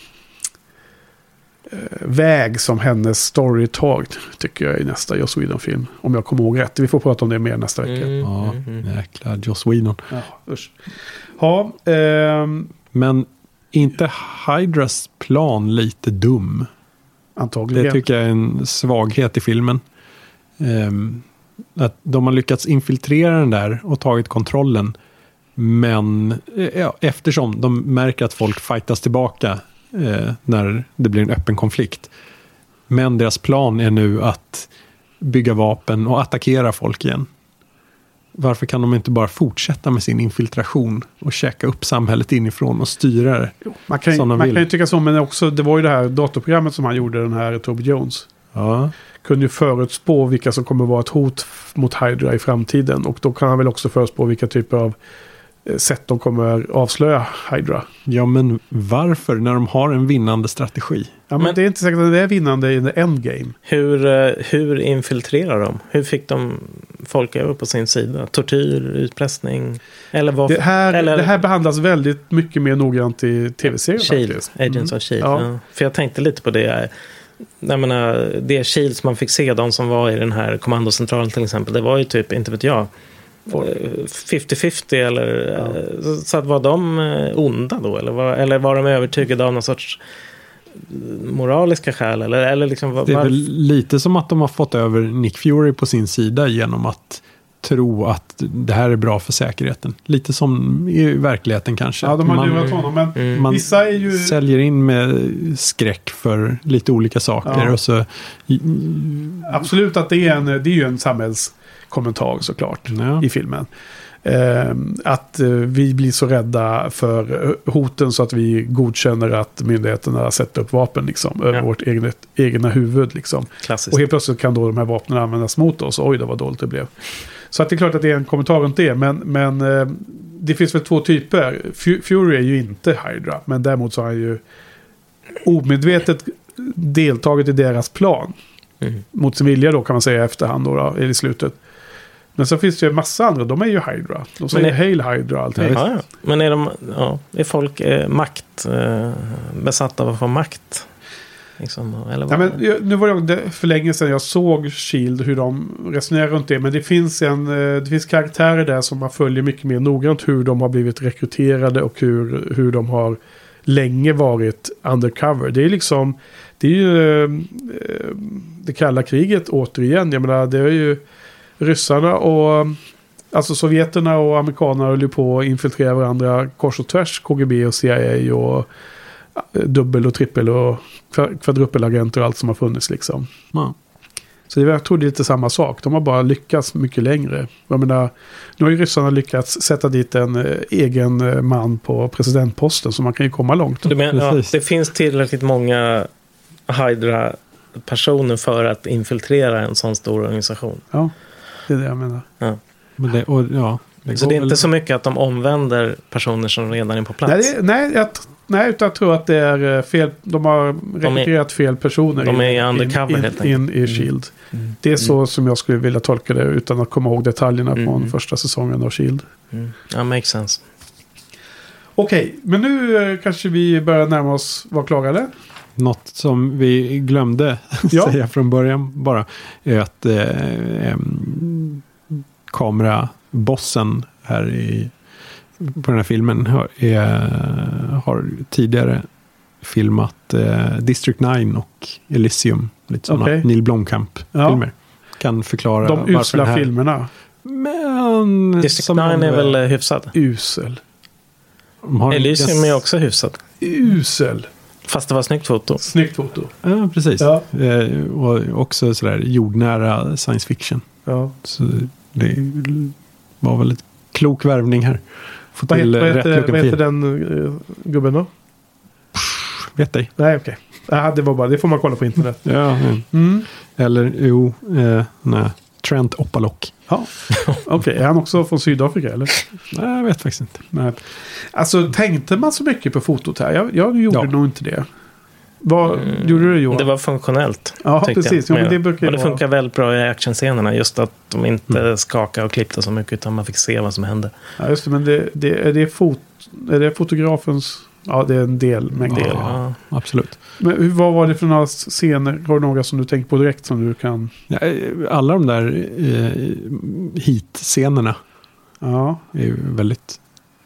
B: väg som hennes story tag tycker jag i nästa Joss Whedon-film. Om jag kommer ihåg rätt. Vi får prata om det mer nästa vecka.
A: Mm, ja, mm, jäkla Joss Whedon.
B: Ja, usch. Ja, ehm,
A: men inte Hydras plan lite dum?
B: Antagligen.
A: Det tycker jag är en svaghet i filmen. Ehm, att de har lyckats infiltrera den där och tagit kontrollen. Men ja, eftersom de märker att folk fightas tillbaka eh, när det blir en öppen konflikt. Men deras plan är nu att bygga vapen och attackera folk igen. Varför kan de inte bara fortsätta med sin infiltration och käka upp samhället inifrån och styra det?
B: Jo, man kan,
A: som de
B: man
A: vill.
B: kan ju tycka så, men också, det var ju det här datorprogrammet som han gjorde, den här Toby Jones.
A: Ja.
B: Kunde ju förutspå vilka som kommer vara ett hot mot Hydra i framtiden. Och då kan han väl också förutspå vilka typer av sätt de kommer avslöja Hydra.
A: Ja, men varför när de har en vinnande strategi?
B: Ja, men, men det är inte säkert att det är vinnande i the endgame.
C: Hur, hur infiltrerar de? Hur fick de folk över på sin sida? Tortyr, utpressning? Eller vad?
B: Det här,
C: eller,
B: det här behandlas väldigt mycket mer noggrant i tv-serien
C: Shield,
B: faktiskt.
C: Agents
B: Mm.
C: of Shield.
B: Ja.
C: Ja. För jag tänkte lite på det. Jag menar, det Shield som man fick se, de som var i den här kommandocentralen till exempel, det var ju typ, inte vet jag, femtio femtio eller ja. Så att var de onda då eller var, eller var de övertygade av någon sorts moraliska skäl eller, eller liksom var,
A: det är väl lite som att de har fått över Nick Fury på sin sida genom att tro att det här är bra för säkerheten. Lite som i verkligheten kanske.
B: Ja, de har
A: man,
B: lurat honom, men
C: mm.
A: man
B: vissa är ju...
A: säljer in med skräck för lite olika saker.
B: Ja.
A: Och så,
B: absolut att det är, en, det är ju en samhällskommentar såklart
A: ja.
B: i filmen. Eh, att eh, vi blir så rädda för hoten så att vi godkänner att myndigheterna sätter upp vapen liksom, över
C: Ja.
B: vårt eget, egna huvud. Liksom.
C: Klassiskt.
B: Och helt plötsligt kan då de här vapnen användas mot oss. Oj, det var dåligt det blev. Så att det är klart att det är en kommentar runt det. Men, men eh, det finns väl två typer. F- Fury är ju inte Hydra. Men däremot så har han ju omedvetet deltagit i deras plan.
C: Mm.
B: Mot sin vilja då kan man säga i efterhand då, då, eller i slutet. Men så finns det ju en massa andra. De är ju Hydra. De säger
C: är,
B: Hail Hydra och allting.
C: Ja, ja. Men är, de, ja, är folk eh, makt eh, besatta av att få makt? Liksom, eller
B: Ja, men, nu var det för länge sedan jag såg Shield hur de resonerar runt det. Men det finns, en, det finns karaktärer där som man följer mycket mer noggrant. Hur de har blivit rekryterade och hur, hur de har länge varit undercover. Det är liksom... Det är ju eh, det kalla kriget återigen. Jag menar, det är ju ryssarna och alltså sovjeterna och amerikanerna höll ju på att infiltrera varandra kors och tvärs. K G B och C I A och dubbel och trippel och kvadrupelagenter och allt som har funnits liksom.
A: Ja.
B: Så jag tror det är lite samma sak. De har bara lyckats mycket längre. Jag menar, nu har ju ryssarna lyckats sätta dit en eh, egen man på presidentposten så man kan ju komma långt.
C: Du men, ja, det finns tillräckligt många Hydra-personer för att infiltrera en sån stor organisation.
B: Ja, det är det jag menar.
C: Ja.
A: Men det, och, ja, det
C: Så det är
A: väl...
C: inte så mycket att de omvänder personer som redan är på plats.
B: Nej, det, nej, jag, nej utan jag tror att det är fel. De har rekryterat fel personer.
C: De är
B: in,
C: undercover
B: in,
C: helt
B: in,
C: enkelt.
B: in i Shield.
C: Mm.
B: Det är så mm. som jag skulle vilja tolka det utan att komma ihåg detaljerna
C: mm.
B: från första säsongen av Shield.
C: Mm. Ja, makes sense.
B: Okej, okay, men nu eh, kanske vi börjar närma oss vara klara, eller?
A: Något som vi glömde
B: ja.
A: säga från början bara är att eh, eh, kamerabossen här i, på den här filmen har, är, har tidigare filmat eh, District nine och Elysium. Lite sådana
B: okay.
A: Neil Blomkamp-filmer. Ja. Kan förklara
B: de usla
A: den här...
B: filmerna.
A: Men,
C: District nine är väl hyfsad?
B: Usel.
C: Elysium är också hyfsad.
B: Usel.
C: Fast det var snyggt foto.
B: Snyggt foto.
A: Ja, precis.
B: Ja.
A: Eh, och också sådär jordnära science fiction.
B: Ja.
A: Så det var väl ett klok värvning här.
B: Få vad, heter, rätt vad, heter, vad heter den uh, gubben då?
A: Pff, vet ej.
B: Nej, okej. Okay. Ah, det var bara, det får man kolla på internet.
A: Ja.
B: Mm.
A: Eller, jo, eh, nej. Trent Opalock.
B: Ja, okej. Okay. Är han också från Sydafrika, eller?
A: Nej, jag vet faktiskt inte.
B: Nej. Alltså, tänkte man så mycket på fotot här? Jag, jag gjorde ja. nog inte det. Vad mm, gjorde du, Johan?
C: Det var funktionellt.
B: Ja, precis. Ja, men det brukar
C: och det
B: vara...
C: funkar väldigt bra i actionscenerna. Just att de inte mm. skakade och klippte så mycket, utan man fick se vad som hände.
B: Ja, just det. Men det, det, är, det fot, är det fotografens... Ja, det är en del. Mängd del.
A: Ja, ja, absolut.
B: Men vad var det för några scener? Har du några som du tänker på direkt som du kan...
A: Ja, alla de där eh, hit-scenerna
B: ja.
A: är ju väldigt...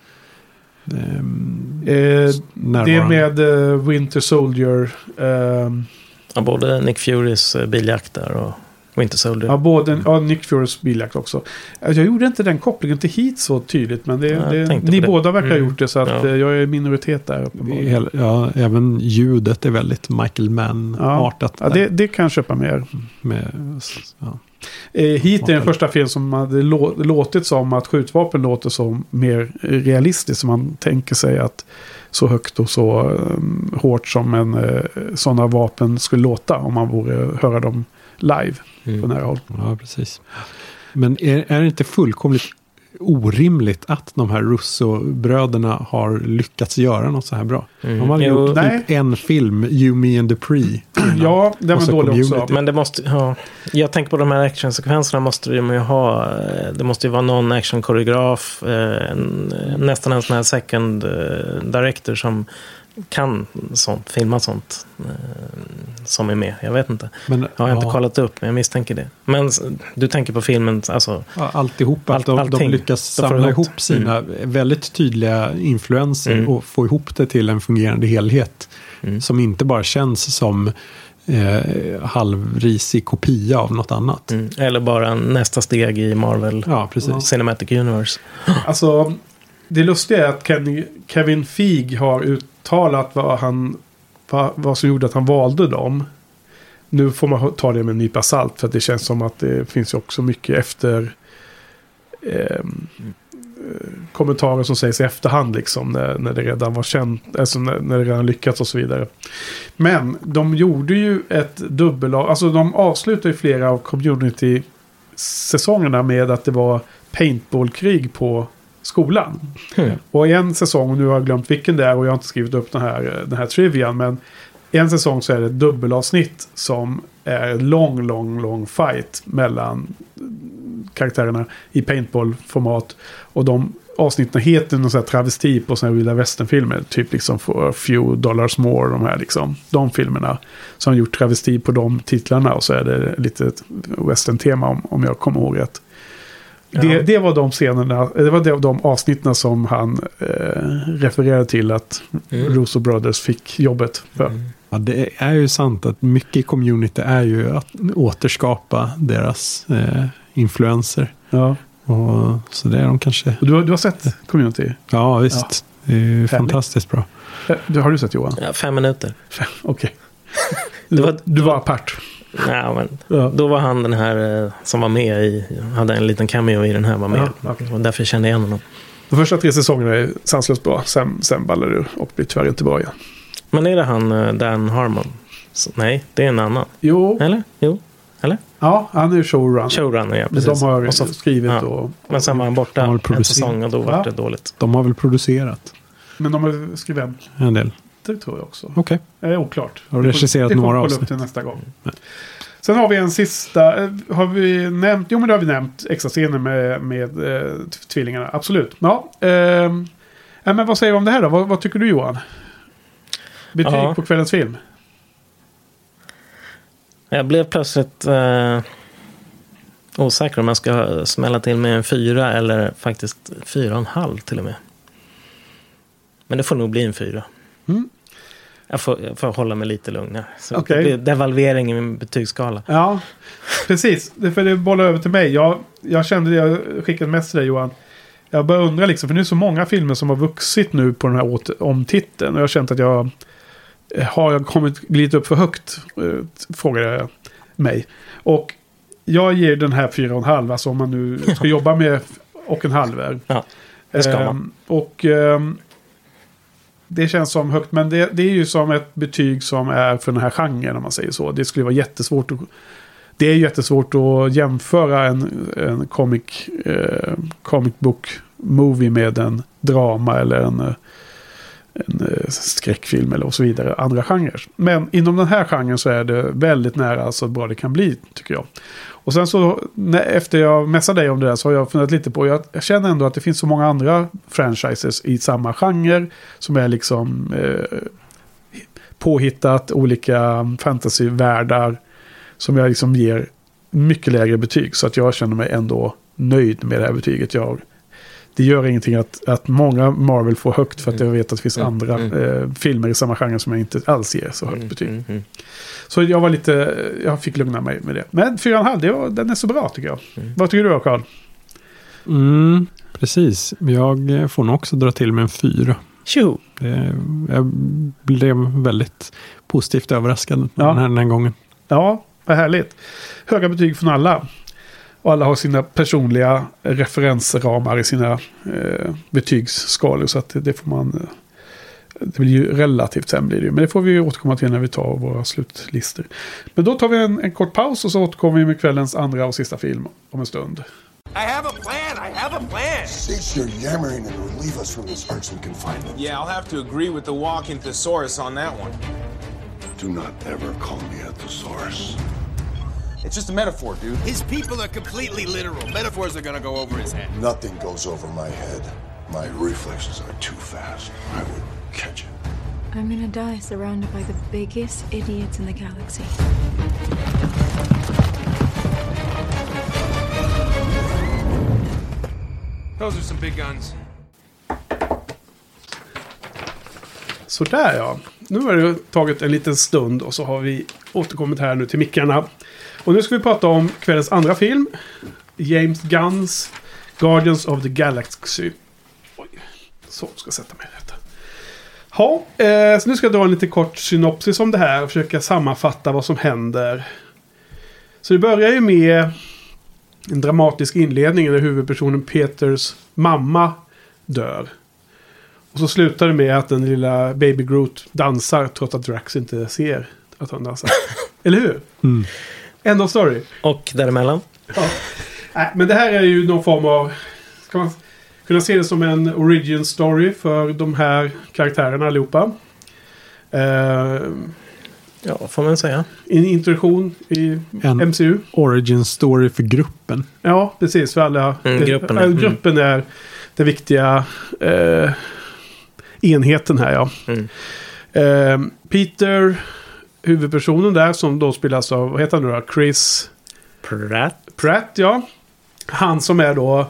B: Eh, eh, det är med uh, Winter Soldier. Uh,
C: ja, både Nick Furys biljakt där och Winter Soldier.
B: Ja, både, ja, Nick Furys biljakt också. Jag gjorde inte den kopplingen till hit så tydligt, men det, ja, det, ni båda verkar mm. ha gjort det, så att ja. jag är minoritet där.
A: Ja, även ljudet är väldigt Michael Mann-artat.
B: Ja, ja det, det kan jag köpa mer.
A: Med, ja.
B: Eh, hit är den första film som hade lå- låtit som att skjutvapen låter som mer realistiskt. Som man tänker sig att så högt och så um, hårt som en uh, sådana vapen skulle låta om man vore höra dem live mm. på nära håll.
A: Ja, precis. Men är, är det inte fullkomligt orimligt att de här Russo-bröderna har lyckats göra något så här bra.
C: Mm.
A: De har
C: Jo,
A: gjort
B: nej.
A: typ en film, You, Me and Dupree.
B: Ja, den
A: Och
B: var
A: så
B: dålig
A: Community.
B: också.
C: Men det måste, ja, jag tänker på de här actionsekvenserna måste de ju ha. eh, Det måste ju vara någon actionkoreograf, eh, en, nästan en sån här second eh, director som kan sånt, filma sånt eh, som är med. Jag vet inte.
A: Men,
C: Jag har inte
A: ja,
C: kollat upp, men jag misstänker det. Men s- du tänker på filmen, alltså,
A: alltihopa.
C: Allt-
A: Att de, de
C: allting.
A: lyckas
C: De får
A: samla
C: ihop.
A: ihop sina väldigt tydliga influenser
C: Mm.
A: och få ihop det till en fungerande helhet.
C: Mm.
A: Som inte bara känns som eh, halvrisig kopia av något annat.
C: mm, eller bara nästa steg i Marvel
A: Ja, precis.
C: Cinematic Universe.
B: Alltså, det lustiga är att Ken, Kevin Feige har uttalat vad, han, vad, vad som gjorde att han valde dem. Nu får man ta det med en nypa salt, för att det känns som att det finns ju också mycket efter eh, kommentarer som sägs i efterhand liksom, när, när det redan var känt, alltså när, när det redan lyckats och så vidare. Men de gjorde ju ett dubbel, alltså de avslutade ju flera av Community-säsongerna med att det var paintballkrig på skolan.
C: Mm.
B: Och en säsong, och nu har jag glömt vilken det är och jag har inte skrivit upp den här, den här trivian, men en säsong så är det ett dubbelavsnitt som är en lång, lång, lång fight mellan karaktärerna i paintball-format. Och de avsnitten heter någon sån här travesti på såna här vilda västernfilmer. Typ liksom For a few dollars more, de här liksom. De filmerna som har gjort travesti på de titlarna, och så är det lite western-tema om, om jag kommer ihåg rätt.
C: Ja.
B: Det, det var de scenerna, det var de, de avsnitten som han eh, refererade till att
C: Mm.
B: Russo Brothers fick jobbet för.
C: Mm.
A: Ja, det är ju sant att mycket i Community är ju att återskapa deras eh, influenser.
B: Ja.
A: Och så det är de kanske...
B: Och du, har- du har sett Community?
A: Ja, visst. Det är ju fantastiskt bra.
B: Eh, Du, har du sett, Johan?
C: Ja, fem minuter.
B: Okej.
C: Det
B: Du,
C: var-
B: var, du var apart.
C: Ja, men
B: Ja.
C: då var han den här eh, som var med i, hade en liten cameo i den här, var med.
B: Ja, okej.
C: Och därför kände jag igen honom.
B: De första tre säsongerna är sanslöst bra. Sen, sen ballar du och blir tyvärr inte bra igen.
C: Men är det han eh, Dan Harmon? Så, nej, det är en annan.
B: Jo,
C: Eller? Jo. Eller?
B: ja, han är ju showrunner.
C: Showrunner, ja,
B: Men
C: precis.
B: de har
C: Och så,
B: skrivit
C: ja.
B: och...
C: men sen var han borta
A: De har
C: en
A: producerat.
C: säsong och då var
B: Ja.
C: det dåligt.
A: De har väl producerat
B: Men de har skrivit
A: en del.
B: det tror jag också.
A: Okej.
B: Det är oklart.
A: Har
B: Det får-
A: regisserat
B: det får vi
A: några
B: kolla upp
A: avsnitt.
B: till nästa gång. Sen har vi en sista. eh, Har vi nämnt? Jo, men det har vi nämnt. Extra scener med, med eh, tvillingarna. Absolut. Ja. ehm, ja, men vad säger vi om det här då? Vad, vad tycker du, Johan? Betyg
C: Ja.
B: på kvällens film?
C: Jag blev plötsligt eh, osäker om jag ska smälla till med en fyra eller faktiskt fyra och en halv till och med. Men det får nog bli en fyra.
B: Mm.
C: Jag får, jag får hålla mig lite lugnare. Så
B: Okej.
C: det blir devalvering i min betygsskala.
B: Ja, precis. Det får det bolla över till mig. Jag, jag kände det, jag skickade ett mess till dig, Johan. Jag börjar undra liksom, för det är så många filmer som har vuxit nu på den här åter, omtiteln. Och jag har känt att jag har jag kommit glidit upp för högt, eh, frågade jag mig. Och jag ger den här fyra och en halv, alltså om man nu ska jobba med och en halv.
C: Ja, det ska man.
B: Ehm, och ehm, det känns som högt, men det, det är ju som ett betyg som är för den här genren, om man säger så. Det skulle vara jättesvårt att, det är jättesvårt att jämföra en, en comic, eh, comic book movie med en drama eller en, eh, en eh, skräckfilm eller och så vidare, andra genrer. Men inom den här genren så är det väldigt nära så bra det kan bli, tycker jag. Och sen så, när, efter jag messade dig om det där, så har jag funderat lite på, jag, jag känner ändå att det finns så många andra franchises i samma genre som är liksom eh, påhittat, olika fantasyvärldar som jag liksom ger mycket lägre betyg, så att jag känner mig ändå nöjd med det här betyget. Jag, det gör ingenting att, att många Marvel får högt, för att jag vet att det finns
C: Mm.
B: andra
C: Mm.
B: eh, filmer i samma genre som jag inte alls ger så högt
C: Mm,
B: betyg.
C: mm, mm.
B: Så jag var lite, jag fick lugna mig med det. Men fyra och en halv, det var, den är så bra, tycker jag.
C: Mm.
B: Vad tycker du då, Carl?
A: Mm, precis. Jag får nog också dra till med en fyra.
C: Tjo!
A: Det, jag blev väldigt positivt överraskad
B: Ja.
A: den, här, den här gången.
B: Ja, vad härligt. Höga betyg från alla. Och alla har sina personliga referensramar i sina eh, betygsskalor. Så att det, det får man... Eh, det blir ju relativt sen blir det ju. Men det får vi ju återkomma till när vi tar våra slutlistor. Men då tar vi en, en kort paus och så återkommer vi med kvällens andra och sista film om en stund.
H: I have a plan. I have a plan.
I: Cease your yammering and relieve us from this irksome confinement.
H: Yeah, I'll have to agree with the walking thesaurus on that one.
I: Do not ever call me a thesaurus.
H: It's just a metaphor, dude. His people are completely literal. Metaphors are gonna go over his head.
I: Nothing goes over my head. My reflexes are too fast. I would catch it.
J: I'm gonna die surrounded by the biggest idiots in the galaxy.
H: Those are some big guns.
B: Så där ja. Nu har det tagit en liten stund och så har vi återkommit här nu till mickarna. Och nu ska vi prata om kvällens andra film. James Gunn's Guardians of the Galaxy. Oj, så ska jag sätta mig i detta. Ja, eh, så nu ska jag dra en lite kort synopsis om det här och försöka sammanfatta vad som händer. Så det börjar ju med en dramatisk inledning där huvudpersonen Peters mamma dör. Och så slutar det med att den lilla Baby Groot dansar trots att Drax inte ser att han dansar. Eller hur?
A: Mm.
B: End of story.
C: Och däremellan?
B: Ja. Nej, men det här är ju någon form av... Ska man kunna se det som en origin story för de här karaktärerna allihopa. Uh,
C: ja, får man säga.
B: En introduktion i
A: en
B: M C U.
A: Origin story för gruppen.
B: Ja, precis. För alla.
C: Mm, gruppen är,
B: äh, gruppen är den viktiga uh, enheten här, ja.
C: Mm.
B: Uh, Peter, huvudpersonen där, som då spelas av, vad heter han nu då? Chris
C: Pratt.
B: Pratt, ja. Han som är då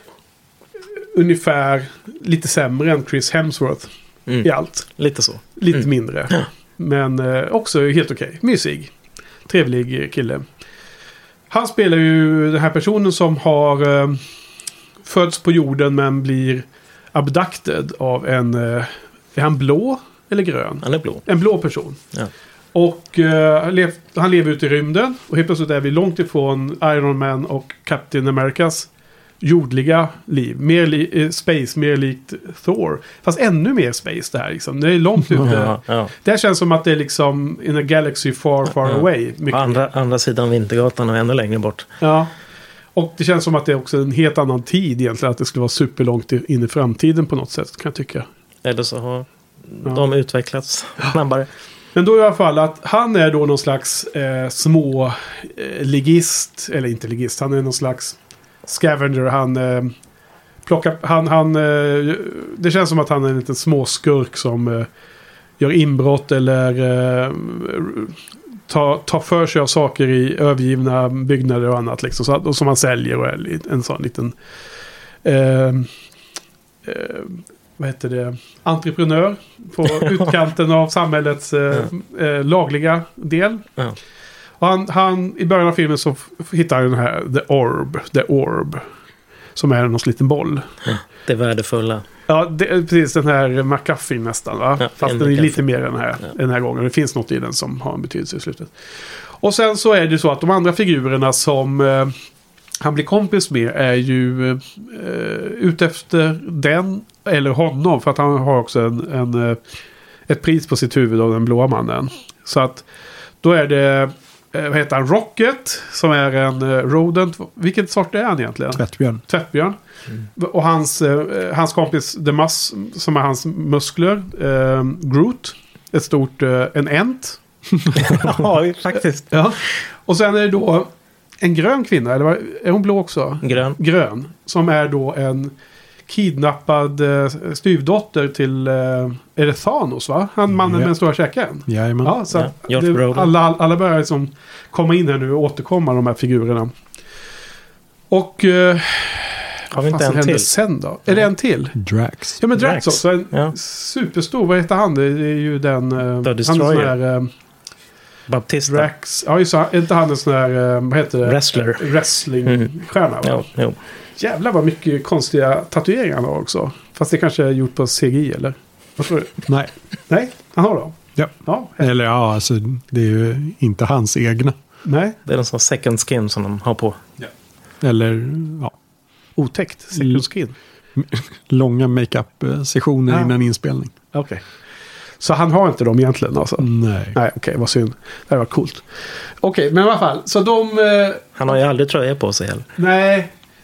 B: ungefär lite sämre än Chris Hemsworth
C: mm.
B: i allt.
C: Lite så.
B: Lite
C: mm.
B: mindre.
C: Ja.
B: Men eh, också helt okej. Okay. Mysig. Trevlig kille. Han spelar ju den här personen som har eh, föds på jorden men blir abducted av en... Eh, är han blå eller grön?
C: Han är blå.
B: En blå person.
C: Ja.
B: Och eh, lev, han lever ute i rymden. Och helt plötsligt är vi långt ifrån Iron Man och Captain Americas jordliga liv. Mer li- eh, space, mer likt Thor. Fast ännu mer space det här. Liksom. Det är långt ute.
C: Ja, ja.
B: Det känns som att det är liksom in a galaxy far, far
C: ja.
B: away. Mycket.
C: Andra, andra sidan Vintergatan och ännu längre bort.
B: Ja. Och det känns som att det är också en helt annan tid egentligen. Att det skulle vara superlångt in i framtiden på något sätt, kan jag tycka.
C: Eller så har
B: ja.
C: de utvecklats snabbare.
B: Men då i alla fall att han är då någon slags eh, små eh, ligist. Eller inte ligist, han är någon slags scavenger. Han eh, plockar... Han, han, eh, det känns som att han är en liten småskurk som eh, gör inbrott eller eh, tar, tar för sig av saker i övergivna byggnader och annat. Liksom, så att, och som han säljer och är en sån liten... Eh, eh, vad heter det? Entreprenör på utkanten av samhällets eh, eh, lagliga del.
C: Ja.
B: Och han, han, i början av filmen så f- hittar han den här The Orb. The Orb. Som är någon liten boll.
C: Ja, det värdefulla.
B: Ja, det är precis den här McGuffin nästan. Va?
C: Ja,
B: fast den är
C: McGuffin.
B: lite mer än den här,
C: ja.
B: den här gången. Det finns något i den som har en betydelse i slutet. Och sen så är det så att de andra figurerna som... Eh, han blir kompis med är ju eh, ute efter den eller honom. För att han har också en, en, ett pris på sitt huvud av den blåa mannen. Så att då är det, eh, vad heter han, Rocket som är en eh, rodent. Vilken sort är han egentligen?
A: Tvättbjörn.
B: Tvättbjörn. Mm. Och hans, eh, hans kompis The Mus som är hans muskler. Eh, Groot. Ett stort, eh, en ent.
C: Ja, faktiskt.
B: Ja. Och sen är det då en grön kvinna, eller vad, är hon blå också?
C: Grön.
B: Grön. Som är då en kidnappad eh, styvdotter till, eh, är det Thanos va? Han mannen
A: Ja.
B: med den stora käken.
A: Jajamän.
B: Ja, så
C: Ja,
B: att
C: Josh
B: det,
C: Brolin.
B: alla, alla börjar liksom komma in här nu och återkomma de här figurerna. Och eh,
C: Har vi inte
B: vad
C: en
B: händer
C: till?
B: sen då? Är det en till?
A: Drax.
B: Ja men Drax,
C: Drax.
B: också. En
C: Ja.
B: superstor, vad heter han? Det är ju den... eh,
C: The
B: han är
C: Destroyer.
B: sån här, eh,
C: Baptista.
B: Drax. Ja just det, är inte han en sån här, eh, vad heter det?
C: Wrestler.
B: Wrestling-stjärna va?
C: Jo, jo.
B: Jävlar vad mycket konstiga tatueringar han har också. Fast det kanske är gjort på C G I eller? Vad tror du?
A: Nej.
B: Nej, han har dem.
A: Ja.
B: Ja.
A: Eller ja, alltså det är ju inte hans egna.
B: Nej.
C: Det är en sån second skin som de har på.
A: Eller ja,
B: Otäckt. Second skin.
A: långa makeup-sessioner
B: Ja.
A: innan inspelning.
B: Okej. Okay. Så han har inte dem egentligen alltså?
A: Nej.
B: Nej, okej, okay, vad synd. Det här var coolt. Okej, okay, men i alla fall. Så de... Eh,
C: Han har ju aldrig tröja på sig heller.
B: nej,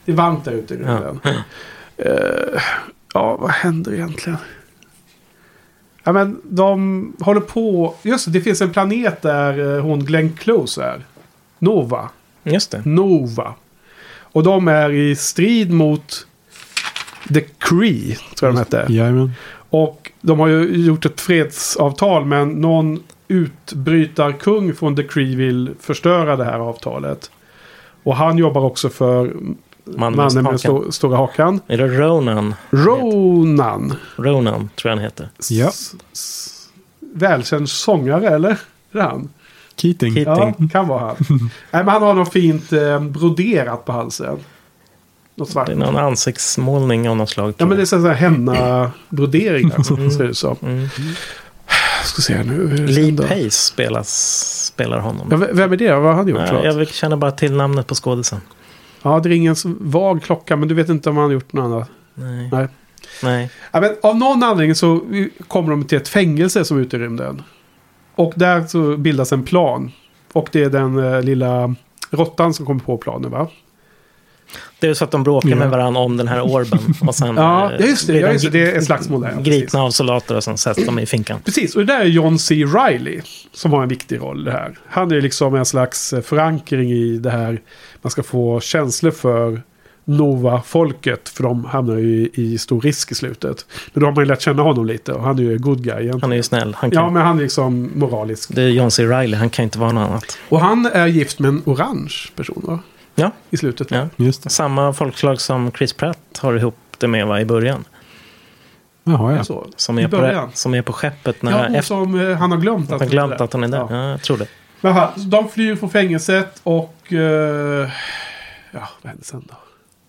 B: Det är varmt där ute i rymden. Ja. Uh, ja, vad händer egentligen? Ja, men de håller på... Just det, det finns en planet där hon Glenn Close är. Nova.
C: Just det.
B: Nova. Och de är i strid mot The Kree, tror jag de hette.
A: Jajamän.
B: Och de har ju gjort ett fredsavtal, men någon utbrytarkung från The Kree vill förstöra det här avtalet. Och han jobbar också för
C: mannen,
B: mannen med sto- stora hakan.
C: Är det Ronan?
B: Ronan.
C: Ronan, tror jag han heter.
A: Ja.
B: S- s- välkänd sångare, eller? Det är han.
A: Keating.
B: Ja, kan vara han. Nej, men han har något fint eh, broderat på halsen. Något svart.
C: Det är någon ansiktsmålning av något slag.
B: Ja, men det är så här henna-brodering där, som ser ut som.
C: Mm.
B: Ska se nu.
C: Lee Pace spelas, spelar honom.
B: Ja, vem är det? Vad har han gjort?
C: Ja, jag känner bara till namnet på skådisen.
B: Ja, det ringer en vag klocka, men du vet inte om han har gjort något annat.
C: Nej.
B: Nej.
C: Nej.
B: Ja, men av någon anledning så kommer de till ett fängelse som är ute i rymden. Och där så bildas en plan. Och det är den eh, lilla råttan som kommer på planen, va?
C: Det är så att de bråkar
B: ja.
C: med varandra om den här orben. Och sen,
B: ja, just det. Ja, just det. Det är ett slagsmål där.
C: Gripna precis. Av soldater och sen sätts de i finkan.
B: Precis, och det där är John C. Reilly som har en viktig roll i det här. Han är liksom en slags förankring i det här. Man ska få känslor för Nova-folket, för de hamnar ju i, i stor risk i slutet. Men då har man ju lärt känna honom lite, och han är ju good guy egentligen.
C: Han är ju snäll. Han kan...
B: Ja, men han är liksom moralisk.
C: Det är John C. Reilly, han kan inte vara något annat.
B: Och han är gift med en orange person, va?
C: Ja.
B: I slutet.
C: Ja.
A: Just det.
C: Samma folkslag som Chris Pratt har ihop det med, va, i början.
A: Jaha, ja.
B: Så,
C: som, är på, som är på skeppet. När
B: ja,
C: efter...
B: som uh, han har glömt att,
C: han glömt att han är där. Ja. Ja, jag tror det.
B: Men aha, så de flyr från fängelset och... Uh, ja, vad händer sen då?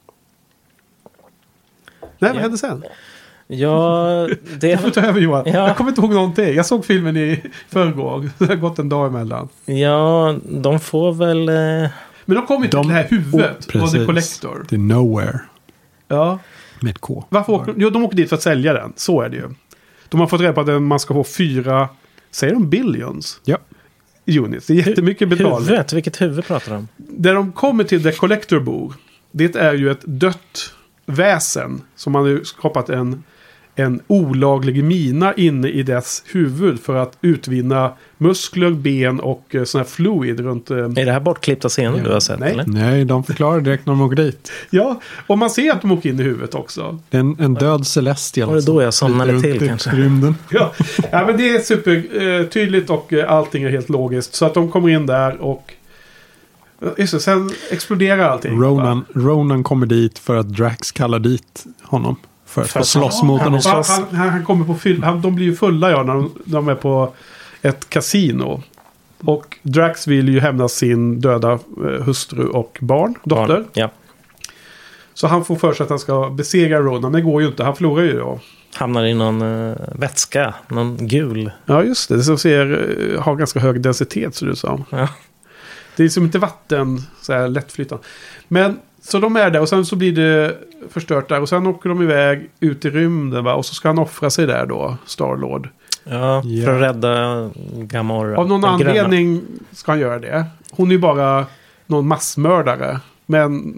B: Nej, vad
C: ja.
B: hände sen?
C: Ja, det...
B: Jag får ta över, Johan.
C: Ja.
B: Jag kommer inte ihåg någonting. Jag såg filmen i förrgår. Det har gått en dag emellan.
C: Ja, de får väl... Eh...
B: Men de kommer inte
A: de...
B: till det här huvudet.
A: Oh,
B: och The Collector.
A: Det är Nowhere.
B: Ja.
A: Med K.
B: Varför åker... Jo, de åker dit för att sälja den. Så är det ju. De har fått reda på att man ska få fyra... Säger de billions?
A: Ja.
B: Units. Det är jättemycket betalning.
C: Huvudet? Vilket huvud pratar de om?
B: Där de kommer till The Collector bor. Det är ju ett dött väsen som man har skapat en, en olaglig mina inne i dess huvud för att utvinna muskler, ben och sån här fluid runt... Eh...
C: Är det här bortklippta scener ja. du har sett?
B: Nej.
C: Eller?
A: Nej, de förklarar direkt när de åker dit.
B: Ja, och man ser att de åker in i huvudet också.
A: En, en död Celestial.
C: Var det då jag somnade till kanske?
A: Rymden.
B: Ja. Ja, men det är supertydligt och eh, allting är helt logiskt. Så att de kommer in där och... Just det, sen exploderar allting.
A: Ronan, Ronan kommer dit för att Drax kallar dit honom. För att
C: för
A: få slåss mot honom.
B: Han, han, han kommer på fyll, han, de blir ju fulla ja, när de, de är på ett kasino. Och Drax vill ju hämna sin döda eh, hustru och barn, dotter.
C: Barn, ja.
B: Så han får för sig att han ska besegra Ronan. Men det går ju inte, han förlorar ju då.
C: Hamnar i någon uh, vätska, någon gul.
B: Ja, just det. Det som ser, uh, har ganska hög densitet, ser det ut som.
C: Ja.
B: Det är som inte vatten, så här lättflytande. Men så de är där och sen så blir det förstört där. Och sen åker de iväg ut i rymden, va? Och så ska han offra sig där då, Star-Lord.
C: Ja, för
A: yeah.
C: att rädda Gamora.
B: Av någon anledning gröna. Ska han göra det. Hon är ju bara någon massmördare. Men...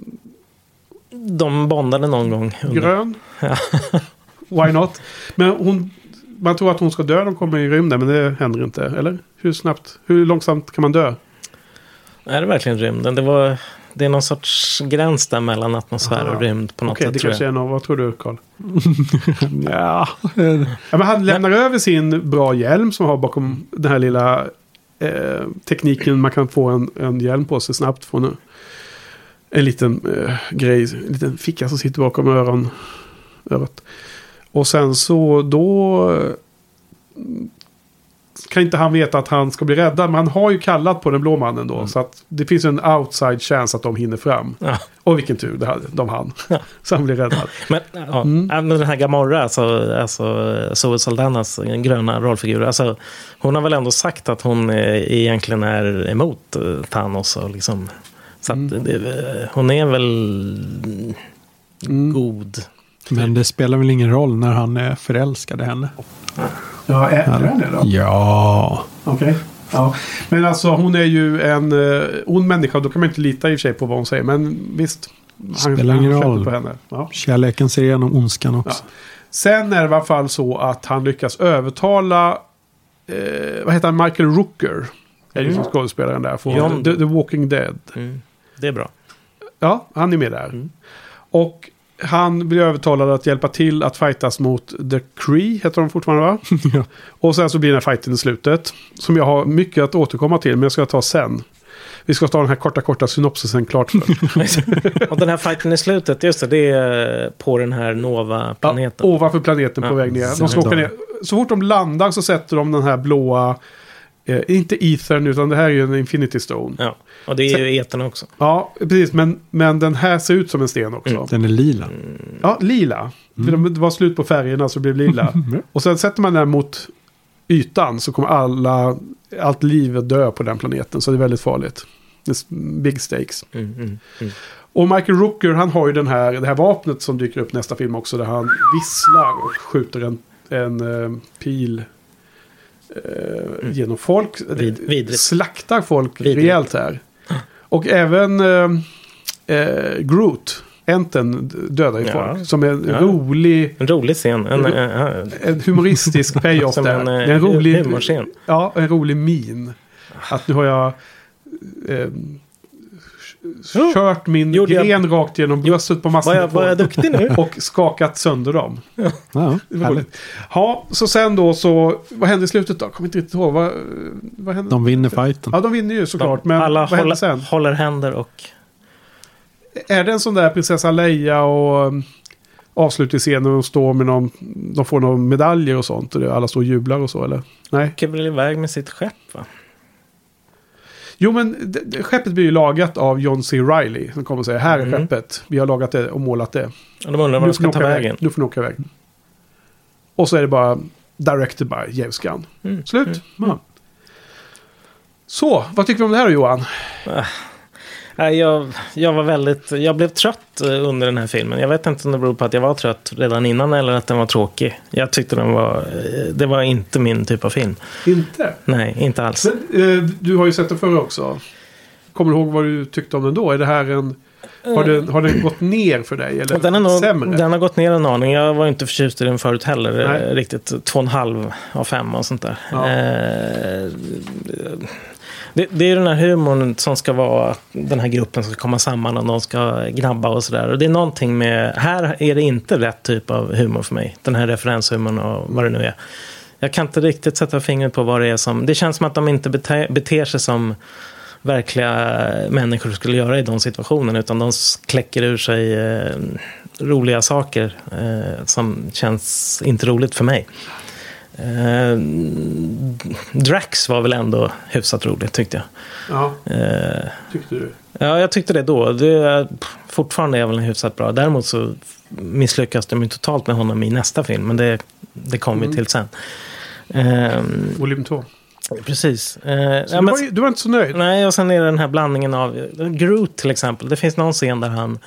C: De bondade någon gång. Under.
B: Grön.
C: Ja.
B: Why not? Men hon... Man tror att hon ska dö när de kommer i rymden, men det händer inte. Eller? Hur snabbt? Hur långsamt kan man dö?
C: Är det verkligen rymden? Det, var, det är någon sorts gräns där mellan atmosfär Aha. och rymd på något
B: okay, sätt. Okej, det kanske är något. Vad tror du, Carl?
A: ja.
B: ja. Men han lämnar men... över sin bra hjälm som har bakom den här lilla eh, tekniken. Man kan få en, en hjälm på sig snabbt från en, en liten eh, grej. En liten ficka som sitter bakom öron, örat. Och sen så då... kan inte han veta att han ska bli räddad. Men han har ju kallat på den blå mannen då. Mm. Så att det finns en outside chance att de hinner fram. Ja. Och vilken tur det hade, de hann. Ja. Så han blir räddad.
C: Men, ja, mm. men den här Gamora, alltså, alltså Zoe Saldanas gröna rollfigur. Alltså, hon har väl ändå sagt att hon eh, egentligen är emot eh, Thanos. Och liksom, så att, mm. det, hon är väl mm. god.
A: Men det spelar väl ingen roll när han är förälskad i henne.
B: Ja, är, är det då?
A: Ja.
B: Okej. Okay. Ja. Men alltså hon är ju en uh, ond människa. Då kan man inte lita i och för sig på vad hon säger. Men visst,
A: Spelar ingen roll.
B: På henne. Ja.
A: Kärleken ser igenom ondskan också.
B: Ja. Sen är det i alla fall så att han lyckas övertala eh, vad heter han? Michael Rooker. Är ju
C: Mm.
B: som skådespelaren där. Från The, The Walking Dead.
C: Mm. Det är bra.
B: Ja, han är med där.
C: Mm.
B: Och han blir övertalad att hjälpa till att fightas mot The Kree, heter de fortfarande va?
A: Ja.
B: Och sen så blir den här fighten i slutet. Som jag har mycket att återkomma till, men jag ska ta sen. Vi ska ta den här korta, korta synopsisen klart för.
C: Och den här fighten i slutet, just det, det är på den här Nova-planeten.
B: Ja, ovanför planeten på
C: Ja.
B: väg ner. De ska åka ner. Så fort de landar så sätter de den här blåa, eh, inte ethern utan det här är ju en Infinity Stone.
C: Ja, och det är ju etern också.
B: Ja, precis. Men, men den här ser ut som en sten också.
A: Den är lila.
B: Ja, lila. För de- det var slut på färgerna så det blev lila. Och sen sätter man den mot ytan så kommer alla, allt liv att dö på den planeten. Så det är väldigt farligt. Det är big stakes.
C: Mm, mm, mm.
B: Och Michael Rooker, han har ju den här, det här vapnet som dyker upp nästa film också. Där han visslar och skjuter en, en eh, pil eh, genom folk.
C: Vid- vidrigt.
B: Slaktar folk
C: Vidrigt.
B: rejält här. Och även eh, eh, Groot, enten dödar ju
C: Ja.
B: folk. Som en
C: Ja.
B: rolig,
C: En rolig scen. En, en, en,
B: en humoristisk payoff
C: Som
B: där.
C: en,
B: Det är
C: eh,
B: en rolig,
C: humorscen.
B: ja, en rolig min. Att nu har jag eh, kört min
C: Gjorde jag-
B: gren rakt genom bröstet på massor
C: var, jag, var jag duktig nu?
B: och skakat sönder dem.
A: Ja,
B: Det var
A: härligt.
B: roligt. Ja, så sen då så, vad hände i slutet då? Kommer inte riktigt ihåg. Vad, vad hände?
A: De vinner fighten.
B: Ja, de vinner ju såklart. Men
C: Alla
B: vad hände
C: håller,
B: sen?
C: håller händer och...
B: Är det en sån där prinsessa Leia och um, avslutningsscenen och de står med någon, de får några medaljer och sånt och det, alla står och jublar och så, eller? Nej.
C: Åker väl iväg med sitt skepp, va?
B: Jo, men det, det, skeppet blir ju lagat av John C. Reilly som kommer och säger, här är
C: Mm.
B: skeppet. Vi har lagat det och målat det.
C: Och de undrar var de
B: Nu får
C: ska
B: ni
C: ta
B: åka
C: vägen.
B: iväg. Nu får ni åka iväg. Och så är det bara directed by James Gunn.
C: Mm.
B: Slut.
C: Mm.
B: Ja. Så, vad tycker vi om det här då, Johan?
C: Nej, jag, jag var väldigt... Jag blev trött eh, under den här filmen. Jag vet inte om det beror på att jag var trött redan innan eller att den var tråkig. Jag tyckte den var... eh, Det var inte min typ av film.
B: Inte?
C: Nej, inte alls.
B: Men, eh, du har ju sett den förra också. Kommer du ihåg vad du tyckte om den då? Är det här en... Har den, har den gått ner för dig? Eller
C: Den, är nog,
B: sämre?
C: den har gått ner en aning. Jag var inte förtjust i den förut heller.
B: Nej.
C: Eh, Riktigt två och en halv av fem och sånt där.
B: Ja.
C: Eh, det, det är den här humorn som ska vara att den här gruppen ska komma samman och de ska gnabba och sådär. Och det är någonting med... Här är det inte rätt typ av humor för mig. Den här referenshumorn och vad det nu är. Jag kan inte riktigt sätta fingret på vad det är som... Det känns som att de inte bete, beter sig som verkliga människor skulle göra i de situationerna, utan de kläcker ur sig eh, roliga saker eh, som känns inte roligt för mig. Eh, Drax var väl ändå hyfsat roligt, tyckte jag.
B: Ja,
C: Eh,
B: tyckte du?
C: ja, jag tyckte det då. Det är, fortfarande är väl en hyfsat bra. Däremot så misslyckas de ju totalt med honom i nästa film, men det, det kommer
B: Mm.
C: vi till sen. Eh,
B: Volym två.
C: Precis. Eh,
B: Så
C: ja,
B: du,
C: men-
B: var, ju- du var inte så nöjd?
C: Nej, och sen är det den här blandningen av Groot till exempel. Det finns någon scen där han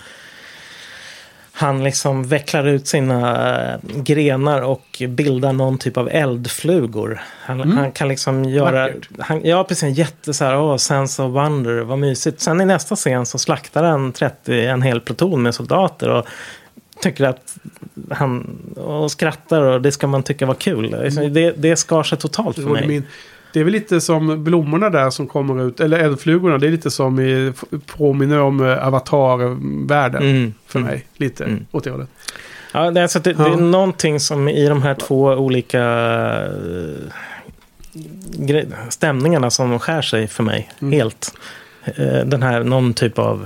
C: han liksom vecklar ut sina eh, grenar och bildar någon typ av eldflugor. Han,
B: Mm.
C: han kan liksom göra...
B: Vackert.
C: Han, ja, precis. En jätte så här, åh, sense of wonder, vad mysigt. Sen i nästa scen så slaktar han trettio, en hel pluton med soldater och tycker att han och skrattar och det ska man tycka var kul.
B: Mm.
C: Det, det skar sig totalt för
B: Det var
C: mig.
B: min- Det är väl lite som blommorna där som kommer ut, eller eldflugorna, det är lite som i, påminner om eh, Avatar-världen
C: Mm.
B: för
C: Mm.
B: mig. Lite
C: Mm.
B: åt det hållet.
C: Ja, det, är, så att det,
B: Ja.
C: det är någonting som i de här två olika eh, gre- stämningarna som skär sig för mig
B: Mm.
C: helt. Eh, den här någon typ av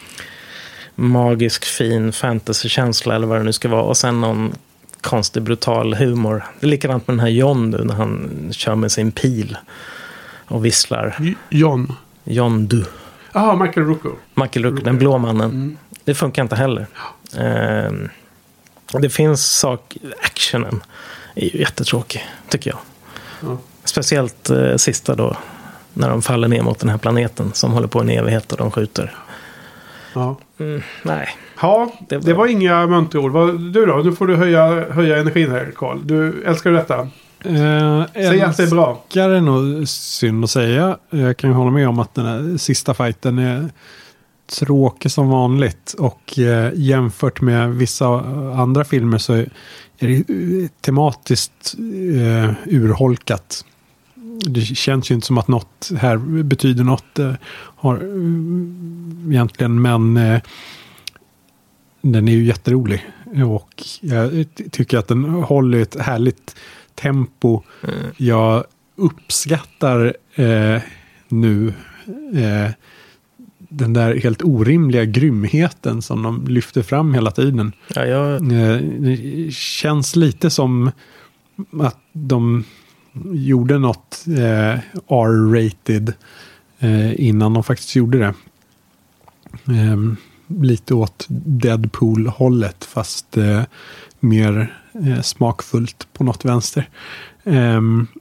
C: magisk fin fantasykänsla eller vad det nu ska vara, och sen någon konstig brutal humor. Det är likadant med den här John nu när han kör med sin pil och visslar.
B: J- John.
C: John Du.
B: Jaha, Michael Rooker.
C: Michael Rooker, den blå mannen. Det funkar inte heller. Ehm, det finns sak... Actionen är ju jättetråkig, tycker jag.
B: Ja.
C: Speciellt eh, sista då, när de faller ner mot den här planeten som håller på en evighet och de skjuter.
B: Ja.
C: Mm, nej.
B: Ja,
C: Det
B: det
C: var-
B: var, inga munterord. Vad- Du då? Nu får du höja, höja energin här, Carl. Du älskar du detta?
A: Eh,
B: Säg att det är bra.
A: älskar är nog synd att säga. Jag kan ju hålla med om att den här sista fighten är tråkig som vanligt. Och eh, jämfört med vissa andra filmer så är det tematiskt eh, urholkat. Det känns ju inte som att något här betyder något eh, har, uh, egentligen, men eh, den är ju jätterolig. Och jag tycker att den håller ett härligt tempo. Mm. Jag uppskattar eh, nu eh, den där helt orimliga grymheten som de lyfter fram hela tiden.
C: Ja, jag...
A: eh, det känns lite som att de gjorde något eh, R-rated eh, innan de faktiskt gjorde det. Eh, lite åt Deadpool-hållet, fast eh, mer eh, smakfullt på något vänster. Eh,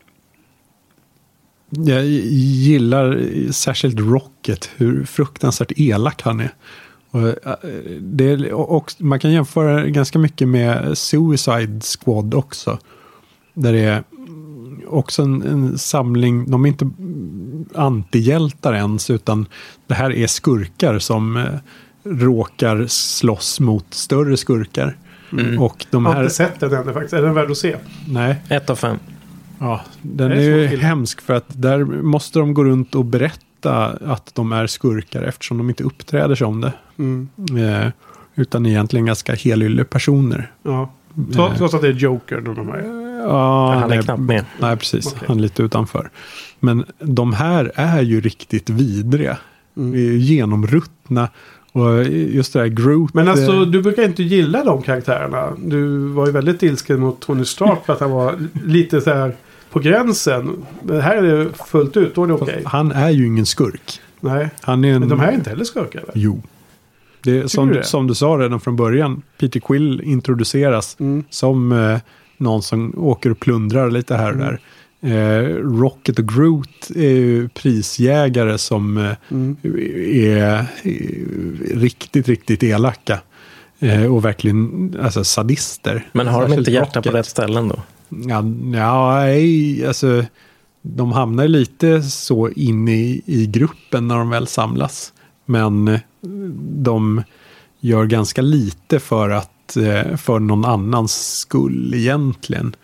A: jag gillar särskilt Rocket, hur fruktansvärt elak han är. Och det är också, man kan jämföra ganska mycket med Suicide Squad också. Där det är också en, en samling, de är inte antihjältar ens, utan det här är skurkar som eh, råkar slåss mot större skurkar.
B: Mm.
A: Och de
B: jag har
A: här...
B: inte sett den ännu faktiskt. Är den värd att se?
A: Nej.
C: Ett av fem.
A: Ja, den är,
B: är
A: ju
B: så
A: hemsk för att där måste de gå runt och berätta att de är skurkar eftersom de inte uppträder som det.
B: Mm.
A: Eh, utan egentligen ganska helylle personer.
B: Ja. Trots eh. att det är Joker då de är.
A: Ja,
C: han är knappt med.
A: Nej, precis.
B: Okay.
A: Han är lite utanför. Men de här är ju riktigt vidriga. Mm. Genomruttna. Och just det här Groot.
B: Men alltså, du brukar inte gilla de karaktärerna. Du var ju väldigt ilsken mot Tony Stark för att han var lite så här på gränsen. Men här är det fullt ut, då är det okej. Okay.
A: Han är ju ingen skurk.
B: Nej,
A: han är en...
B: men de här är inte heller skurkar, eller?
A: Jo. Det är som du, det? som du sa redan från början. Peter Quill introduceras mm. som eh, någon som åker och plundrar lite här och mm. där. Eh, Rocket och Groot är ju prisjägare som eh, mm. är, är riktigt, riktigt elaka. Eh, och verkligen alltså, sadister.
C: Men har de inte hjärta Rocket på rätt ställen då?
A: Ja, ja nej, alltså de hamnar lite så in i, i gruppen när de väl samlas. Men de gör ganska lite för att eh, för någon annans skull egentligen.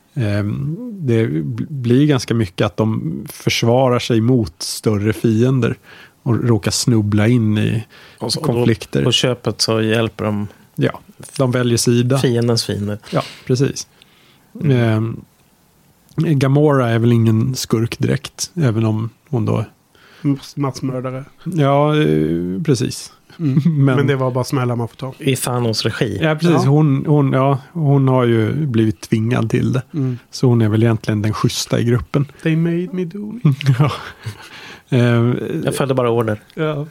A: Det blir ganska mycket att de försvarar sig mot större fiender och råkar snubbla in i och så, konflikter.
C: Och på köpet så hjälper de.
A: Ja, de väljer sida.
C: Fiendens fiender.
A: Ja, precis. Mm. Eh, Gamora är väl ingen skurk direkt, även om hon då
B: massmördare.
A: Ja, eh, precis.
B: Mm. Men, Men det var bara smällar man får ta.
C: I Thanos regi.
A: Ja, precis. Ja. Hon, hon, ja, hon har ju blivit tvingad till det. Mm. Så hon är väl egentligen den schyssta i gruppen.
B: They made me do it.
A: Ja. eh,
C: Jag följde bara order.
A: Ja.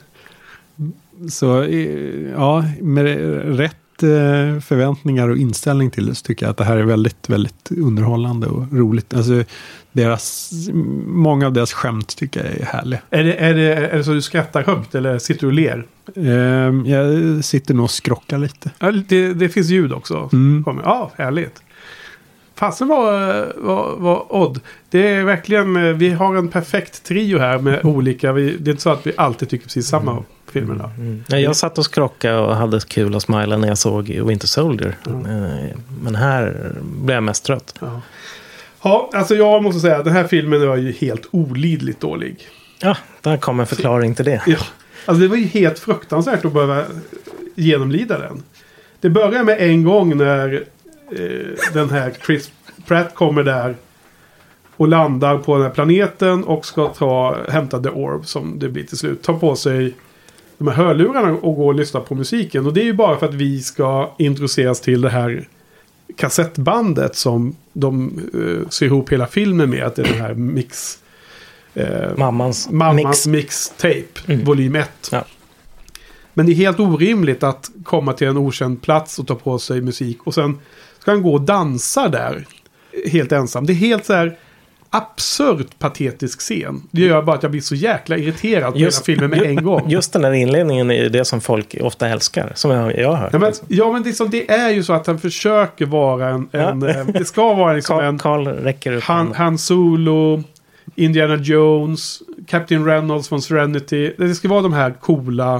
A: Så ja, med rätt förväntningar och inställning till det så tycker jag att det här är väldigt, väldigt underhållande och roligt. Alltså deras, många av deras skämt tycker jag är härliga.
B: Är det, är det, är det så du skrattar högt eller sitter du och ler?
A: Um, jag sitter nog och skrockar lite.
B: Ja, det, det finns ljud också.
A: Mm.
B: Ja, härligt. Fasen var, var, var Odd. Det är verkligen, vi har en perfekt trio här med olika, vi, det är inte så att vi alltid tycker precis samma om filmerna.
C: Mm. Mm. Jag satt och skrockade och hade kul och smila när jag såg Winter Soldier. Mm. Men här blev jag mest trött.
B: Ja. Ja, alltså jag måste säga att den här filmen var ju helt olidligt dålig.
C: Ja, där kom en förklaring till det.
B: Ja, alltså det var ju helt fruktansvärt att behöva genomlida den. Det börjar med en gång när eh, den här Chris Pratt kommer där och landar på den här planeten och ska ta, hämta The Orb som det blir till slut. Ta på sig de här hörlurarna och gå och lyssna på musiken. Och det är ju bara för att vi ska introduceras till det här kassettbandet som de uh, ser ihop hela filmen med. Att det är den här mix... Uh,
C: Mammans,
B: Mammans mixtape, mix
C: mm.
B: volym ett.
C: Ja.
B: Men det är helt orimligt att komma till en okänd plats och ta på sig musik. Och sen ska han gå och dansa där helt ensam. Det är helt så här absurt patetisk scen. Det gör bara att jag blir så jäkla irriterad på just, hela filmen med en gång.
C: Just den här inledningen är det som folk ofta älskar. Som jag, jag har hört.
B: Ja, men, ja, men det, så, det är ju så att han försöker vara en... en
C: ja.
B: Det ska vara liksom
C: Carl,
B: en...
C: Carl räcker upp
B: Han, Han Solo, Indiana Jones, Captain Reynolds från Serenity. Det ska vara de här coola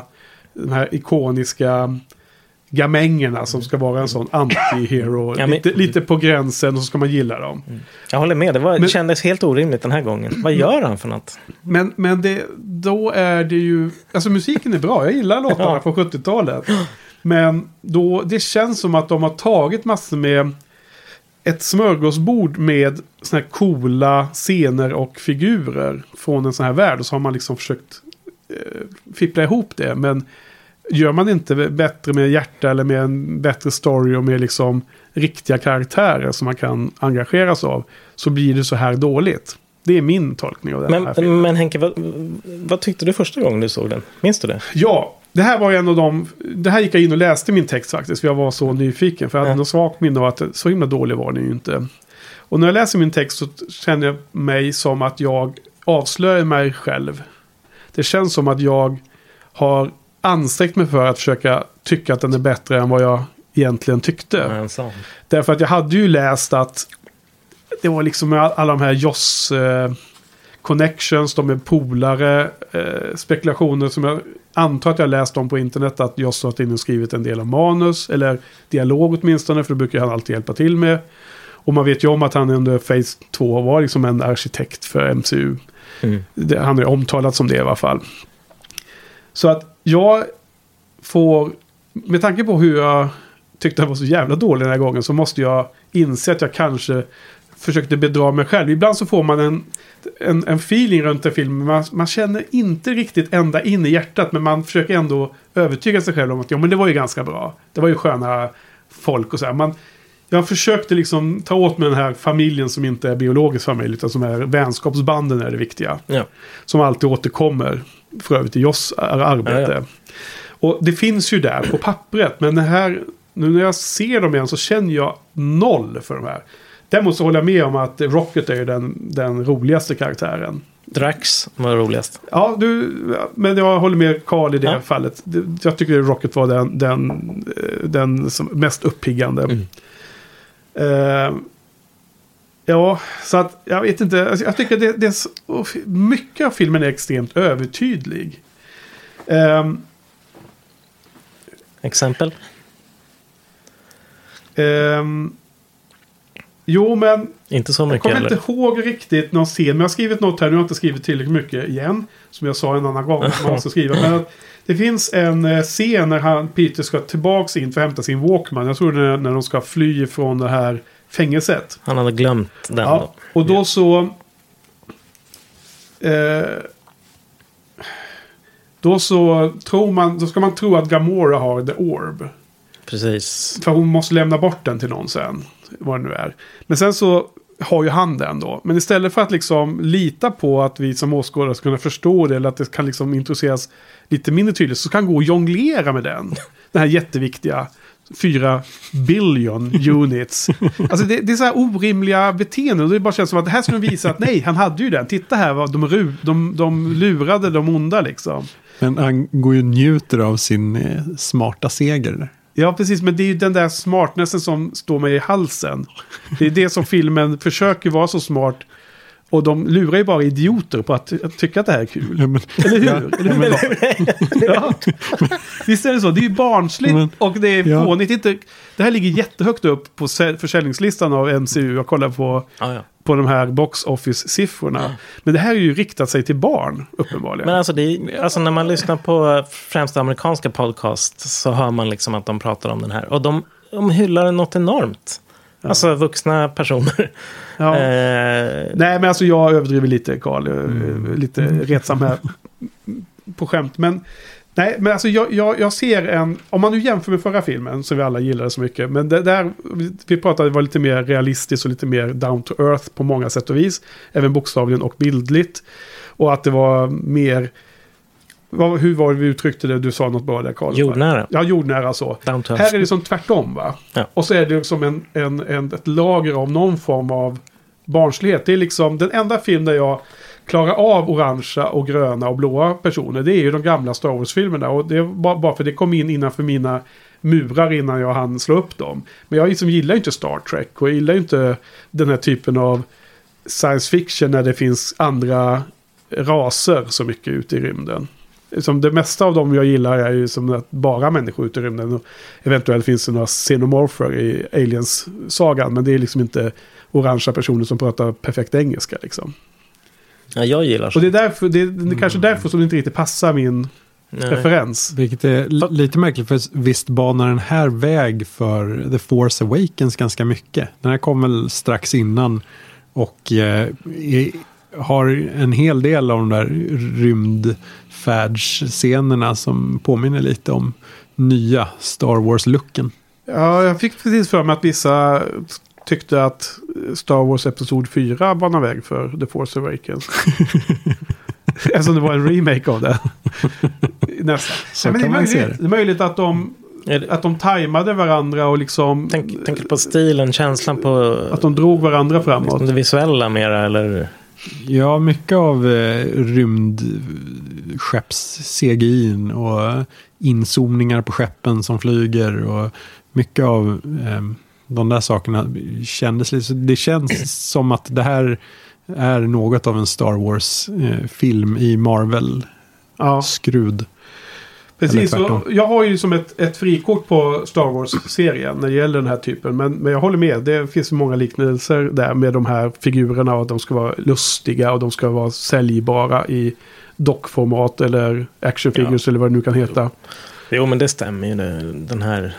B: de här ikoniska gamängerna som ska vara en sån anti-hero. Ja, men... lite, lite på gränsen och så ska man gilla dem.
C: Mm. Jag håller med, det, var, men... det kändes helt orimligt den här gången. Vad gör han för något?
B: Men, men det, då är det ju... Alltså musiken är bra, jag gillar låtarna ja. från sjuttiotalet. Men då, det känns som att de har tagit massor med ett smörgåsbord med såna här coola scener och figurer från en sån här värld. Och så har man liksom försökt eh, fippla ihop det. Men gör man inte bättre med hjärta eller med en bättre story och med liksom riktiga karaktärer som man kan engageras av, så blir det så här dåligt. Det är min tolkning av den
C: men,
B: här filmen.
C: Men Henke, vad, vad tyckte du första gången du såg den? Minns du det?
B: Ja, det här var en av de... Det här gick jag in och läste min text faktiskt, för jag var så nyfiken. För jag hade ja. något svagt minne av att så himla dålig var den ju inte. Och när jag läser min text så känner jag mig som att jag avslöjar mig själv. Det känns som att jag har ansträngt mig för att försöka tycka att den är bättre än vad jag egentligen tyckte.
C: Ja,
B: därför att jag hade ju läst att det var liksom alla de här Joss eh, connections, de är polare, eh, spekulationer som jag antar att jag läst om på internet, att Joss har in och skrivit en del av manus, eller dialog åtminstone, för det brukar han alltid hjälpa till med. Och man vet ju om att han under Phase två var liksom en arkitekt för M C U. Mm. Det, han är omtalad som det i alla fall. Så att jag får, med tanke på hur jag tyckte jag var så jävla dålig den här gången, så måste jag inse att jag kanske försökte bedra mig själv. Ibland så får man en, en, en feeling runt en film. Man, man känner inte riktigt ända in i hjärtat, men man försöker ändå övertyga sig själv om att ja, men det var ju ganska bra. Det var ju sköna folk och så här. Man, jag försökte liksom ta åt med den här familjen som inte är biologisk familj, utan som är vänskapsbanden är det viktiga. Ja. Som alltid återkommer för övrigt i Joss arbete. Ja, ja. Och det finns ju där på pappret, men det här, nu när jag ser dem igen så känner jag noll för de här. Däremot så håller jag med om att Rocket är den, den roligaste karaktären.
C: Drax var roligast.
B: Ja, du, men jag håller med Carl i det ja. fallet. Jag tycker Rocket var den, den, den som mest uppiggande. Mm. Uh, ja, så att jag vet inte. Alltså, jag tycker det, det är så, mycket av filmen är extremt övertydlig. Um,
C: Exempel?
B: Um, Jo, men
C: inte så mycket,
B: jag kommer
C: eller?
B: inte ihåg riktigt någon scen. Men jag har skrivit något här. Nu har jag inte skrivit tillräckligt mycket igen. Som jag sa en annan gång. Man måste skriva. Men att det finns en scen när han, Peter ska tillbaka in för att hämta sin Walkman. Jag tror det är när de ska fly från det här fängelset.
C: Han hade glömt den.
B: Ja,
C: då.
B: Och då så... Eh, då så tror man... Då ska man tro att Gamora har The Orb.
C: Precis.
B: För hon måste lämna bort den till någon sen. Vad det nu är. Men sen så har ju han den då. Men istället för att liksom lita på att vi som åskådare ska kunna förstå det, eller att det kan liksom introduceras lite mindre tydligt, så kan gå och jonglera med den. Den här jätteviktiga fyra billion units. Alltså det, det är så här orimliga beteenden. Och det bara känns som att det här skulle visa att nej, han hade ju den. Titta här, vad de, ru, de, de lurade de onda liksom.
A: Men han går ju och njuter av sin eh, smarta seger.
B: Ja, precis. Men det är ju den där smartnessen som står mig i halsen. Det är det som filmen försöker vara så smart. Och de lurar ju bara idioter på att, att tycka att det här är kul. Ja, men, eller hur? Ja, eller hur? Ja. Visst är det så. Det är ju barnsligt men, och det är ja. fånigt. Inte, det här ligger jättehögt upp på försäljningslistan av M C U. Jag kollar på, ah, ja. på de här box office-siffrorna. Ja. Men det här är ju riktat sig till barn, uppenbarligen.
C: Men alltså, det är, alltså när man lyssnar på främst amerikanska podcast så hör man liksom att de pratar om den här. Och de, de hyllar något enormt. Ja. Alltså vuxna personer.
B: Ja. Eh, Nej, men alltså jag överdriver lite, Carl. Mm. Lite retsam här på skämt. Men, nej, men alltså jag, jag, jag ser en... Om man nu jämför med förra filmen, så vi alla gillade så mycket. Men det där, vi pratade, det var lite mer realistiskt och lite mer down to earth på många sätt och vis. Även bokstavligen och bildligt. Och att det var mer... Vad, hur var det vi uttryckte det? Du sa något bra där, Carl.
C: Jordnära.
B: Ja, jordnära så. Här är det som tvärtom, va? Ja. Och så är det liksom en, en, en, ett lager av någon form av barnslighet. Det är liksom den enda film där jag klarar av orangea och gröna och blåa personer. Det är ju de gamla Star Wars-filmerna. Och det är bara, bara för det kom in innanför mina murar innan jag hann slå upp dem. Men jag liksom gillar ju inte Star Trek. Och jag gillar ju inte den här typen av science fiction när det finns andra raser så mycket ute i rymden. som det mesta av dem jag gillar är ju som att bara människor ute i rymden. Och eventuellt finns det några xenomorfer i Aliens-sagan, men det är liksom inte orangea personer som pratar perfekt engelska liksom.
C: Ja, jag gillar så.
B: Och det är därför, det är, det är kanske därför som det inte riktigt passar min Nej. referens.
A: Vilket är l- lite märkligt, för visst banar den här väg för The Force Awakens ganska mycket. Den här kom väl strax innan och eh, är, har en hel del av de där rymdfärdsscenerna som påminner lite om nya Star Wars-looken.
B: Ja, jag fick precis för mig att vissa tyckte att Star Wars Episod fyra banar väg för The Force Awakens. Eftersom det var en remake av det. Nästan.
A: Så
B: ja, men
A: kan
B: det, är
A: man se
B: möjligt,
A: det.
B: det är möjligt att de, att de tajmade varandra och liksom...
C: Tänk, tänk på stilen, känslan på...
B: Att de drog varandra framåt.
C: Det visuella mera, eller...
A: Ja, mycket av eh, rymdskepps-C G I och inzoomningar på skeppen som flyger och mycket av eh, de där sakerna kändes lite... Det känns som att det här är något av en Star Wars-film eh, i Marvel-skrud.
B: Ja. Precis, så jag har ju som ett, ett frikort på Star Wars-serien när det gäller den här typen. Men, men jag håller med, det finns många liknelser där med de här figurerna och att de ska vara lustiga och de ska vara säljbara i dockformat eller action figures ja. eller vad det nu kan heta.
C: Jo, men det stämmer ju. Det, den här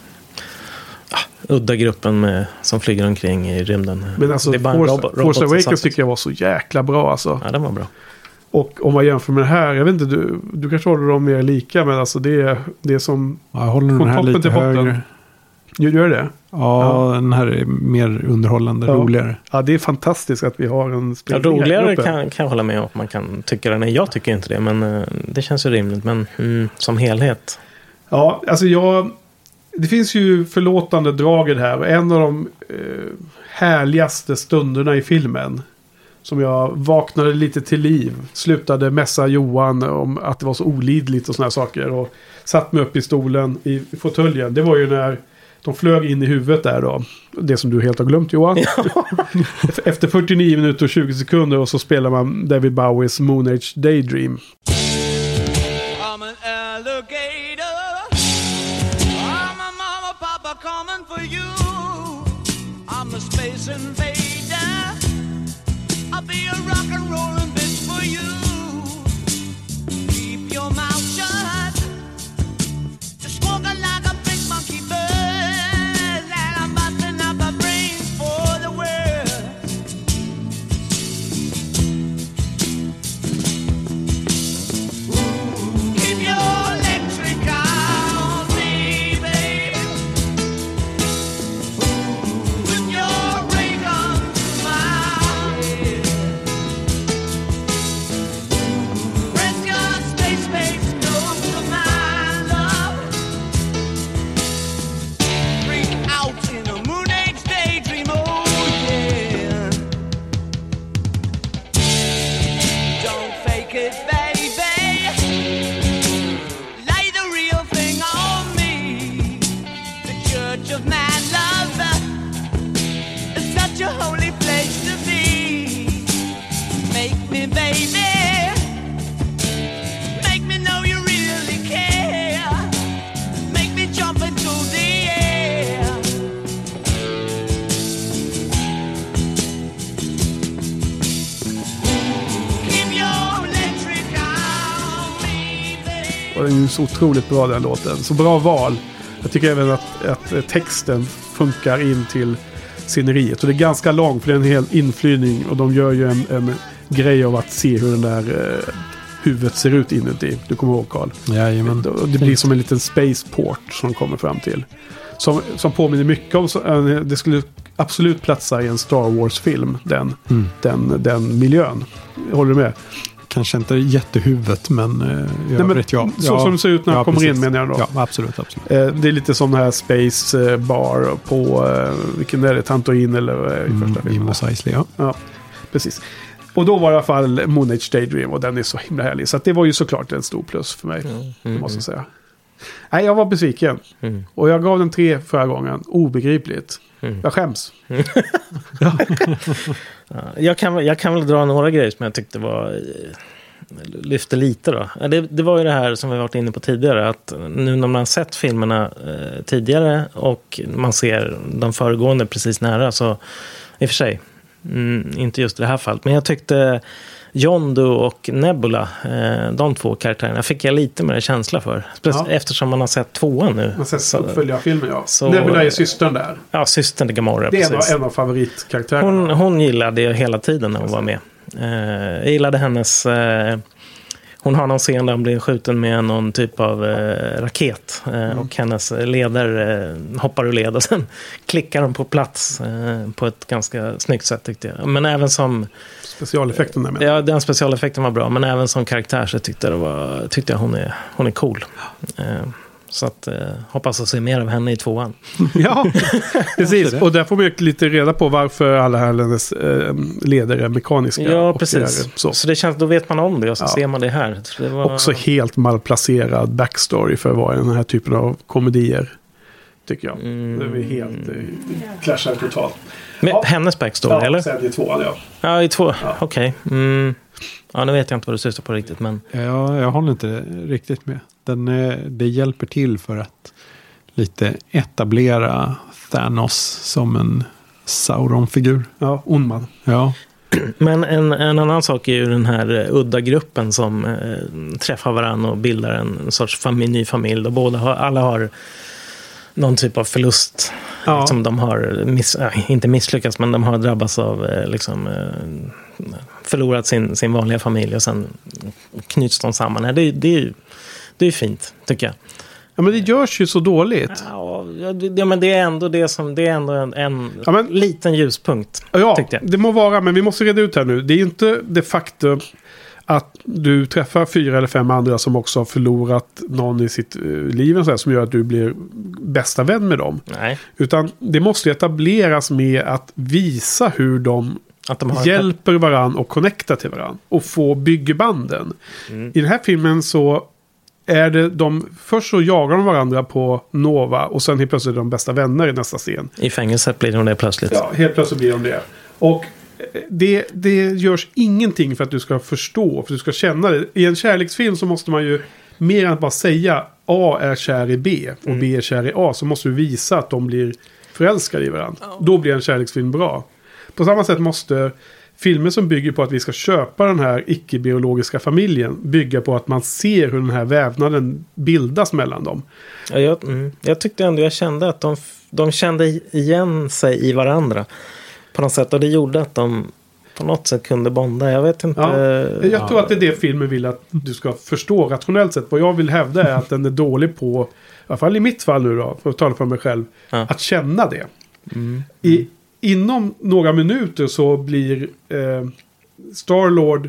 C: ah, udda gruppen med, som flyger omkring i rymden.
B: Men alltså,
C: det är bara
B: Force,
C: robot,
B: Force
C: robot
B: Awakens tycker jag var så jäkla bra alltså.
C: Ja, den var bra.
B: Och om man jämför med det här, jag vet inte, du, du kanske håller dem mer lika, men alltså det är, det är som...
A: Ja, jag håller den här lite högre.
B: Du gör det?
A: Ja, ja, den här är mer underhållande,
B: ja. roligare. Ja, det är fantastiskt att vi har en spelning.
C: Ja, roligare kan, kan jag hålla med om. Man kan tycka det. Nej, jag tycker inte det, men uh, det känns ju rimligt. Men mm, som helhet.
B: Ja, alltså jag... Det finns ju förlåtande drag i det här. Och en av de uh, härligaste stunderna i filmen... Som jag vaknade lite till liv. Slutade mässa Johan om att det var så olidligt och såna här saker. Och satt mig upp i stolen i fåtöljen. Det var ju när de flög in i huvudet där då. Det som du helt har glömt, Johan. Ja. Efter fyrtionio minuter och tjugo sekunder och så spelar man David Bowies Moon Age Daydream. I'm an alligator. I'm a mama papa coming for you. I'm a space invader. I'll be a rock and rollin' bitch for you. Keep your mouth shut. Just walking like a big monkey bird. And I'm busting up a brain for the world. Keep your electric on me, baby. With your ray gun smile. Och den är ju så otroligt bra, den låten. Så bra val. Jag tycker även att, att texten funkar in till sceneriet. Och det är ganska långt, för det är en hel inflygning. Och de gör ju en, en grej av att se hur den där eh, huvudet ser ut inuti. Du kommer ihåg, Carl?
A: Jajamän.
B: Det, det blir som en liten spaceport som de kommer fram till. Som, som påminner mycket om... Det skulle absolut platsa i en Star Wars-film. Den, mm. den, den miljön. Håller du med?
A: Kanske inte jättehuvudet, men eh,
B: Nej, men
A: ja.
B: Så
A: ja,
B: som det ser ut när
A: ja,
B: han kommer
A: precis.
B: in, menar jag då.
A: Ja, absolut, absolut.
B: Eh, det är lite som den här Space eh, Bar på, eh, vilken är det? Tantoin eller eh, i
A: mm,
B: första filmen.
A: I Mos Eisley, ja.
B: Ja, precis. Och då var det i alla fall Moon Age Daydream, och den är så himla härlig. Så att det var ju såklart en stor plus för mig, mm, mm, måste jag säga. Nej, jag var besviken. Mm. Och jag gav den tre förra gången. Obegripligt. Mm. Jag skäms. Mm.
C: ja. jag, kan, jag kan väl dra några grejer som jag tyckte var lyfter lite då. Det, det var ju det här som vi varit inne på tidigare, att nu när man har sett filmerna eh, tidigare och man ser de föregående precis nära, så i och för sig, mm, inte just i det här fallet, men jag tyckte Yondu och Nebula, eh, de två karaktärerna fick jag lite mer känsla för. Ja. Eftersom man har sett tvåan nu. Man
B: har sett uppföljarfilmen, ja. Så, Nebula är systern där.
C: Ja, systern till Gamora,
B: det är
C: precis.
B: en av favoritkaraktärerna.
C: Hon, hon gillade det hela tiden när hon var med. Eh, jag gillade hennes... Eh, hon har någon scen där hon blir skjuten med någon typ av eh, raket. Eh, mm. Och hennes ledare eh, hoppar ur led och sen klickar de på plats eh, på ett ganska snyggt sätt, tyckte jag. Men även som...
B: Specialeffekten där med.
C: Ja, den specialeffekten var bra. Men även som karaktär så tyckte jag, det var, tyckte jag hon, är, hon är cool. Eh, så att eh, hoppas att se mer av henne i tvåan.
B: Ja, precis. Och där får man ju lite reda på varför alla hennes eh, ledare är mekaniska.
C: Ja, precis. Så. så det känns, då vet man om det och så ja. ser man det här. Så det var...
B: Också helt malplacerad backstory för att vara den här typen av komedier. Tycker jag. Mm. Det är helt eh, clashar totalt.
C: Men ja. hennes backstory,
B: ja,
C: eller?
B: Sen i tvåan, ja.
C: Ja, i två. Ja. Okej. Okay. Mm. Ja, nu vet jag inte vad du syftar på riktigt, men...
A: Ja, jag håller inte riktigt med. Den, det hjälper till för att lite etablera Thanos som en Sauron-figur.
B: Ja, ond man.
A: Ja.
C: Men en, en annan sak är ju den här udda gruppen som eh, träffar varandra och bildar en sorts familj, ny familj. Och båda har, alla har någon typ av förlust. Ja. Liksom de har, miss, äh, inte misslyckats, men de har drabbats av eh, liksom, eh, förlorat sin, sin vanliga familj och sen knyts de samman. Det, det, är, det är fint, tycker jag.
B: Ja, men det görs ju så dåligt.
C: Ja, ja men det är ändå det som det är ändå en, en ja, men, liten ljuspunkt.
B: Ja,
C: tyckte jag.
B: Det må vara, men vi måste reda ut här nu. Det är ju inte det faktum att du träffar fyra eller fem andra som också har förlorat någon i sitt liv och så här, som gör att du blir bästa vän med dem.
C: Nej.
B: Utan det måste etableras med att visa hur de, att de har hjälper varann och connecta till varann och få byggbanden. Mm. I den här filmen så är det de, först så jagar de varandra på Nova och sen helt plötsligt är de bästa vänner i nästa scen.
C: I fängelset blir de det plötsligt.
B: Ja, helt plötsligt blir de det. Och det, det görs ingenting för att du ska förstå, för att du ska känna det. I en kärleksfilm så måste man ju mer än att bara säga A är kär i B och mm. B är kär i A, så måste du visa att de blir förälskade i varandra. Oh. Då blir en kärleksfilm bra. På samma sätt måste filmer som bygger på att vi ska köpa den här icke-biologiska familjen bygga på att man ser hur den här vävnaden bildas mellan dem.
C: Ja, jag, mm, jag tyckte ändå jag kände att de, de kände igen sig i varandra på något sätt, och det gjorde att de på något sätt kunde bonda. Jag vet inte.
B: Ja, jag tror att det är det filmen vill att du ska förstå rationellt sett. Vad jag vill hävda är att den är dålig på, i alla fall i mitt fall nu då, för att tala för mig själv, ja. att känna det. Mm. I Inom några minuter så blir eh, Star-Lord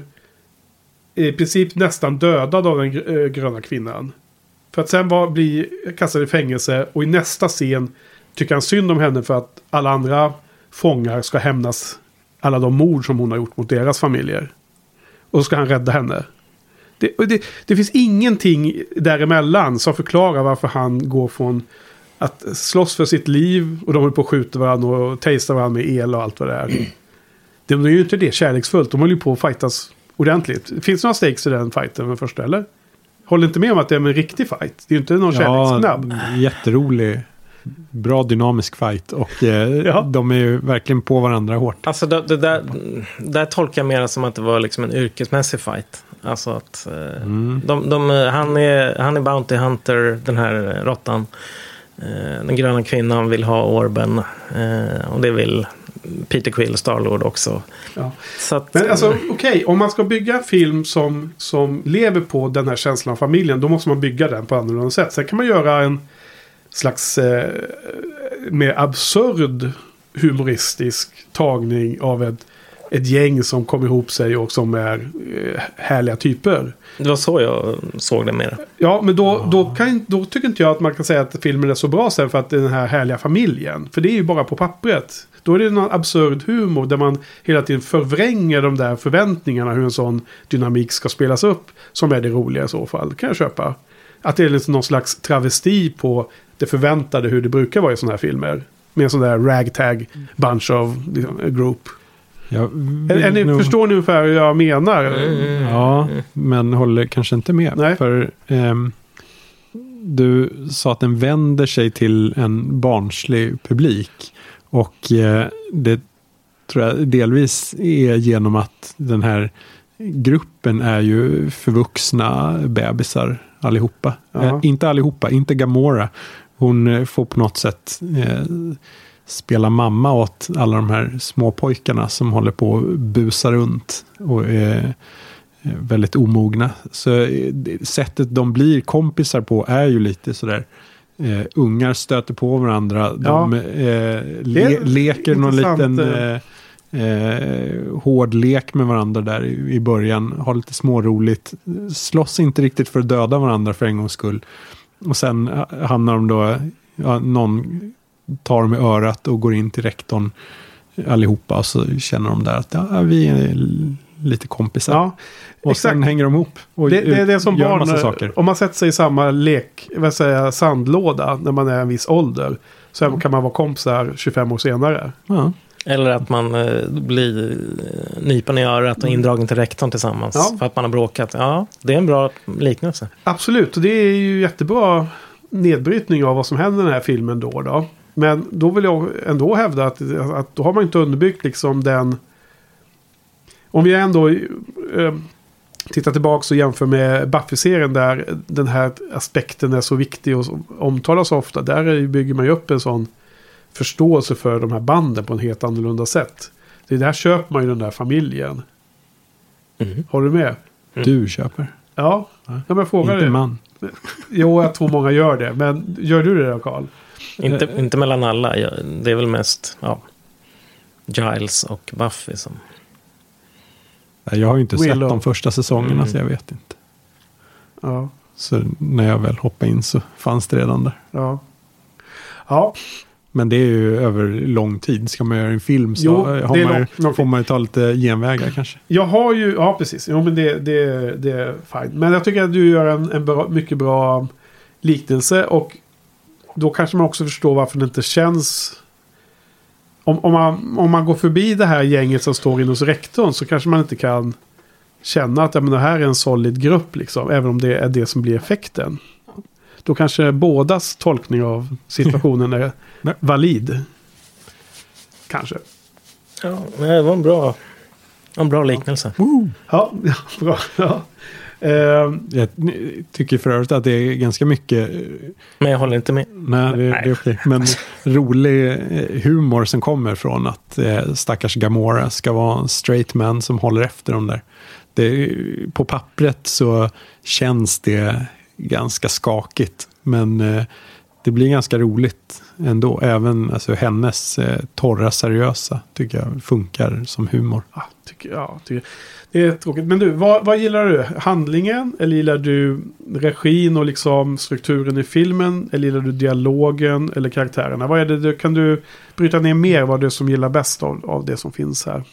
B: i princip nästan dödad av den gr- äh, gröna kvinnan. För att sen var, bli kastad i fängelse, och i nästa scen tycker han synd om henne för att alla andra fångar ska hämnas alla de mord som hon har gjort mot deras familjer. Och så ska han rädda henne. Det, det, det finns ingenting däremellan som förklarar varför han går från att slåss för sitt liv och de håller på att skjuta varandra och tastar varandra med el och allt vad det är. Mm. Det är ju inte det kärleksfullt. De håller ju på att fightas ordentligt. Finns det några stakes i den fighten med första, eller? Håller inte med om att det är en riktig fight. Det är ju inte någon ja, kärleksknabb.
A: Jätterolig. Bra dynamisk fight. Och eh, ja. de är ju verkligen på varandra hårt.
C: Alltså det, det där, där tolkar jag mer som att det var liksom en yrkesmässig fight. Alltså att eh, mm. de, de, han, är, han är Bounty Hunter, den här råttan. Den gröna kvinnan vill ha orben, och det vill Peter Quill, Star-Lord också.
B: Ja. Så att, men alltså, okej, okay, om man ska bygga film som, som lever på den här känslan av familjen, då måste man bygga den på annorlunda sätt. Sen kan man göra en slags eh, mer absurd humoristisk tagning av ett ett gäng som kommer ihop sig och som är eh, härliga typer.
C: Det var så jag såg det mer.
B: Ja, men då, då, kan, då tycker inte jag att man kan säga att filmen är så bra sen för att den här härliga familjen. För det är ju bara på pappret. Då är det någon absurd humor där man hela tiden förvränger de där förväntningarna hur en sån dynamik ska spelas upp, som är det roliga i så fall. Det kan jag köpa. Att det är liksom någon slags travesti på det förväntade hur det brukar vara i såna här filmer. Med en sån där ragtag bunch of liksom, group.
A: Jag
B: är, är ni, nog... Förstår ni ungefär hur jag menar?
A: Mm. Ja, men håller kanske inte med.
B: Nej.
A: För ehm, du sa att den vänder sig till en barnslig publik. Och eh, det tror jag delvis är genom att den här gruppen är ju förvuxna bebisar allihopa. Eh, inte allihopa, inte Gamora. Hon eh, får på något sätt eh, spela mamma åt alla de här små pojkarna som håller på och busar runt och är eh, väldigt omogna. Så eh, sättet de blir kompisar på är ju lite sådär. Eh, ungar stöter på varandra. De
B: ja.
A: eh, le- leker någon liten eh, eh, hård lek med varandra där i, i början. Har lite småroligt. Slåss inte riktigt för att döda varandra för en gångs skull. Och sen hamnar de då, ja, någon tar dem i örat och går in till rektorn allihopa och så känner de där att ja, vi är lite kompisar.
B: Ja,
A: och
B: exakt.
A: Sen hänger de ihop och
B: det, det är det som
A: gör
B: barn,
A: massa saker.
B: Om man sätter sig i samma lek, vad säger, sandlåda när man är en viss ålder, så mm. kan man vara kompisar tjugofem år senare.
A: Ja.
C: Eller att man eh, blir nypen i örat och indragen till rektorn tillsammans ja. för att man har bråkat. Ja, det är en bra liknelse.
B: Absolut, och det är ju jättebra nedbrytning av vad som händer i den här filmen då då. Men då vill jag ändå hävda att, att då har man inte underbyggt liksom den... Om vi ändå eh, tittar tillbaka och jämför med Buffy-serien där den här aspekten är så viktig och omtalas ofta. Där bygger man ju upp en sån förståelse för de här banden på en helt annorlunda sätt. Det där köper man ju den där familjen. Mm. Har du med?
A: Mm. Du köper.
B: Ja, ja men jag frågar
A: inte
B: det.
A: Man.
B: Jo, jag tror många gör det. Men gör du det då, Carl?
C: Inte, inte mellan alla. Det är väl mest ja, Giles och Buffy som...
A: Jag har ju inte
B: Willow.
A: sett de första säsongerna mm. så jag vet inte.
B: Ja.
A: Så när jag väl hoppade in så fanns det redan där.
B: Ja. Ja.
A: Men det är ju över lång tid. Ska man göra en film så
B: jo,
A: har man, lång, lång får man ju ta lite genvägar kanske.
B: Jag har ju, ja precis. Jo, men det, det, det är fine. Men jag tycker att du gör en, en bra, mycket bra liknelse. Och då kanske man också förstår varför det inte känns... Om, om, man, om man går förbi det här gänget som står in hos rektorn så kanske man inte kan känna att ja, men det här är en solid grupp liksom. Även om det är det som blir effekten. Då kanske bådas tolkning av situationen är valid. Kanske.
C: Ja, det var en bra, en bra liknelse.
B: Woo. Ja, bra. Ja. Uh,
A: jag tycker för övrigt att det är ganska mycket...
C: Men jag håller inte med.
A: Nej, det, det är okej. Men rolig humor som kommer från att eh, stackars Gamora ska vara en straight man som håller efter dem där. Det, på pappret så känns det ganska skakigt. Men eh, det blir ganska roligt ändå. Även alltså, hennes eh, torra seriösa tycker jag funkar som humor.
B: Ja, tycker jag. Tycker. Det är tråkigt. Men du, vad, vad gillar du? Handlingen? Eller gillar du regin och liksom strukturen i filmen? Eller gillar du dialogen eller karaktärerna? Vad är det du, kan du bryta ner mer vad det är som gillar bäst av, av det som finns här?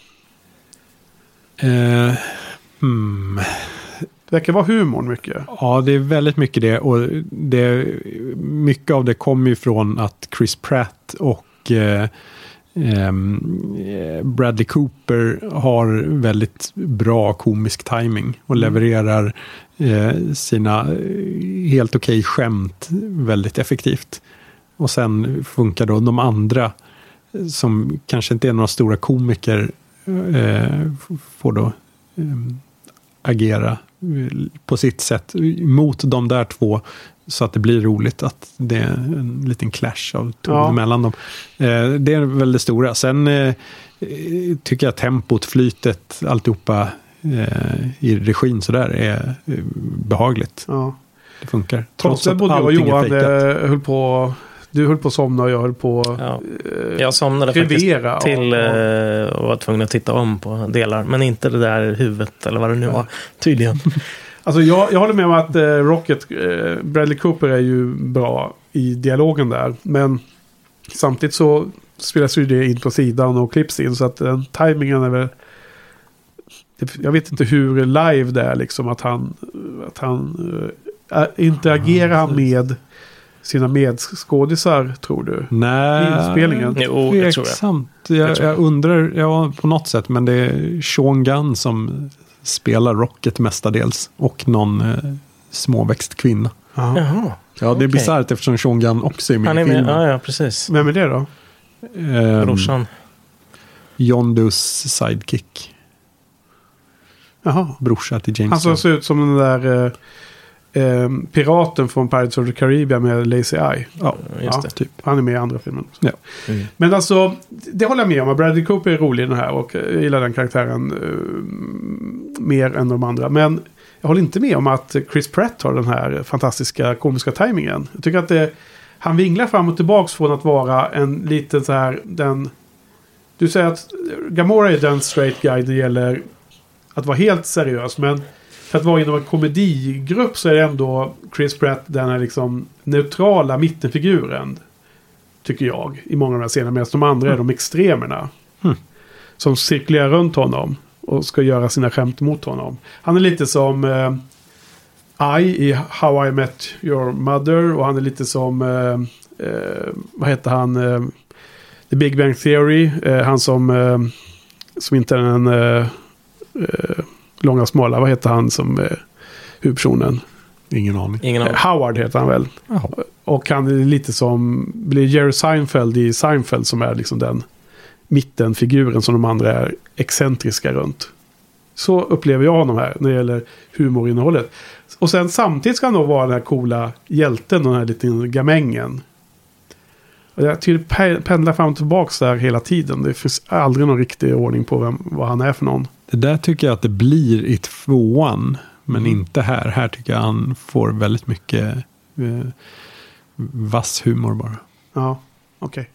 A: Eh, hmm.
B: Det kan vara humorn mycket.
A: Ja, det är väldigt mycket det. Och det, mycket av det kommer ju från att Chris Pratt och eh, eh, Bradley Cooper har väldigt bra komisk timing och levererar eh, sina helt okej skämt väldigt effektivt. Och sen funkar då de andra som kanske inte är några stora komiker eh, får då eh, agera på sitt sätt mot de där två så att det blir roligt att det är en liten clash av ton ja. mellan dem. Eh, det är väl det stora. Sen eh, tycker jag tempot, flytet, alltihopa eh, i regin så där är eh, behagligt.
B: Ja.
A: Det funkar.
B: Trots att både jag och Johan eh, höll på du höll på att somna och jag höll på
C: ja. Jag somnade
B: krevera,
C: faktiskt till
B: ja.
C: eh, och var tvungen att titta om på delar. Men inte det där huvudet eller vad det nu var. Tydligen.
B: Alltså jag, jag håller med om att eh, Rocket, eh, Bradley Cooper är ju bra i dialogen där. Men samtidigt så spelas ju det in på sidan och klipps in. Så att den tajmingen är väl... Jag vet inte hur live det är liksom att han, att han äh, interagerar
A: ja,
B: med sina medskådisar, tror du?
A: Nej,
B: I inspelningen?
C: Jo, det tror jag.
A: Jag,
C: jag, tror
A: jag undrar, ja, på något sätt, men det är Sean Gunn som spelar Rocket mestadels och någon eh, småväxt kvinna.
C: Jaha.
A: Ja, det är
C: okay.
A: Bizarrt eftersom Sean Gunn också är med,
C: Han är
A: i filmen.
C: Med, ja, ja, precis.
B: Vem är det då?
A: Um,
C: Brorsan.
A: John Does sidekick.
B: Jaha.
A: Brorsa till James.
B: Han som ser ut som den där eh, eh, piraten från Pirates of the Caribbean med Lazy Eye.
A: Ja, just
B: ja,
A: det. Typ.
B: Han är med i andra filmen också.
A: Ja.
C: Mm.
B: Men alltså, det håller jag med om. Bradley Cooper är rolig i den här och jag gillar den karaktären eh, mer än de andra. Men jag håller inte med om att Chris Pratt har den här fantastiska komiska tajmingen. Jag tycker att det, han vinglar fram och tillbaka från att vara en liten så här, den... Du säger att Gamora är den straight guy när det gäller att vara helt seriös, men för att vara inom en komedigrupp så är det ändå Chris Pratt den här liksom neutrala mittenfiguren, tycker jag, i många av de här scenerna, medan de andra mm. är de extremerna mm. som cirkulerar runt honom och ska göra sina skämt mot honom. Han är lite som eh, I i How I Met Your Mother, och han är lite som eh, eh, vad heter han eh, The Big Bang Theory, eh, han som eh, som inte är en eh, eh, långa smala, vad heter han som eh, huvudpersonen?
A: Ingen aning.
C: Ingen aning.
B: Eh, Howard heter han väl.
A: Jaha.
B: Och han är lite som blir Jerry Seinfeld i Seinfeld, som är liksom den mittenfiguren som de andra är excentriska runt. Så upplever jag honom här när det gäller humorinnehållet. Och sen samtidigt ska han då vara den här coola hjälten, den här liten gamängen. Och jag tycker pendlar fram och tillbaka där hela tiden. Det finns aldrig någon riktig ordning på vem, vad han är för någon.
A: Det där tycker jag att det blir i tvåan, men mm. inte här. Här tycker jag han får väldigt mycket eh, vass humor bara.
B: Ja, okej. Okay.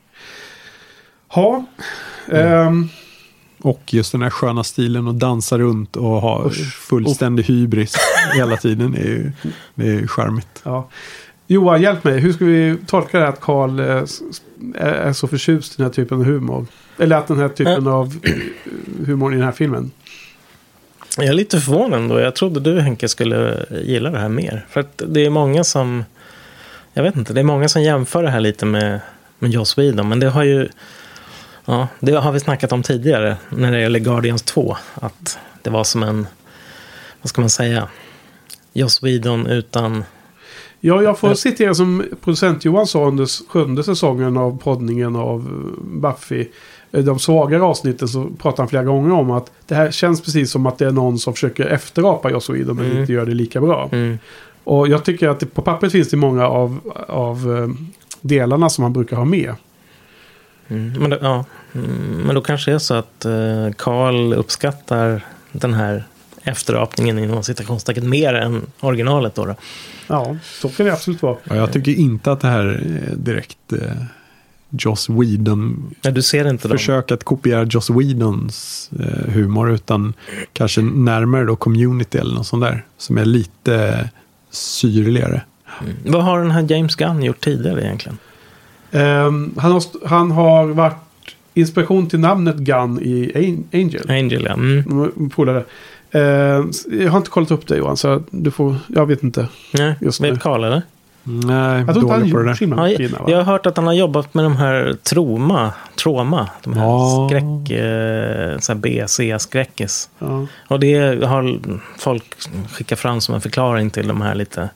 B: Ja. Mm. Um,
A: och just den här sköna stilen och dansa runt och ha usch, fullständig usch. hybris hela tiden är ju, det är charmigt.
B: Ja. Johan, hjälp mig. Hur ska vi tolka det att Carl är så förtjust i den här typen av humor? Eller att den här typen mm. av humor i den här filmen?
C: Jag är lite förvånad då. Jag trodde du, Henke, skulle gilla det här mer. För att det är många som... Jag vet inte, det är många som jämför det här lite med, med Joss Whedon. Men det har ju... Ja, det har vi snackat om tidigare när det gäller Guardians två. Att det var som en... Vad ska man säga? Joss Whedon utan...
B: Ja, jag får citera som producent Johan sa under sjunde säsongen av poddningen av Buffy. De svagare avsnitten så pratar han flera gånger om att det här känns precis som att det är någon som försöker efterapa Joss Whedon men mm. inte gör det lika bra. Mm. Och jag tycker att det, på pappret finns det många av, av delarna som man brukar ha med.
C: Mm. Men, då, ja. mm. men då kanske det är så att uh, Carl uppskattar den här efterapningen inom citationstecken mer än originalet då, då.
B: Ja, så kan det absolut vara.
A: Ja, jag tycker inte att det här är direkt eh, Joss Whedon.
C: Ja, du ser inte
A: försök att kopiera Joss Whedons eh, humor, utan kanske närmare då Community eller något sånt där som är lite syrligare.
C: Mm. Vad har den här James Gunn gjort tidigare egentligen?
B: Um, han, har, han har varit inspiration till namnet Gunn i Angel.
C: Angel, ja. Mm.
B: Polare. Uh, jag har inte kollat upp det, Johan, så du får, jag vet inte.
C: Nej, just vet Carl eller?
A: Nej,
B: jag tror
A: dålig på det där.
C: Ja, jag, jag har hört att han har jobbat med de här Troma, Troma, de här ja. skräck, eh, så här B C-skräckis. Ja. Och det har folk skickat fram som en förklaring till de här lite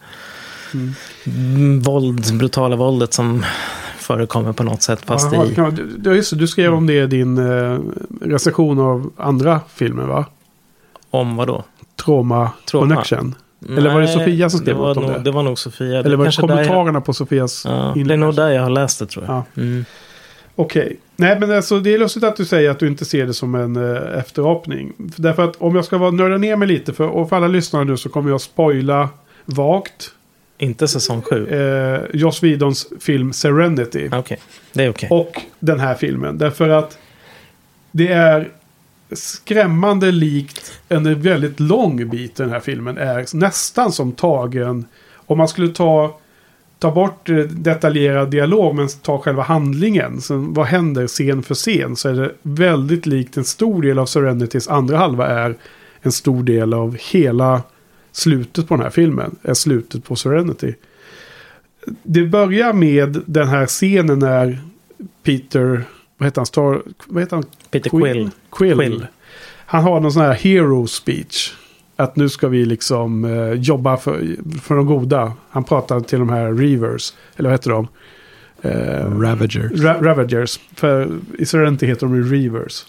C: mm. våld, brutala våldet som förekommer på något sätt. Fast
B: ja,
C: i...
B: du, just, du skrev om det i din eh, recension av andra filmer, va?
C: Om vad då?
B: Trauma, Trauma. Connection. Eller
C: Nej,
B: var det Sofia som skrev
C: det var
B: om
C: nog,
B: det?
C: Det var nog Sofia.
B: Eller var det kommentarerna
C: jag...
B: på Sofias
C: ja, det är nog där jag har läst det, tror jag.
B: Ja.
C: Mm.
B: Okej. Okay. Nej, men alltså, det är lustigt att du säger att du inte ser det som en uh, efterapning. Därför att om jag ska vara nörda ner mig lite, för, och för alla lyssnare nu så kommer jag spoila vagt.
C: Inte säsong sju.
B: Eh, Joss Whedons film Serenity.
C: Okej, okay. Det är okej. Okay.
B: Och den här filmen. Därför att det är skrämmande likt en väldigt lång bit i den här filmen. Är nästan som tagen. Om man skulle ta, ta bort detaljerad dialog men ta själva handlingen. Så vad händer scen för scen, så är det väldigt likt en stor del av Serenitys andra halva är en stor del av hela slutet på den här filmen. Är slutet på Serenity. det börjar med den här scenen när Peter, vad heter han? Star, vad heter han?
C: Peter Quill.
B: Quill.
C: Quill.
B: Han har någon sån här hero speech. Att nu ska vi liksom uh, jobba för, för de goda. Han pratar till de här Reavers. Eller vad heter de? Uh,
A: Ravagers.
B: Ra- Ravagers. För i Serenity heter de ju Reavers.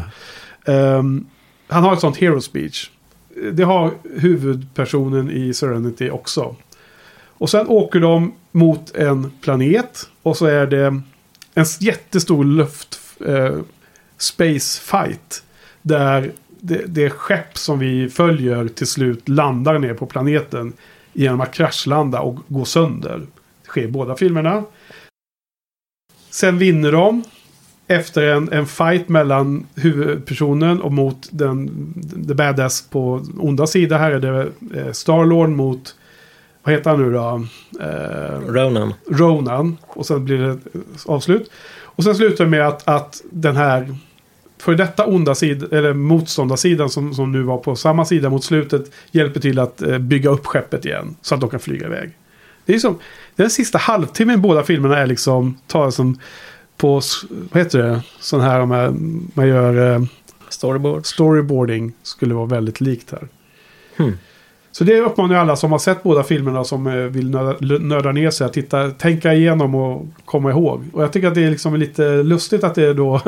B: um, han har ett sånt hero speech. Det har huvudpersonen i Serenity också. Och sen åker de mot en planet. Och så är det en jättestor luft uh, space fight. Där det, det skepp som vi följer till slut landar ner på planeten genom att kraschlanda och gå sönder. Det sker i båda filmerna. Sen vinner de efter en, en fight mellan huvudpersonen och mot den the badass på onda sida. Här är det eh, Star-Lord mot, vad heter han nu då? Eh,
C: Ronan.
B: Ronan. Och sen blir det avslut. Och sen slutar det med att, att den här för detta onda sidan, eller motståndarsidan som, som nu var på samma sida mot slutet, hjälper till att eh, bygga upp skeppet igen så att de kan flyga iväg. Det är som den sista halvtimmen i båda filmerna är liksom tar som på, vad heter det, sån här man, man gör eh,
C: Storyboard.
B: Storyboarding skulle vara väldigt likt här.
C: Hmm.
B: Så det uppmanar jag alla som har sett båda filmerna som eh, vill nöda, nörda ner sig att titta, tänka igenom och komma ihåg. Och jag tycker att det är liksom lite lustigt att det är då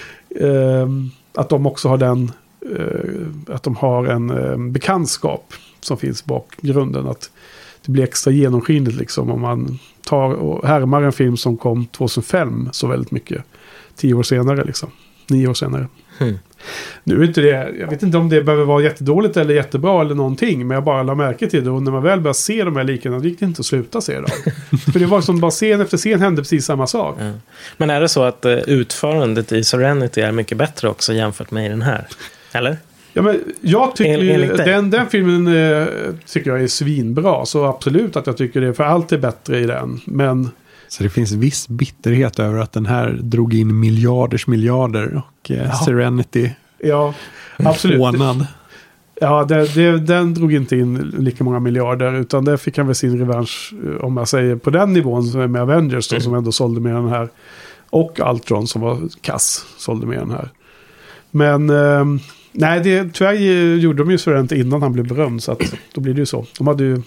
B: eh, att de också har den eh, att de har en eh, bekantskap som finns bak grunden, att det blir extra genomskinligt liksom om man tar och härmar en film som kom tjugohundrafem så väldigt mycket. Tio år senare liksom. Nio år senare.
C: Hmm.
B: Nu är inte det, jag vet inte om det behöver vara jättedåligt eller jättebra eller någonting, men jag bara la märke till det, och när man väl börjar se de här liken, det gick det inte att sluta se dem. För det var som bara scen efter scen hände precis samma sak.
C: Ja. Men är det så att uh, utförandet i Serenity är mycket bättre också jämfört med den här? Eller?
B: Ja, men jag tycker
C: En,
B: ju, den, den filmen eh, tycker jag är svinbra, så absolut att jag tycker det, för allt är bättre i den, men
A: så det finns viss bitterhet över att den här drog in miljarders miljarder och eh,
B: ja.
A: Serenity
B: ja, absolut.
A: Hånad.
B: Ja, det, det, den drog inte in lika många miljarder, utan där fick han väl sin revansch, om jag säger på den nivån som är med Avengers då, mm. som ändå sålde mer än den här, och Ultron som var kass sålde mer än den här. Men eh, nej, det, tyvärr gjorde de ju Serenity innan han blev berömd, så att då blir det ju så. De hade ju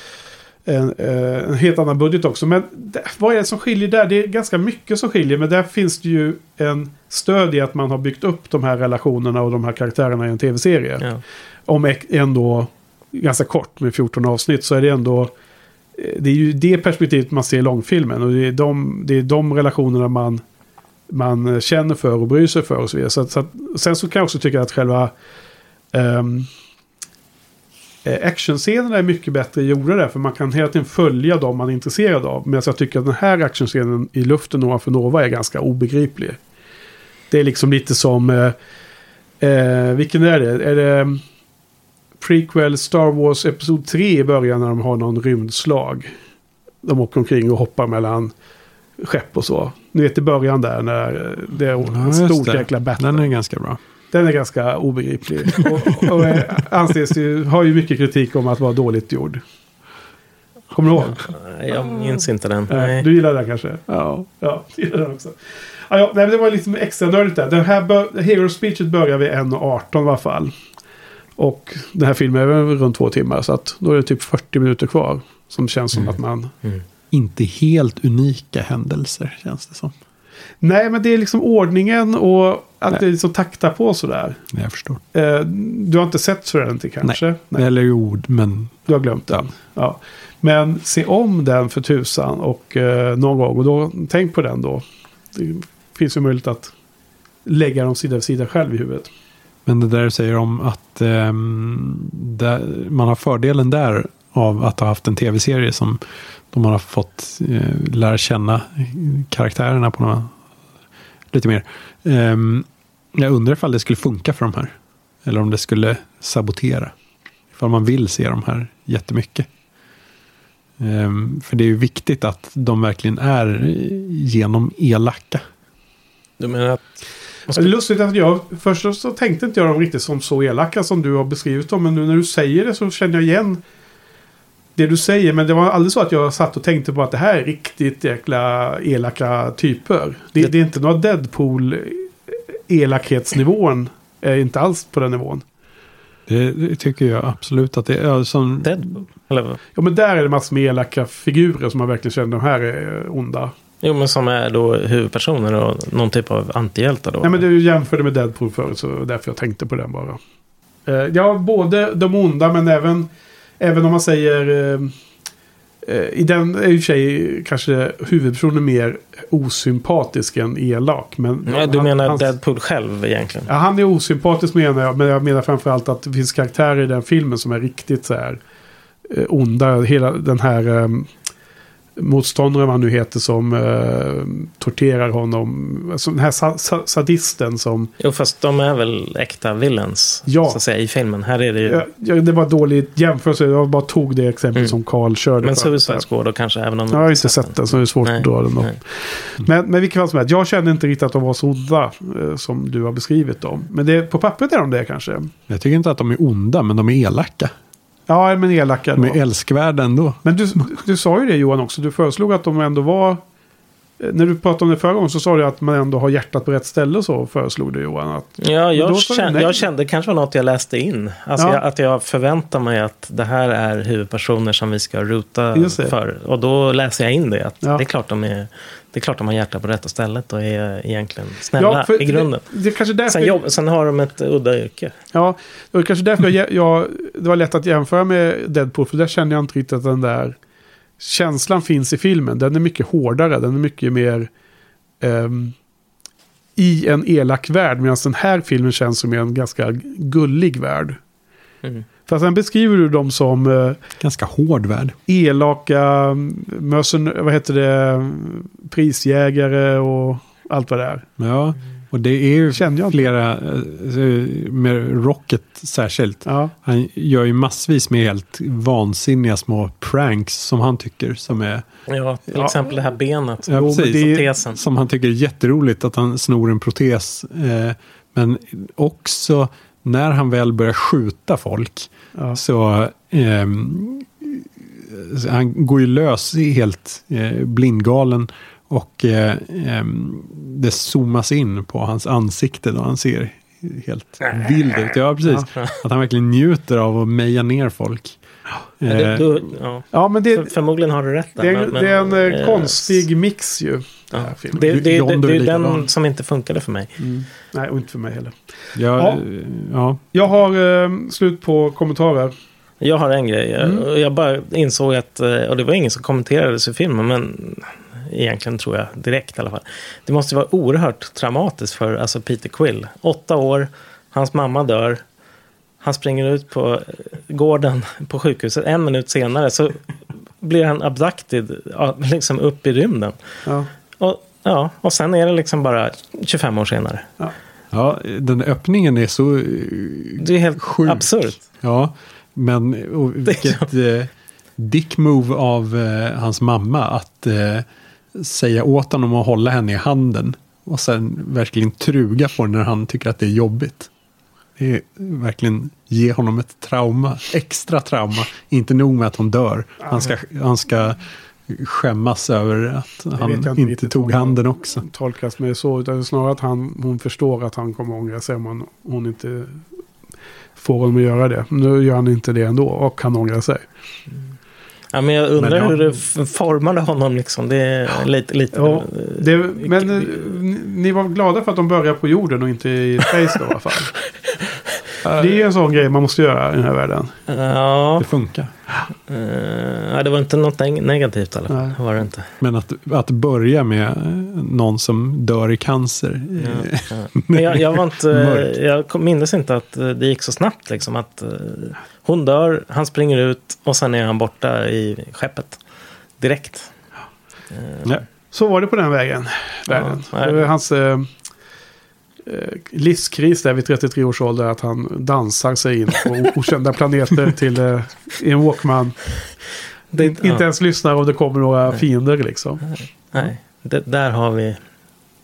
B: En, en helt annan budget också. Men det, vad är det som skiljer där? Det är ganska mycket som skiljer. Men där finns det ju en stöd i att man har byggt upp de här relationerna och de här karaktärerna i en tv-serie.
C: Ja.
B: Om ändå ganska kort med fjorton avsnitt, så är det ändå, det är ju det perspektivet man ser i långfilmen. Och det är de, det är de relationerna man, man känner för och bryr sig för och så vidare. Så, så att, sen så kan jag också tycka att själva um, actionscenerna är mycket bättre gjorda där, för man kan hela tiden följa dem man är intresserad av. Men jag tycker att den här actionscenen i luften ovanför Nova är ganska obegriplig. Det är liksom lite som eh, eh, vilken är det? Är det prequel Star Wars episod tre i början när de har någon rymdslag? De åker omkring och hoppar mellan skepp och så. Ni vet i början där när det är en
A: ja,
B: stort jäkla battle.
A: Den är ganska bra.
B: Den är ganska obegriplig. och, och anses ju, har ju mycket kritik om att vara dåligt gjord. Kommer du ihåg?
C: Jag minns inte den.
B: Nej. Du gillar den kanske? Ja. Ja, du gillar den också. Ja, ja, nej, det var lite extra nördigt där. Den här bör, Hero Speechet börjar vid en arton i alla fall. Och den här filmen är väl runt två timmar. Så att då är det typ fyrtio minuter kvar. Som känns som mm. att man...
C: Mm.
A: Inte helt unika händelser, känns det som.
B: Nej, men det är liksom ordningen och att Nej. det liksom taktar på sådär.
A: Jag förstår.
B: Eh, du har inte sett Serenity kanske?
A: Nej, Nej. Eller ord, men...
B: Du har glömt den. Ja. Men se om den för tusan och eh, någon gång. Och då, tänk på den då. Det finns ju möjlighet att lägga dem sida vid sida själv i huvudet.
A: Men det där säger om att eh, där, man har fördelen där av att ha haft en tv-serie som de har fått eh, lära känna karaktärerna på några, lite mer. Eh, jag undrar ifall det skulle funka för de här. Eller om det skulle sabotera. Ifall man vill se de här jättemycket. Eh, för det är ju viktigt att de verkligen är genom elaka.
C: Du menar att...
B: Det är lustigt att jag, först så tänkte inte jag dem riktigt som så elaka som du har beskrivit dem, men nu när du säger det så känner jag igen det du säger, men det var aldrig så att jag satt och tänkte på att det här är riktigt jäkla elaka typer. Det, det är inte några Deadpool elakhetsnivån är inte alls på den nivån.
A: Det, det tycker jag absolut att det är som
C: Deadpool? Eller?
B: Ja, men där är det massor med elaka figurer som man verkligen känner de här är onda.
C: Jo, men som är då huvudpersoner och någon typ av antihjältar då.
B: Nej, men du jämförde med Deadpool förut, så därför jag tänkte på den bara. Uh, ja, både de onda, men även, även om man säger... Uh, uh, i den är ju sig kanske huvudpersonen mer osympatisk än elak. Men
C: ja, du
B: han,
C: menar
B: hans,
C: Deadpool själv egentligen?
B: Ja, han är osympatisk menar jag, men jag menar framförallt att det finns karaktärer i den filmen som är riktigt så här uh, onda. Hela den här... Um, motståndare vad han nu heter som uh, torterar honom. Alltså den här sa- sa- sadisten som...
C: Jo, fast de är väl äkta villains
B: ja.
C: Så att säga, i filmen. Här är det ju...
B: Ja, ja, det var dåligt jämförelse. Jag bara tog det exempel mm. som Carl körde.
C: Men Suicide Squad då kanske, även om...
B: Jag har inte sett den, så det är svårt nej, att dra den då. Men, men vilket fall som helst, jag kände inte riktigt att de var så onda uh, som du har beskrivit dem. Men det, på pappret är de det kanske.
A: Jag tycker inte att de är onda, men de är elaka.
B: Ja, men elaka då.
A: De är älskvärda ändå.
B: Men du, du sa ju det Johan också. Du föreslog att de ändå var... När du pratade om det förra gången så sa du att man ändå har hjärtat på rätt ställe, så föreslog du Johan. Att,
C: ja, jag kände, jag kände det kanske var något jag läste in. Alltså ja. jag, att jag förväntar mig att det här är huvudpersoner som vi ska ruta för. Och då läser jag in det. Att ja. det, är klart de är, det är klart de har hjärtat på rätta stället och är egentligen snälla ja, i grunden. Det, det kanske därför... sen, jobb, sen har de ett udda yrke.
B: Ja, det var kanske därför jag, jag, det var lätt att jämföra med Deadpool. För där känner jag inte riktigt att den där... känslan finns i filmen. Den är mycket hårdare. Den är mycket mer um, i en elak värld. Medan den här filmen känns som en ganska gullig värld. Mm. För sen beskriver du dem som uh,
A: ganska hård värld.
B: Elaka mössen, vad heter det, prisjägare och allt vad det är.
A: Ja. Och det är ju flera, med Rocket särskilt. Ja. Han gör ju massvis med helt vansinniga små pranks som han tycker som är...
C: Ja, till ja. exempel det här benet.
A: Ja, precis, som, som han tycker är jätteroligt att han snor en protes. Eh, men också när han väl börjar skjuta folk ja. så... Eh, han går ju lös helt eh, blindgalen. Och eh, eh, det zoomas in på hans ansikte då han ser helt vild ut. Ja, precis. Ja. Att han verkligen njuter av att meja ner folk.
C: Ja, det, du, ja. Ja, men det, För, förmodligen har du rätt där.
B: Det,
C: men,
B: det är en men, eh, konstig mix ju.
C: Ja. Det, det, det, det, det är den van. som inte funkade för mig.
B: Mm. Nej, och inte för mig heller.
A: Ja, ja. Ja.
B: Jag har eh, slut på kommentarer.
C: Jag har en grej. Mm. Jag bara insåg att, och det var ingen som kommenterade sig i filmen, men... egentligen tror jag direkt i alla fall. Det måste vara oerhört traumatiskt för alltså Peter Quill. Åtta år, hans mamma dör. Han springer ut på gården på sjukhuset. En minut senare så blir han abducted liksom upp i rymden. Ja. Och, ja, och sen är det liksom bara tjugofem år senare.
A: Ja, ja den öppningen är så
C: det är helt
A: sjuk.
C: Absurt.
A: Ja, men och vilket eh, dick move av eh, hans mamma att eh, säga åt honom att hålla henne i handen och sen verkligen truga på när han tycker att det är jobbigt. Det är verkligen ge honom ett trauma, extra trauma. Inte nog med att hon dör. Han ska, han ska skämmas över att han inte, inte tog handen också.
B: Tolkas med så, utan snarare att han, hon förstår att han kommer att ångra sig om hon, hon inte får honom att göra det. Nu gör han inte det ändå och han ångrar sig.
C: Mm. Ja, men jag undrar men, ja. hur det formade honom liksom. Det är lite... lite
B: ja, det, men uh, ni var glada för att de börjar på jorden och inte i space då i alla fall. Det är en sån grej man måste göra i den här världen.
C: Ja.
A: Det funkar.
C: Uh, ja, det var inte något negativt i alla fall. Var det inte.
A: Men att, att börja med någon som dör i cancer.
C: Ja, ja. Men jag, jag var inte... jag minns inte att det gick så snabbt liksom. Att uh, hon dör, han springer ut och sen är han borta i skeppet. Direkt.
B: Uh, ja. Så var det på den vägen. Världen. Ja, det var hans... Uh, livskris där vid trettiotre års ålder att han dansar sig in på okända planeter till uh, en Walkman. Det, inte ja. ens lyssnar om det kommer några Nej. fiender liksom.
C: Nej, det, där har vi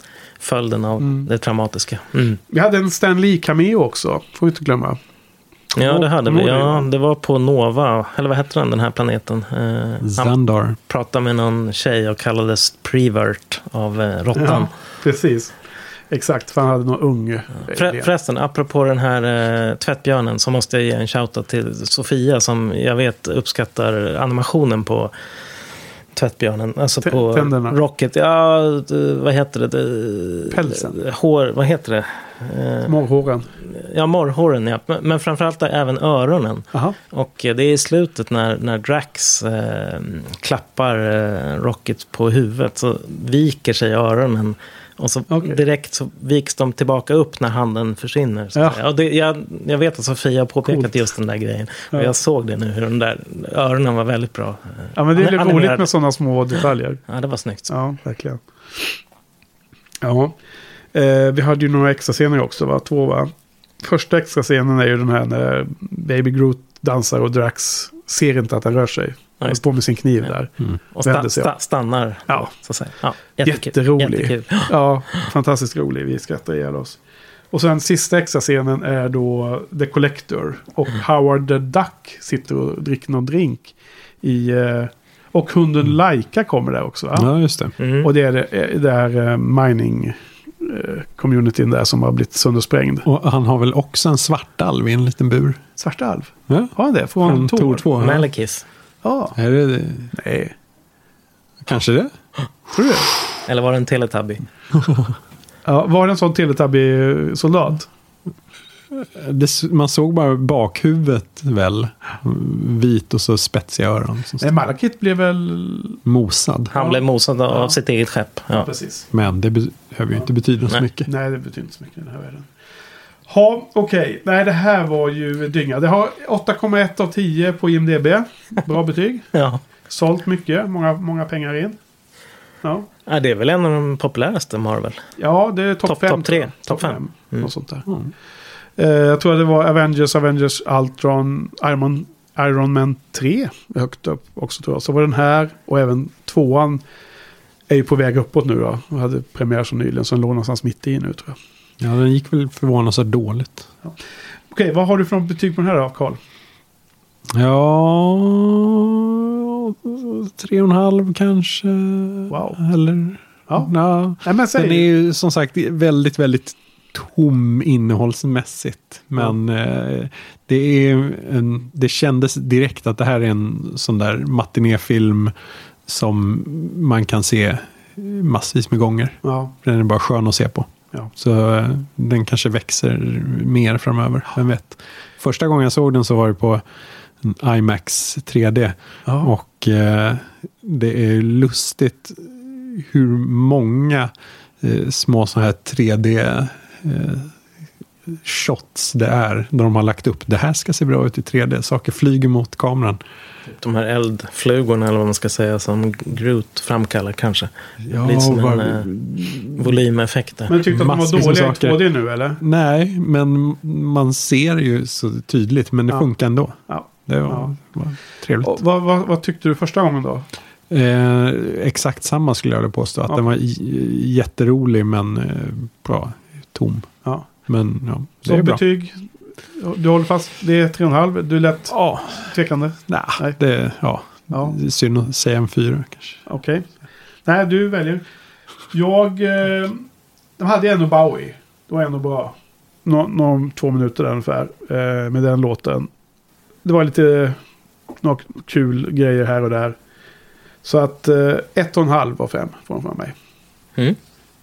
C: följden av mm. det traumatiska. Mm.
B: Vi hade en Stan Lee cameo också, får vi inte glömma.
C: Ja, det hade vi. Ja, det var på Nova. Eller vad heter den, den här planeten? Eh,
A: Zandar.
C: Han pratade med någon tjej och kallades Prevert av eh, råttan.
B: Ja, precis. Exakt, för han hade någon ung.
C: Ja. För, förresten, apropå den här eh, tvättbjörnen så måste jag ge en shoutout till Sofia som jag vet uppskattar animationen på tvättbjörnen. Alltså T- på tänderna. Rocket. Ja, det, vad heter det? det
B: Pälsen.
C: Hår, vad heter det?
B: Eh, morrhåren.
C: Ja, morrhåren, ja. Men, men framförallt även öronen. Aha. Och det är i slutet när, när Drax eh, klappar eh, Rocket på huvudet så viker sig öronen. Och så okay. direkt så viks de tillbaka upp när handen försvinner. Så ja. Och det, jag, jag vet att Sofia har påpekat Coolt. just den där grejen. Ja. Och jag såg det nu, hur de där öronen var väldigt bra.
B: Ja, men det är lite roligt med sådana små detaljer.
C: Ja, det var snyggt. Så.
B: Ja, verkligen. Ja. Eh, vi hade ju några extra scener också, va? Två, va? Första extra scenen är ju den här när Baby Groot dansar och Drax ser inte att han rör sig. Han ja, står med sin kniv ja. där.
C: Mm. Och sta- sta- stannar.
B: Ja.
C: Så att säga. Ja,
B: jätterolig. Jättekul. Ja, fantastiskt rolig. Vi skrattar ihjäl oss. Och sen sista extra scenen är då The Collector. Och mm. Howard the Duck sitter och dricker någon drink. I, och hunden mm. Laika kommer där också. Va?
A: Ja, just det.
B: Mm. Och det är det, det är mining communityn där som har blivit söndersprängd.
A: Och han har väl också en svartalv i en liten bur.
B: Svartalv?
A: Ja.
B: Har han det? Får han
A: Tor två?
C: Ja. Malekith.
B: Ja.
A: Är det det?
B: Nej.
A: Kanske det?
B: Tror du det?
C: Eller var det en Teletubby?
B: Ja, var det en sån Teletubby-soldat?
A: Det, man såg bara bakhuvudet väl. Vit och så spetsiga öron.
B: Nej, Malekith blev väl...
A: Mosad.
C: Han ja. blev mosad av ja. sitt eget skepp. Ja.
B: Ja, precis.
A: Men det behöver ju inte betyda så
C: Nej.
A: mycket.
B: Nej, det betyder inte så mycket i den här världen. Ja, okej. Okay. Nej, det här var ju dynga. Det har åtta komma ett av tio på I M D B. Bra betyg.
C: Ja.
B: Sålt mycket. Många, många pengar in. Ja.
C: Ja, det är väl en av de populäraste Marvel.
B: Ja, det är topp
C: top,
B: fem.
C: Topp tre.
B: Topp fem.
C: fem.
B: Mm. Något sånt där. Mm. Uh, jag tror att det var Avengers, Avengers, Ultron, Iron, Iron Man tre. Högt upp också tror jag. Så var den här och även tvåan är ju på väg uppåt nu då. Jag hade premiär så nyligen så den låg någonstans mitt i nu tror jag.
A: Ja, den gick väl förvånansvärt dåligt.
B: Ja. Okej, vad har du för betyg på den här då, Carl?
A: Ja, tre och en halv kanske.
B: Wow.
A: Eller,
B: ja.
A: ja.
B: Nej, men säg...
A: Den är ju som sagt väldigt, väldigt tom innehållsmässigt. Men ja. eh, det, är en, det kändes direkt att det här är en sån där matinéfilm som man kan se massvis med gånger.
B: Ja.
A: Den är bara skön att se på.
B: Ja.
A: Så eh, den kanske växer mer framöver. Vem vet. Första gången jag såg den så var det på en IMAX tre D.
B: Ja.
A: Och eh, det är lustigt hur många eh, små så här tre D eh, shots det är. Där de har lagt upp. Det här ska se bra ut i tre D. Saker flyger mot kameran.
C: De här eldflugorna eller vad man ska säga som Groot framkallar kanske.
A: Ja,
C: lite som
A: var,
C: en eh, volymeffekt där.
B: Men tyckte att de var dåliga i två D nu eller?
A: Nej, men man ser ju så tydligt. Men det ja. funkar ändå.
B: Ja.
A: Det var,
B: ja.
A: var trevligt.
B: Och vad, vad, vad tyckte du första gången då?
A: Eh, exakt samma skulle jag vilja påstå. Att
B: ja.
A: den var j- jätterolig men eh, bra, tom.
B: Ja.
A: Men ja, det
B: så
A: är bra.
B: Betyg? Du håller fast, det är tre och en halv. Du är lätt
A: ja.
B: tvekande?
A: Nah, Nej, det, ja. Ja. Det är synd att säga en fyra kanske.
B: Okej. Okay. Nej, du väljer. Jag, eh, de hade ändå Bowie. Det var ändå bra. Nå, någon två minuter där ungefär eh, med den låten. Det var lite några kul grejer här och där. Så att eh, ett och en halv av fem får de från mig.
C: Mm.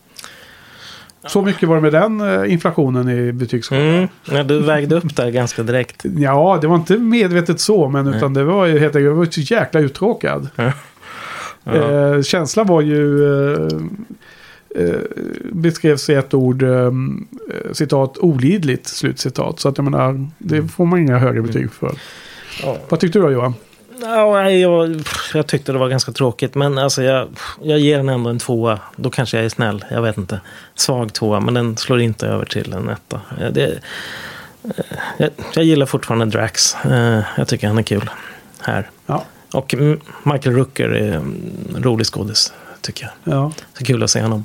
B: Så mycket var det med den eh, inflationen i betygsskalan.
C: Mm. Ja, du vägde upp där ganska direkt.
B: Ja, det var inte medvetet så. Men utan mm. det var ju helt enkelt, jag var så jäkla uttråkad.
C: Ja. Ja.
B: Eh, känslan var ju eh, eh, beskrevs i ett ord eh, citat olidligt slutcitat. Så att jag menar, det får man inga högre betyg för.
C: Ja.
B: Vad tyckte du då, Johan?
C: Ja, jag, jag tyckte det var ganska tråkigt. Men alltså jag, jag ger den ändå en tvåa. Då kanske jag är snäll. Jag vet inte. Svag tvåa. Men den slår inte över till en etta. Det, jag, jag gillar fortfarande Drax. Jag tycker han är kul här.
B: Ja.
C: Och Michael Rooker är en rolig skådis, tycker jag.
B: Ja.
C: Så kul att se honom.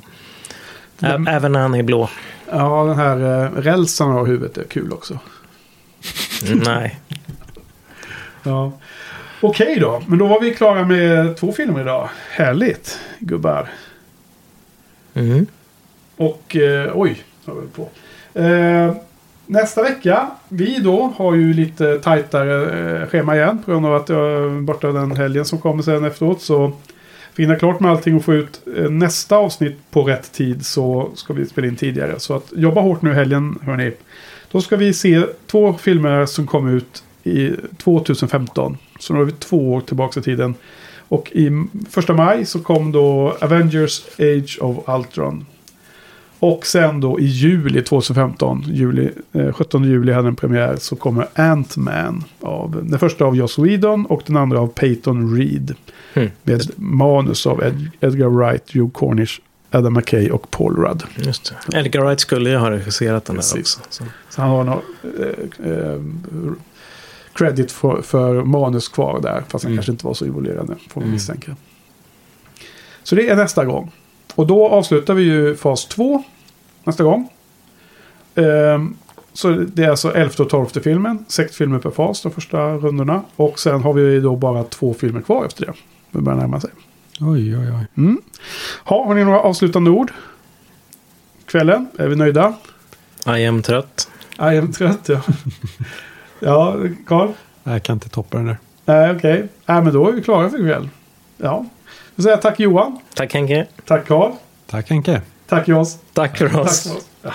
B: Den,
C: Även när han är blå.
B: Ja, den här uh, rälsen av huvudet är kul också.
C: Mm, nej.
B: Ja. Okej okay då. Men då var vi klara med två filmer idag. Härligt, gubbar.
C: Mm.
B: Och eh, oj, jag var på. Eh, nästa vecka, vi då har ju lite tajtare eh, schema igen på grund av att jag är borta den helgen som kommer sen efteråt. Så för att hinna klart med allting och få ut eh, nästa avsnitt på rätt tid så ska vi spela in tidigare. Så att jobba hårt nu helgen, hörni. Då ska vi se två filmer som kom ut i tjugohundrafemton. Så nu har vi två år tillbaka i tiden. Och i första maj så kom då Avengers Age of Ultron. Och sen då i juli tjugohundrafemton, juli, eh, sjuttonde juli hade en premiär, så kommer Ant-Man. Av, den första av Joss Whedon och den andra av Peyton Reed. Mm. Med manus av Ed, Edgar Wright, Joe Cornish, Adam McKay och Paul Rudd.
C: Just det. Edgar Wright skulle ju ha regisserat den där också.
B: Så. så han har någon eh, eh, credit för, för manus kvar där. Fast han mm. kanske inte var så involverande, får man mm. misstänka. Så det är nästa gång. Och då avslutar vi ju fas två nästa gång. Um, så det är alltså elfte och tolfte filmen. Sex filmer per fas, de första rundorna. Och sen har vi då bara två filmer kvar efter det. Vi börjar närma sig.
A: Oj, oj, oj.
B: Mm. Ha, har ni några avslutande ord? Kvällen, är vi nöjda?
C: I am trött.
B: I am trött, ja. Ja, Carl?
A: Jag kan inte toppa den där.
B: Nej, okej. Okay. Nej, men då är vi klara för kväll. Ja. Jag säger tack Johan.
C: Tack Henke.
B: Tack Carl.
A: Tack Henke.
B: Tack Joss.
C: Tack för oss.
B: Tack för oss. Ja.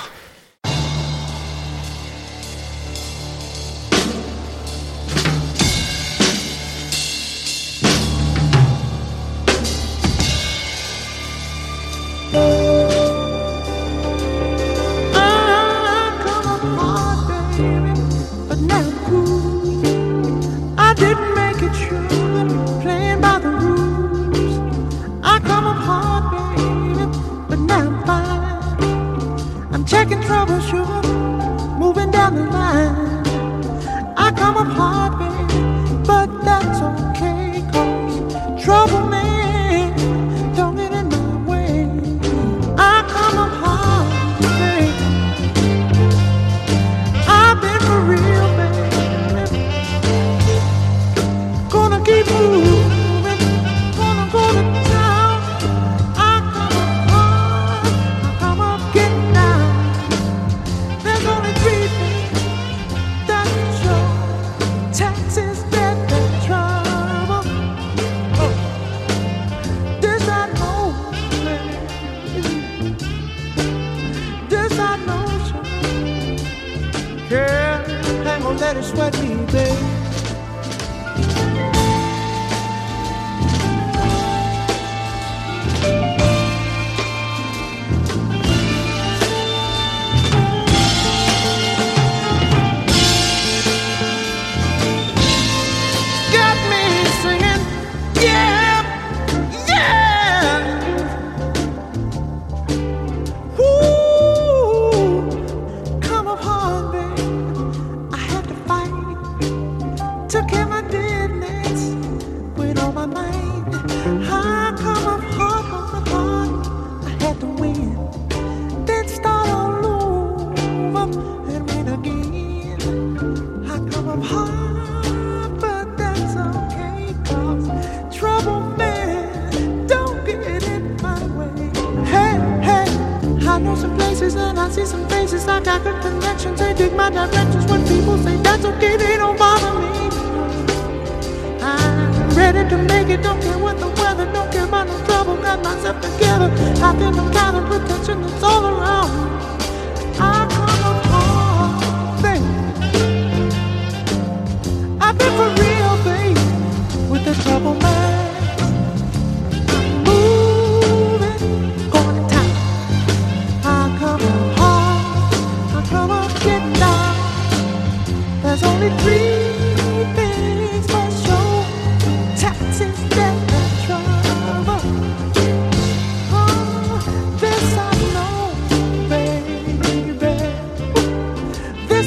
K: Checking troubleshoot, moving down the line. I come up hard, baby, but that's okay, cause trouble, man, don't get in my way. I come up hard, baby. I've been for real, baby. Gonna keep moving, gonna go to town. I come up hard, I come up getting down. There's only three things that show taxes, death, and trouble. Oh, this I know, baby. This I know, sure. Girl, hang on, let it sweat me, baby.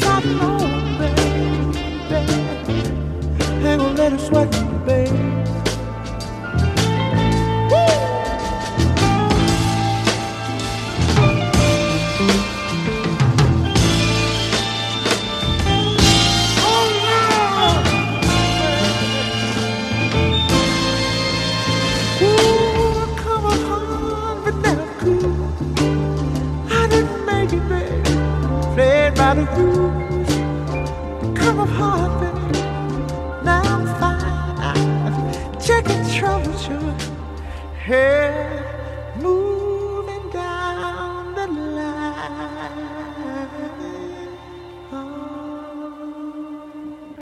K: Let her sweat me, babe. blues. Come of heartbreak. Now I'm fine. I'm checking trouble, sure. Head move.